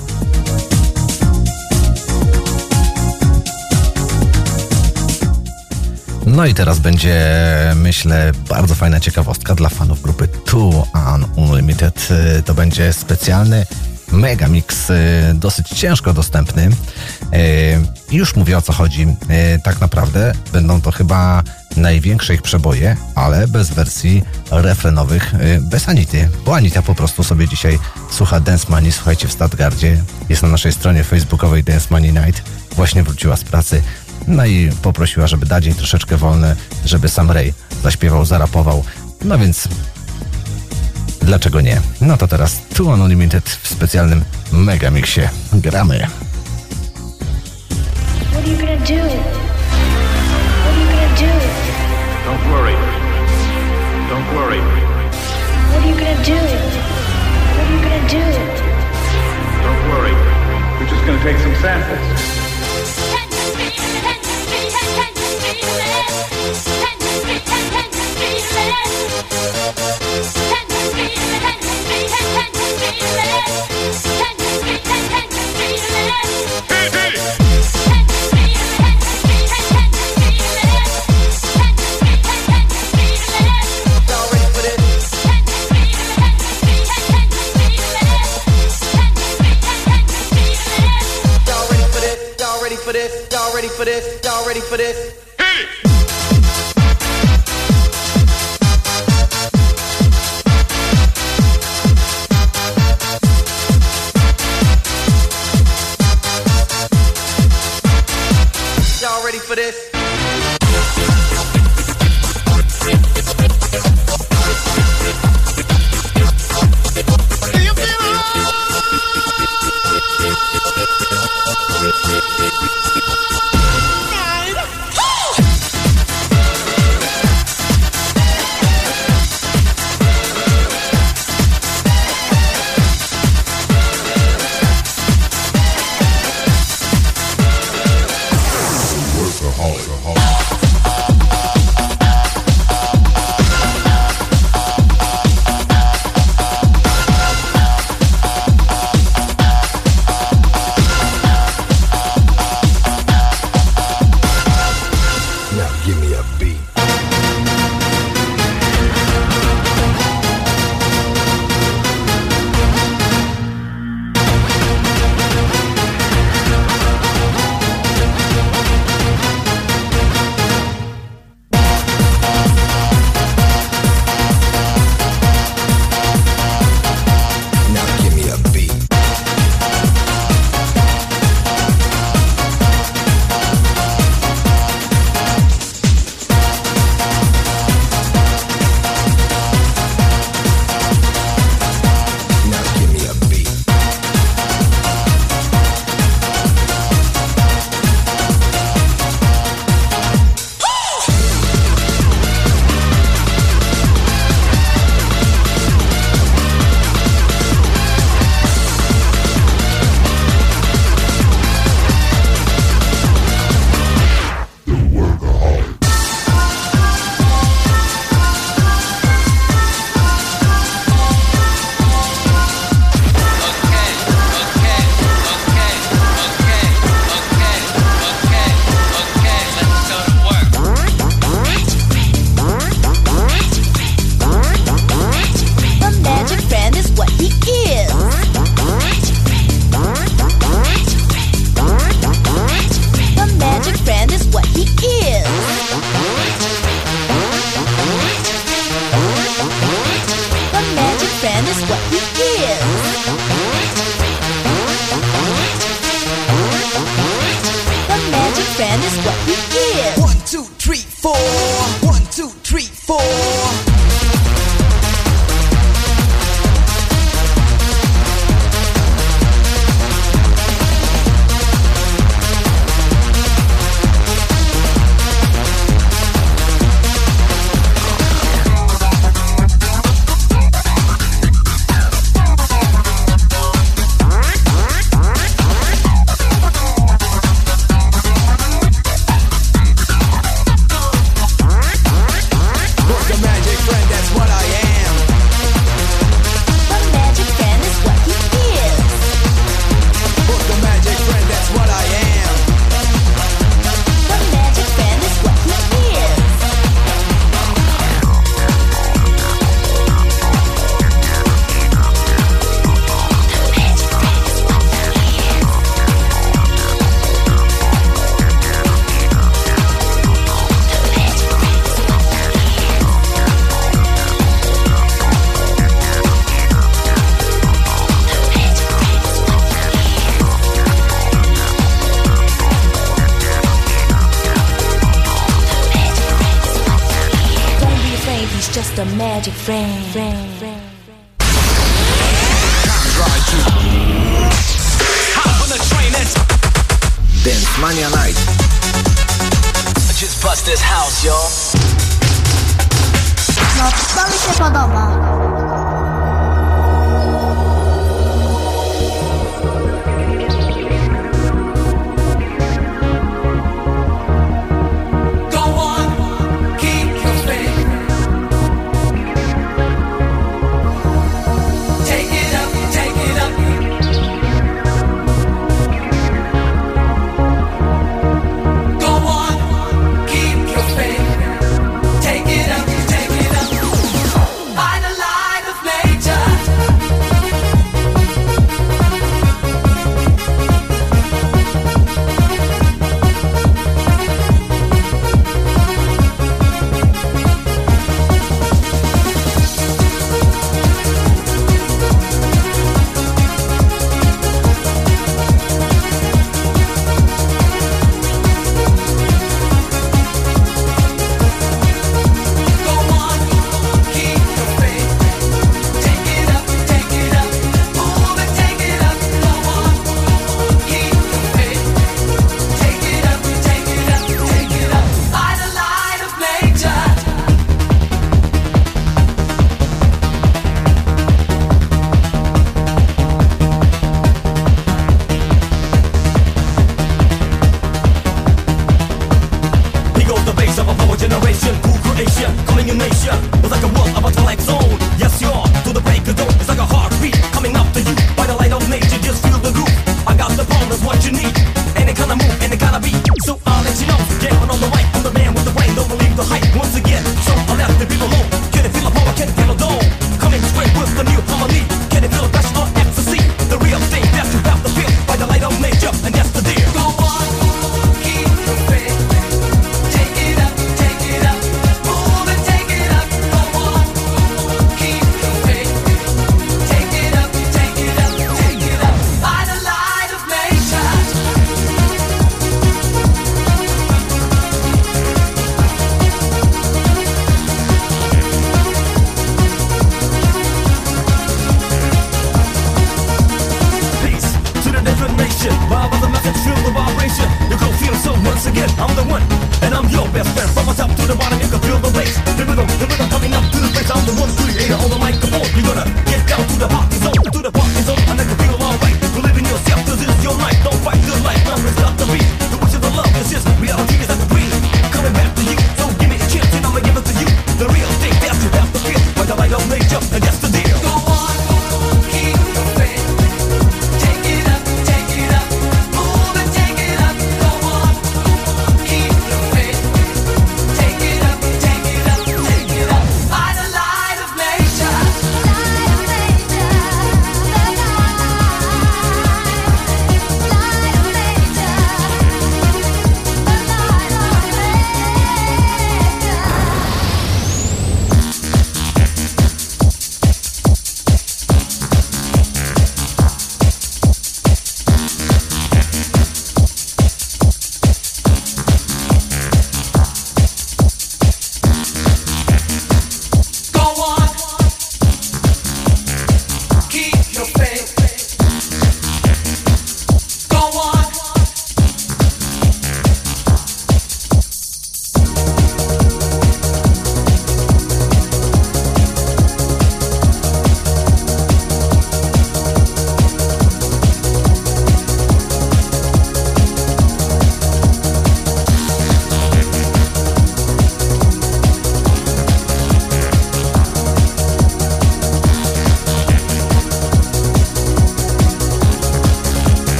S4: No i teraz będzie, myślę, bardzo fajna ciekawostka dla fanów grupy Two Unlimited. To będzie specjalny megamix, dosyć ciężko dostępny. Już mówię, o co chodzi. Tak naprawdę będą to chyba największe ich przeboje, ale bez wersji refrenowych, bez Anity, bo Anita po prostu sobie dzisiaj słucha Dance Money. Słuchajcie, w Stuttgarcie, jest na naszej stronie facebookowej Dance Money Night, właśnie wróciła z pracy. No i poprosiła, żeby dać jej troszeczkę wolne, żeby sam Ray zaśpiewał, zarapował. No więc dlaczego nie? No to teraz Two Unlimited w specjalnym megamixie. Gramy.
S12: What are you gonna do? What are you gonna do?
S13: Don't worry. Don't worry.
S12: What are you gonna do? What are you gonna do?
S13: Don't worry. We're just gonna take some samples.
S22: For this, y'all ready for this, y'all ready for this. Y'all ready for this?
S20: just a magic friend. friend, friend.
S2: Dance Mania Night.
S3: Just bust this house, y'all.
S8: No, to mi się podoba.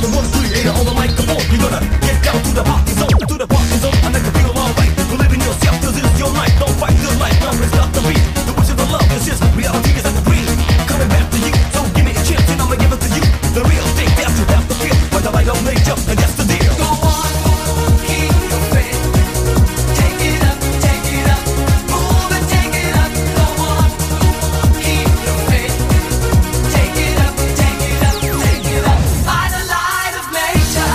S14: the one creator on the microphone. You're gonna get down to the party zone, to the party zone. I make you feel alright. Believe in yourself, this is your night. Don't fight your life, now it's not the beat. The wish of the love is just reality is like a dream. Coming back to you, so give me a chance and I'ma give it to you. The real thing that you have to feel. By the light of nature, and that's the deal. Go on, keep your faith. Take it up, take it up. Move and take it up. Go on, keep your faith. Take it up, take it up, take it up. By the light of nature.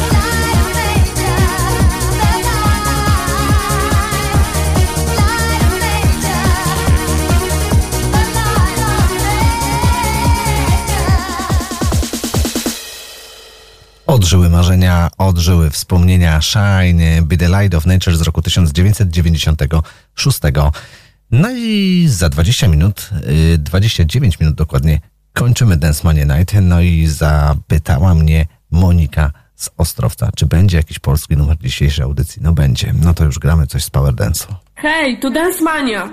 S4: Odżyły marzenia, odżyły wspomnienia. Shine, Be the Light of Nature z roku tysiąc dziewięćset dziewięćdziesiątego szóstego. No i za dwadzieścia minut, dwadzieścia dziewięć minut dokładnie, kończymy Dance Mania Night. No i zapytała mnie Monika z Ostrowca, czy będzie jakiś polski numer dzisiejszej audycji. No będzie. No to już gramy coś z Power Dance'u.
S1: Hej, to Dance Mania.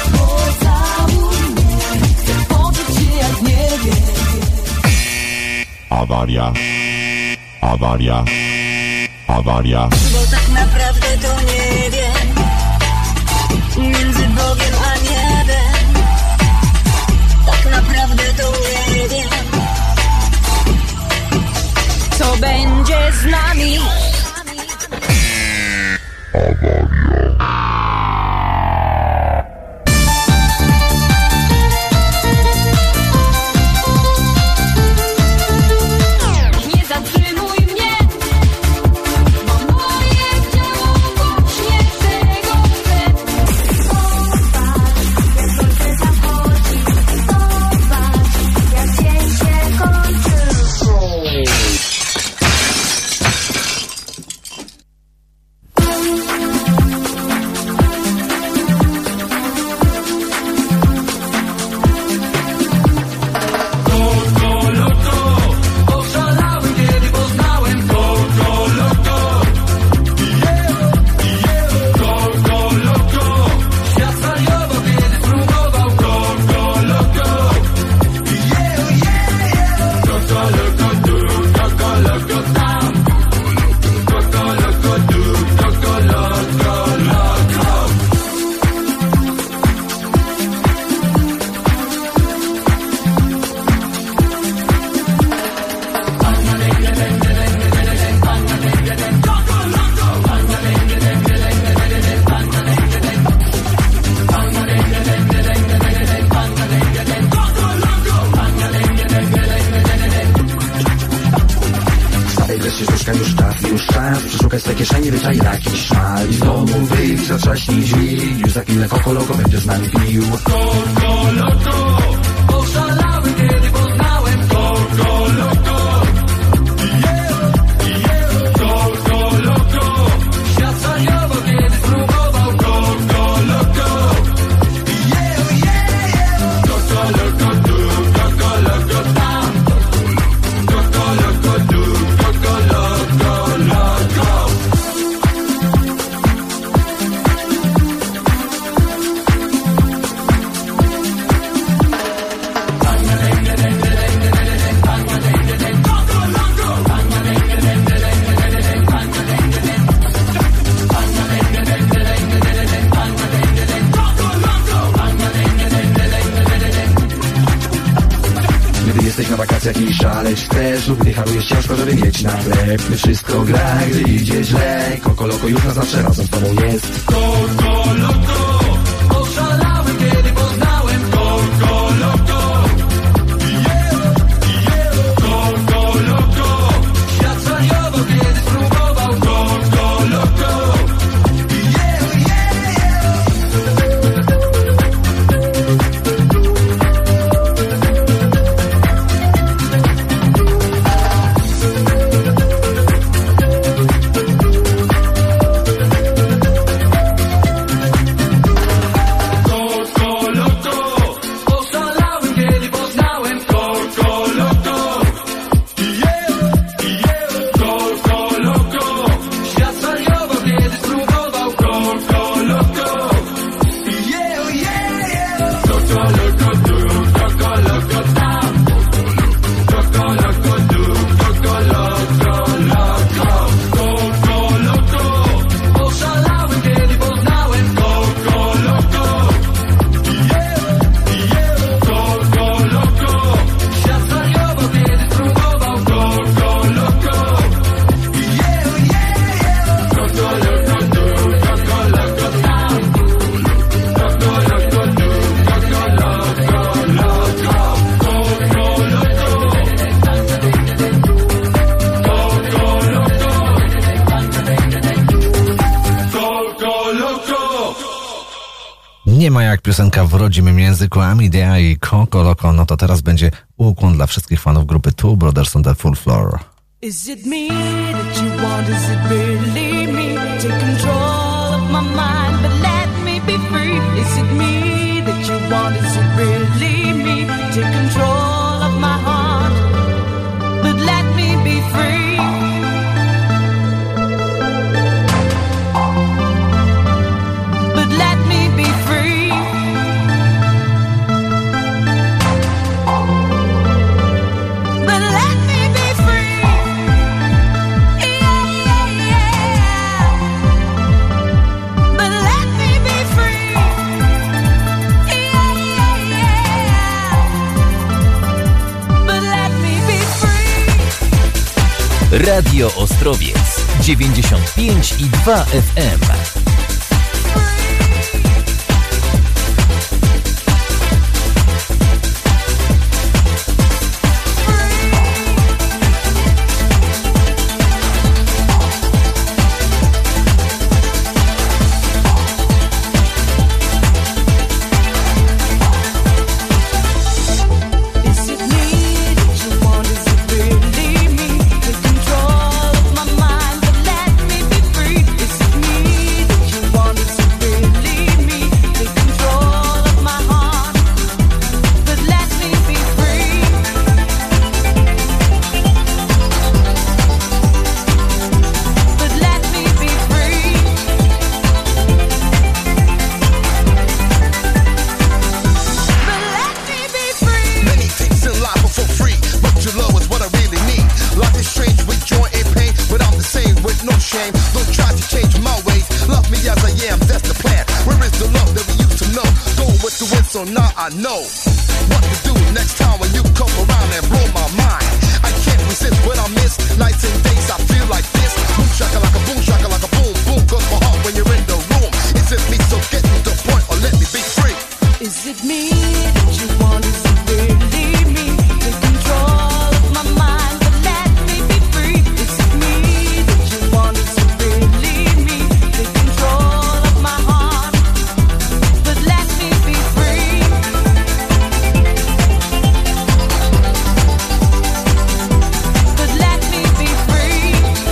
S21: Awaria. Awaria. Awaria.
S15: Bo tak naprawdę to nie wiem, między Bogiem a niebem. Tak naprawdę to nie wiem, co będzie z nami.
S21: Awaria.
S5: Nie zatrzymuj mnie, bo moje ciało właśnie tego chce. Popatrz, jak słońce zachodzi. Popatrz, jak dzień się kończy.
S2: Przeszukaj swe kieszeni, wyczaj jakiś szmal i znowu wyjdź, zatrzaśnij drzwi. Już za chwilę Coco Loco będzie z nami pił. Coco Loco, oszalały kiedy poznałem Coco Loco. Coco Loco, świat szaliował kiedy spróbował Coco Loco. Coco Loco tu, Coco Loco tam. Coco Loco tu, Coco Loco. Jesteś na wakacjach i szaleć też lub gdy harujesz ciężko, żeby mieć na chleb. Gdy wszystko gra, gdy idzie źle, Coco Loco już na zawsze razem z tobą jest. Coco Loco, oszalały kiedy poznałem Coco Loco. Coco Loco, świat szaliował kiedy spróbował Coco Loco.
S4: Nie ma jak piosenka w rodzimym języku Amidea i Coco Loco, no to teraz będzie ukłon dla wszystkich fanów grupy Two Brothers on the Full Floor.
S5: Is it me that you want? Is it really me? Take control of my mind, but let me be free. Is it me that you want? Is it really me? Take control of my heart, but let me be free. But let me be free. But let me be free. Yeah, yeah, yeah. But let me be free. Yeah, yeah, yeah. But let me be free.
S6: Radio Ostrowiec dziewięćdziesiąt pięć i dwa F M.
S5: Is it me that you want? Is it really me? Take control of my mind, but let me be free. Is it me that you want? Is it really me? Take control of my heart, but let me be free. But let me be free. But let me be free.
S16: Many things in life are for free, but your love is what I really need. Life is strange with joy and pain, but I'm the same with no shame. Don't try to change my ways. Love me as I am, that's the plan. Where is the love that we used to know? Going with the wind, so now I know what to do next time when you come around and blow my mind. I can't resist what I miss. Nights and days I feel like this. Boom shaka like a boom shaka like a boom boom. Goes my heart when you're in the room. Is it me? So get to the point or let me be free.
S5: Is it me that you want? Is it really me? Take control of my mind, but let me be free. Is it me that you want? Is it really me? Take control of my heart, but let me be free. But let me be free.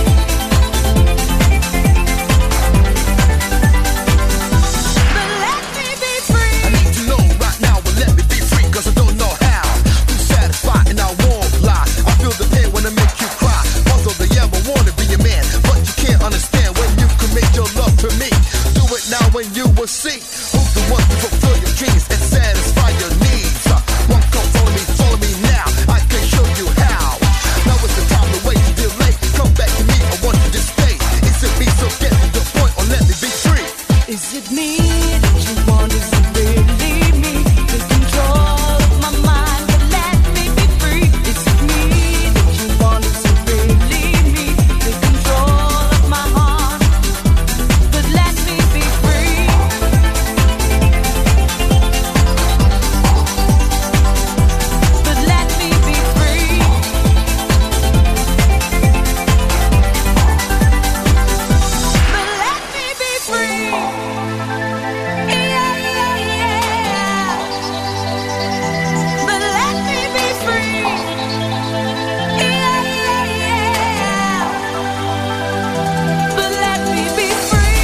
S5: But let me be free.
S16: I need to know right now, but let me be free, cause I don't know how to satisfy and I won't lie. I feel the pain when I make you cry. Puzzle the yeah, I wanna be your man, but you can't understand when you commit your love to me. Do it now when you will see who's the one to fulfill your dreams and satisfy your needs. Uh, One come follow me, follow me now. I can show you how. Now is the time to wait to delay. Come back to me, I want you to stay. Is it me? So get to the point or let me be free.
S5: Is it me that you want? Is it really me? Take control of my mind, but let me be free. Is it me that you want? Is it really me? Take control of my heart, but let me be free. But let me be free. But let me be free. Yeah, yeah, yeah. But let me be free. Yeah, yeah, yeah. But let me be free.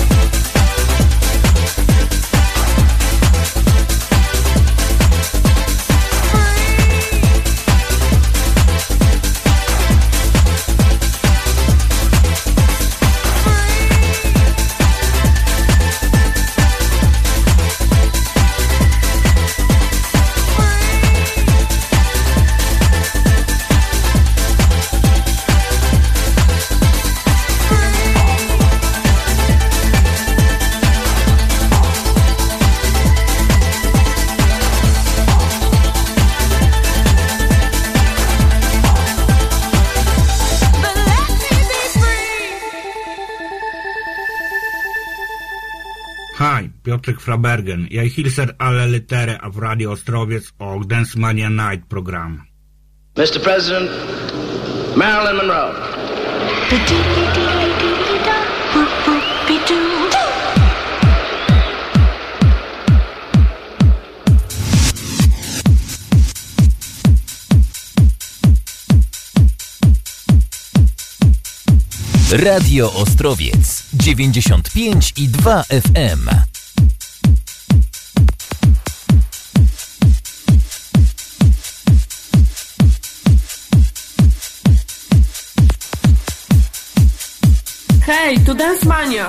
S5: But let me be free.
S11: Hi, Piotrek Frabergen. Jag hilser alla lyttare av Radio Ostrowiec och Dance Mania Night program.
S22: Mister President, Marilyn Monroe.
S6: Radio Ostrowiec dziewięćdziesiąt pięć i dwa F M.
S1: Hej, tu Dance Mania!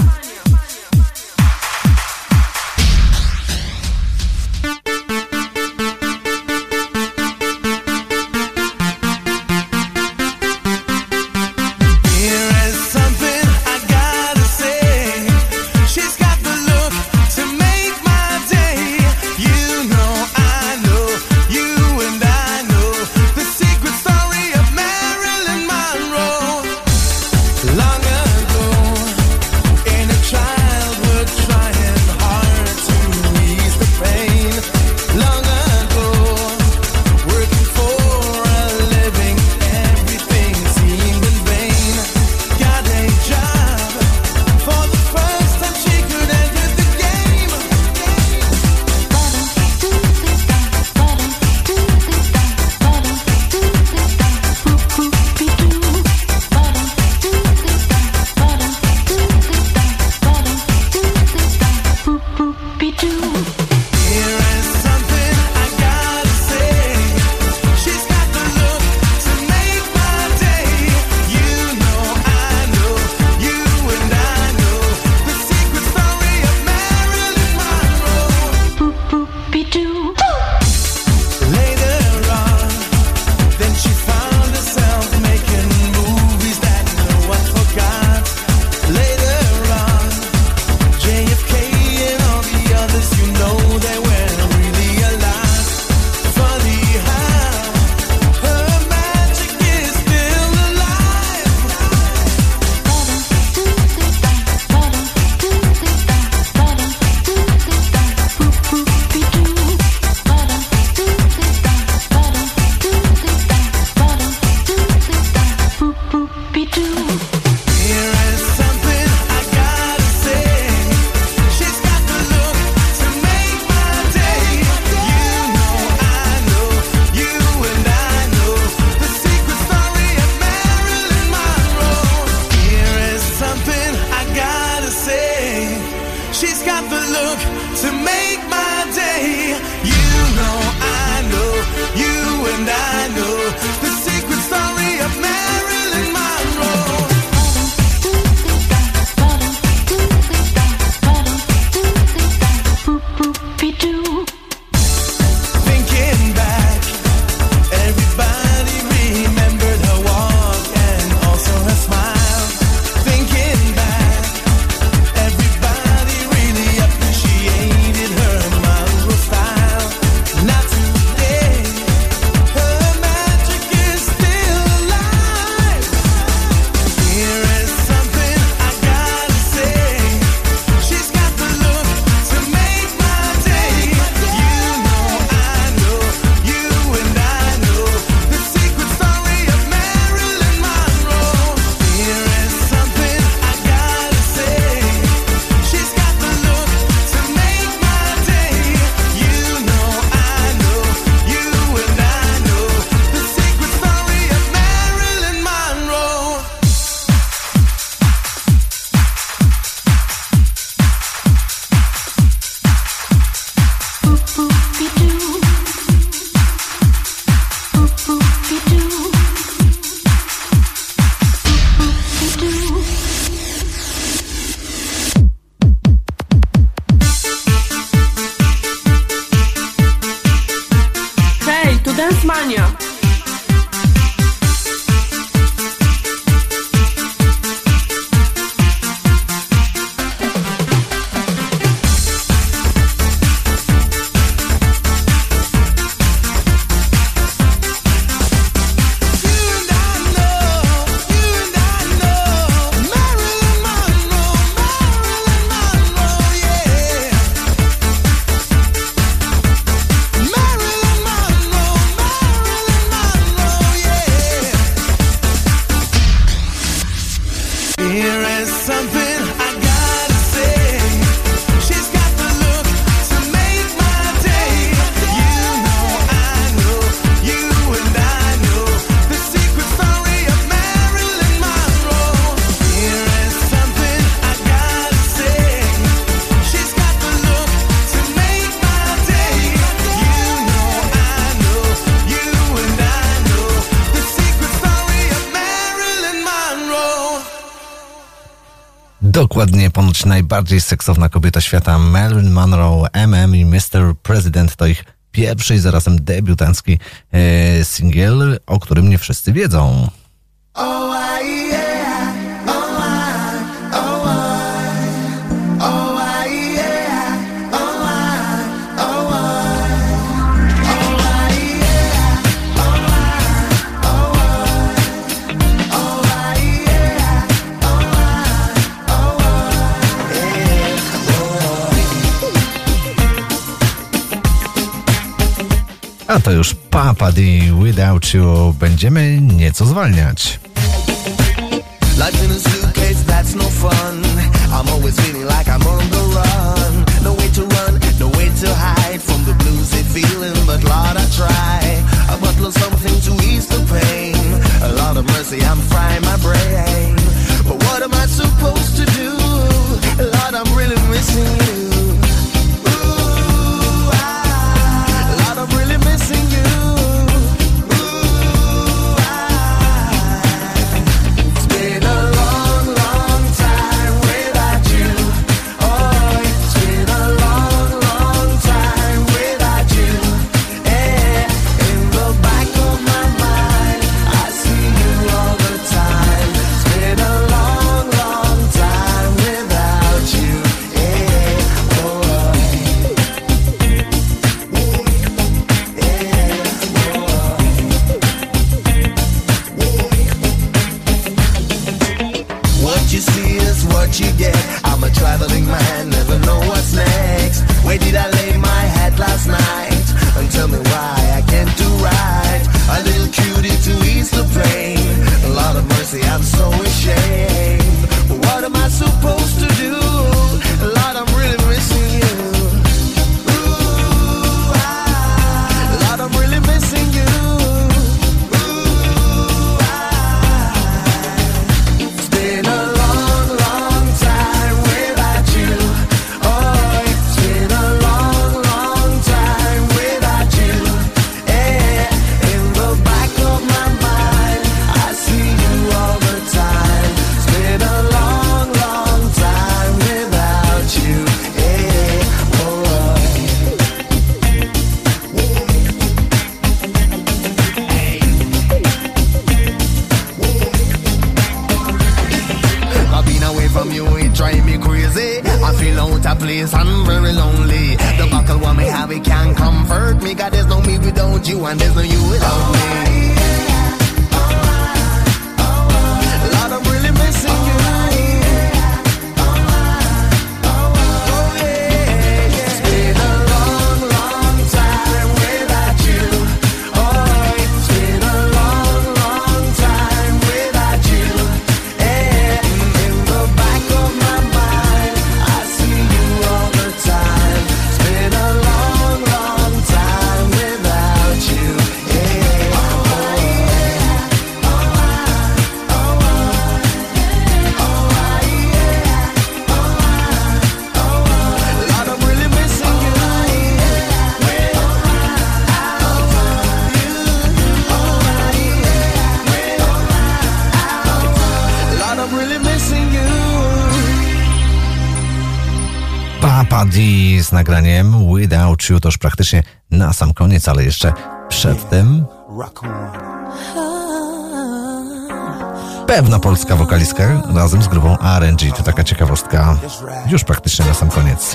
S4: Dokładnie, ponoć najbardziej seksowna kobieta świata Marilyn Monroe, M M i mister President to ich pierwszy i zarazem debiutancki e, singiel, o którym nie wszyscy wiedzą. A to już Papa D, Without You. Będziemy nieco zwalniać.
S7: Life in a suitcase, that's no fun. I'm always feeling like I'm on the run. No way to run, no way to hide from the bluesy feeling, but Lord, I try. I bottle of something to ease the pain. A lot of mercy, I'm frying my brain. But what am I supposed to do? Lord, I'm really missing you. I'm really missing you. Ooh, I, it's been a long, long time without you. Oh, it's been a long, long time without you. Yeah, in the back of my mind, I see you all the time. It's been a long, long time without you. Yeah, oh. What you see is what you get. I'm a traveling man, never know what's next. Where did I lay my head last night? And tell me why I can't do right. A little cutie to ease the pain. A lot of mercy, I'm so ashamed. But what am I supposed to do? Lord, I'm really missing you. Ooh, I, Lord, I'm really missing you. Drive me crazy. I feel out of place and very lonely. The buckle want me have it can't comfort me. God, there's no me without you and there's no you without me. Lord, I'm really missing you.
S4: Papa D z nagraniem Without You, to już praktycznie na sam koniec, ale jeszcze przedtem pewna polska wokalistka razem z grupą R and G. To taka ciekawostka już praktycznie na sam koniec.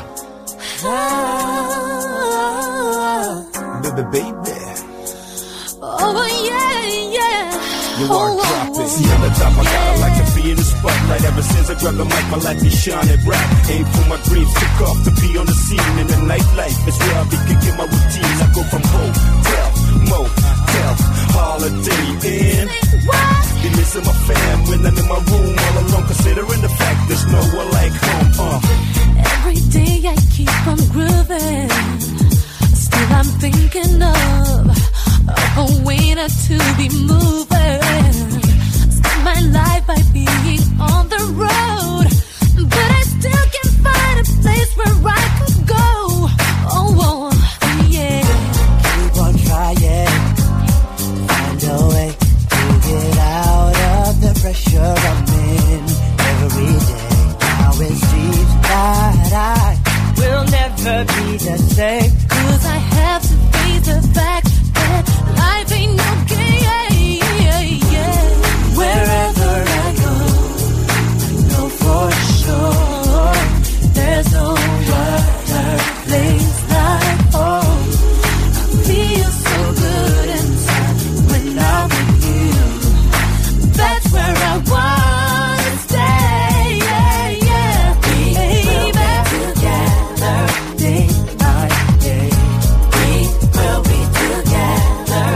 S5: Baby, baby. Oh, yeah, yeah. You are oh, dropping. See, on the top, I gotta like to be in the spotlight. Ever since I grabbed the mic, I like to shine it bright. Aim for my dreams, took off to be on the scene in the nightlife. It's where I be kicking my routines. I go from hotel, motel, holiday in. Be missing my fam when I'm in my room all alone, considering the fact there's no one like home. Uh.
S17: Every day I keep on grooving. Still I'm thinking of a way not to be moving. Spend my life by being on the road, but I still can't find a place where I could go. Oh, oh yeah.
S23: Keep on trying, find a way to get out of the pressure I'm in every day. Now Now it seems that I will never be the same.
S17: Cause I have to face the fact that life ain't no game.
S23: Wherever I go, I know for sure there's no other place like home. I feel so good inside when I'm with you. That's where I wanna stay. Yeah, yeah. We will be together day by day. We will be together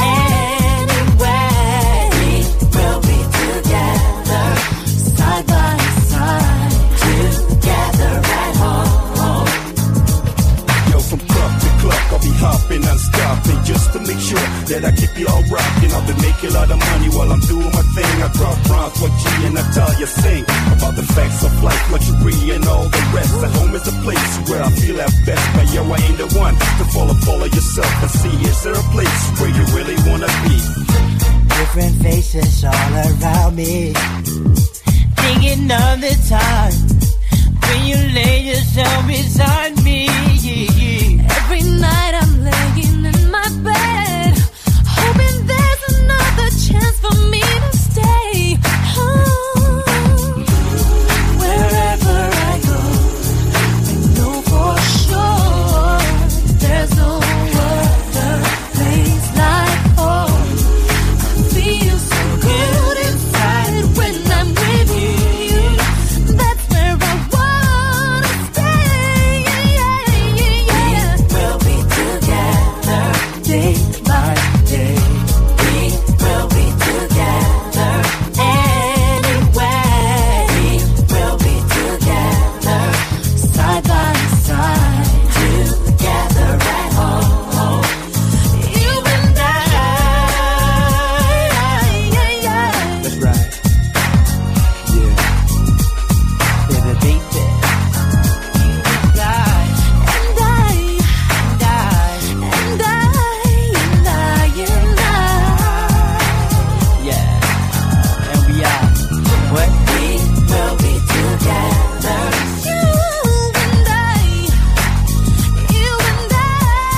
S23: anyway. We will be together side by side, together at home.
S14: Yo, from club to club, I'll be hopping and stopping just to make sure that I keep you all rocking. I'll be making a lot of money while I'm doing my thing. I drop rhymes what G and Natalia sing about the facts of life, luxury and all the rest. At home is a place where I feel at best. But yo, I ain't the one to follow, follow yourself and see, is there a place where you really wanna be?
S23: Different faces all around me, thinking of the time when you lay yourself beside me.
S17: Every night I'm laying in my bed, hoping there's another chance for me to stay home.
S23: Wherever I go, I know for sure there's no other place like home. I feel so good inside when I'm with you. That's where I wanna stay. We'll be together day by day. We will be together anyway. We will be together side by side, together at home. You and I. That's right. Yeah. Baby, baby. You and I. And I. And I. And I. And I. And I. Yeah. And we are. What? We will be together.
S17: You and I, you and I,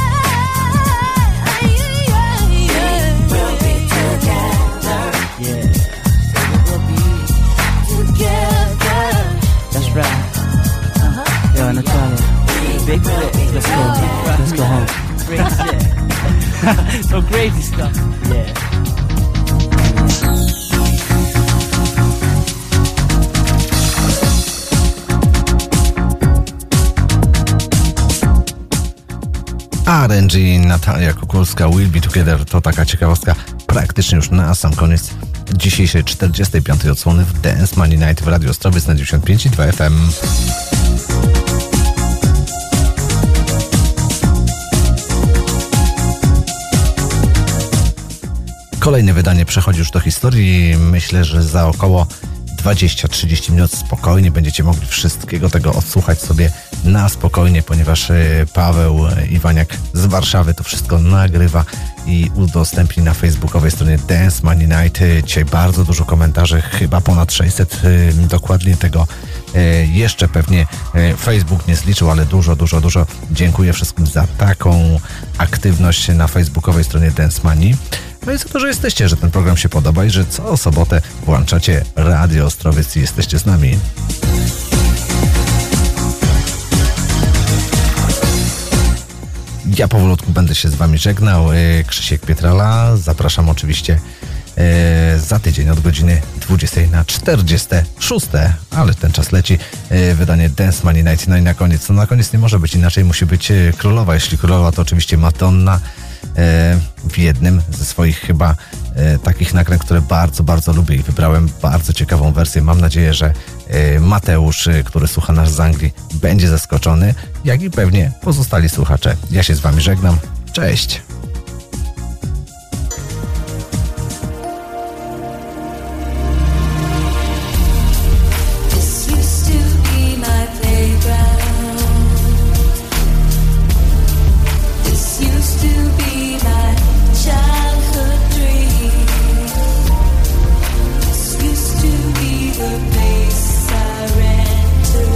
S23: We'll be together. Yeah. We'll be together. That's right. Uh-huh. Yo, Natalia. Big flip. Let's go. Let's go home. Crazy shit. So crazy stuff. Yeah.
S4: R N G, Natalia Kukulska, We'll Be Together to taka ciekawostka praktycznie już na sam koniec dzisiejszej czterdziestej piątej odsłony w Dance Money Night w Radio Ostrowiec na dziewięćdziesiąt pięć i dwa F M. Kolejne wydanie przechodzi już do historii. Myślę, że za około dwadzieścia trzydzieści minut spokojnie będziecie mogli wszystkiego tego odsłuchać sobie na spokojnie, ponieważ Paweł Iwaniak z Warszawy to wszystko nagrywa i udostępni na facebookowej stronie Dance Money Night. Dzisiaj bardzo dużo komentarzy, chyba ponad sześćset dokładnie tego jeszcze pewnie Facebook nie zliczył, ale dużo, dużo, dużo dziękuję wszystkim za taką aktywność na facebookowej stronie Dance Money. No i za to, że jesteście, że ten program się podoba i że co sobotę włączacie Radio Ostrowiec i jesteście z nami. Ja powolutku będę się z wami żegnał. Krzysiek Pietrala. Zapraszam oczywiście za tydzień od godziny dwudziestej na czterdzieste szóste, ale ten czas leci. Wydanie Dance Money Night. No i na koniec, no na koniec nie może być inaczej, musi być królowa. Jeśli królowa, to oczywiście Madonna w jednym ze swoich chyba takich nagrań, które bardzo, bardzo lubię i wybrałem bardzo ciekawą wersję. Mam nadzieję, że Mateusz, który słucha nas z Anglii, będzie zaskoczony, jak i pewnie pozostali słuchacze. Ja się z wami żegnam. Cześć!
S5: This used to be my playground. This used to be my childhood dream. This used to be the place I ran to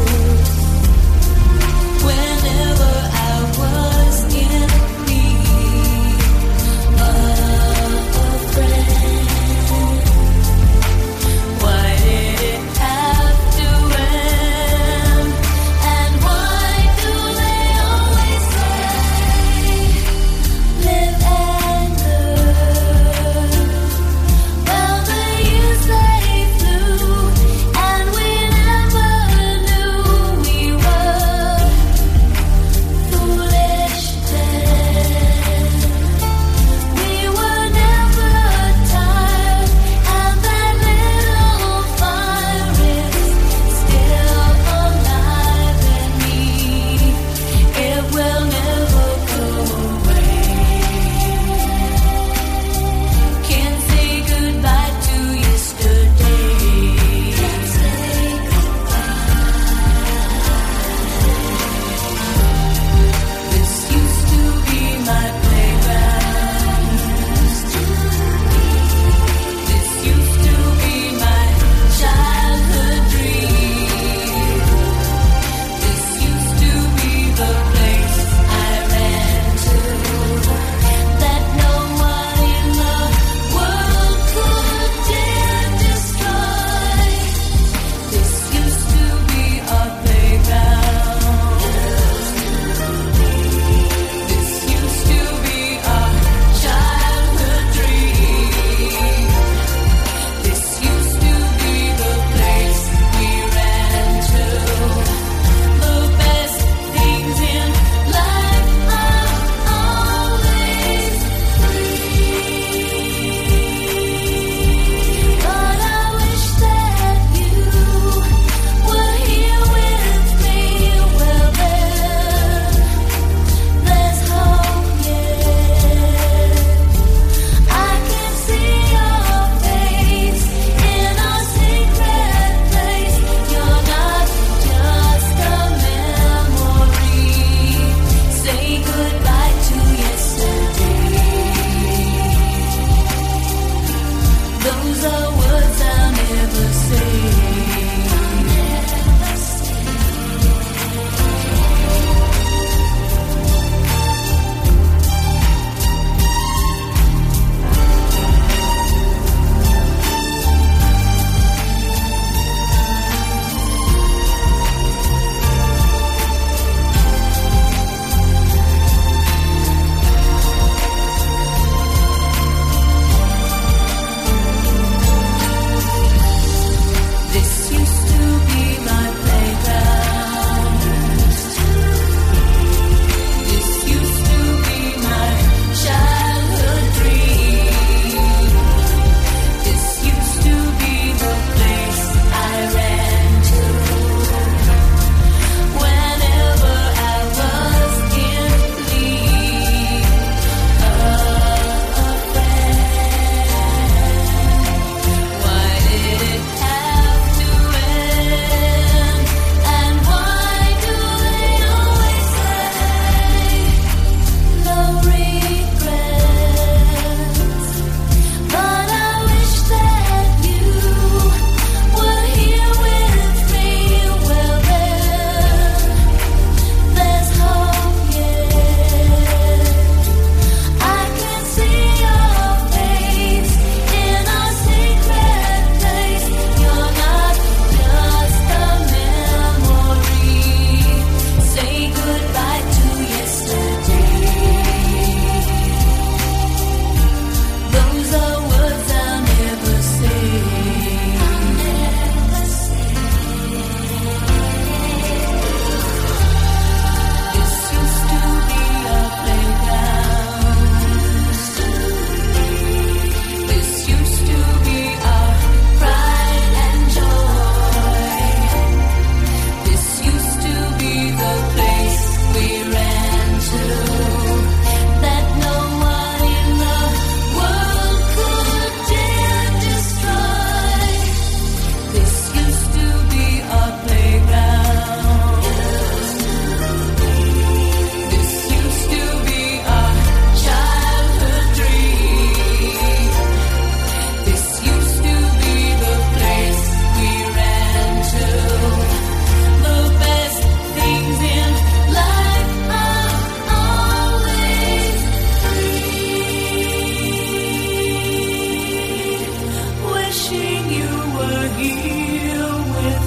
S23: here with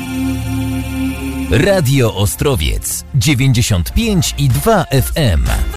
S23: me.
S6: Radio Ostrowiec dziewięćdziesiąt pięć i dwa F M.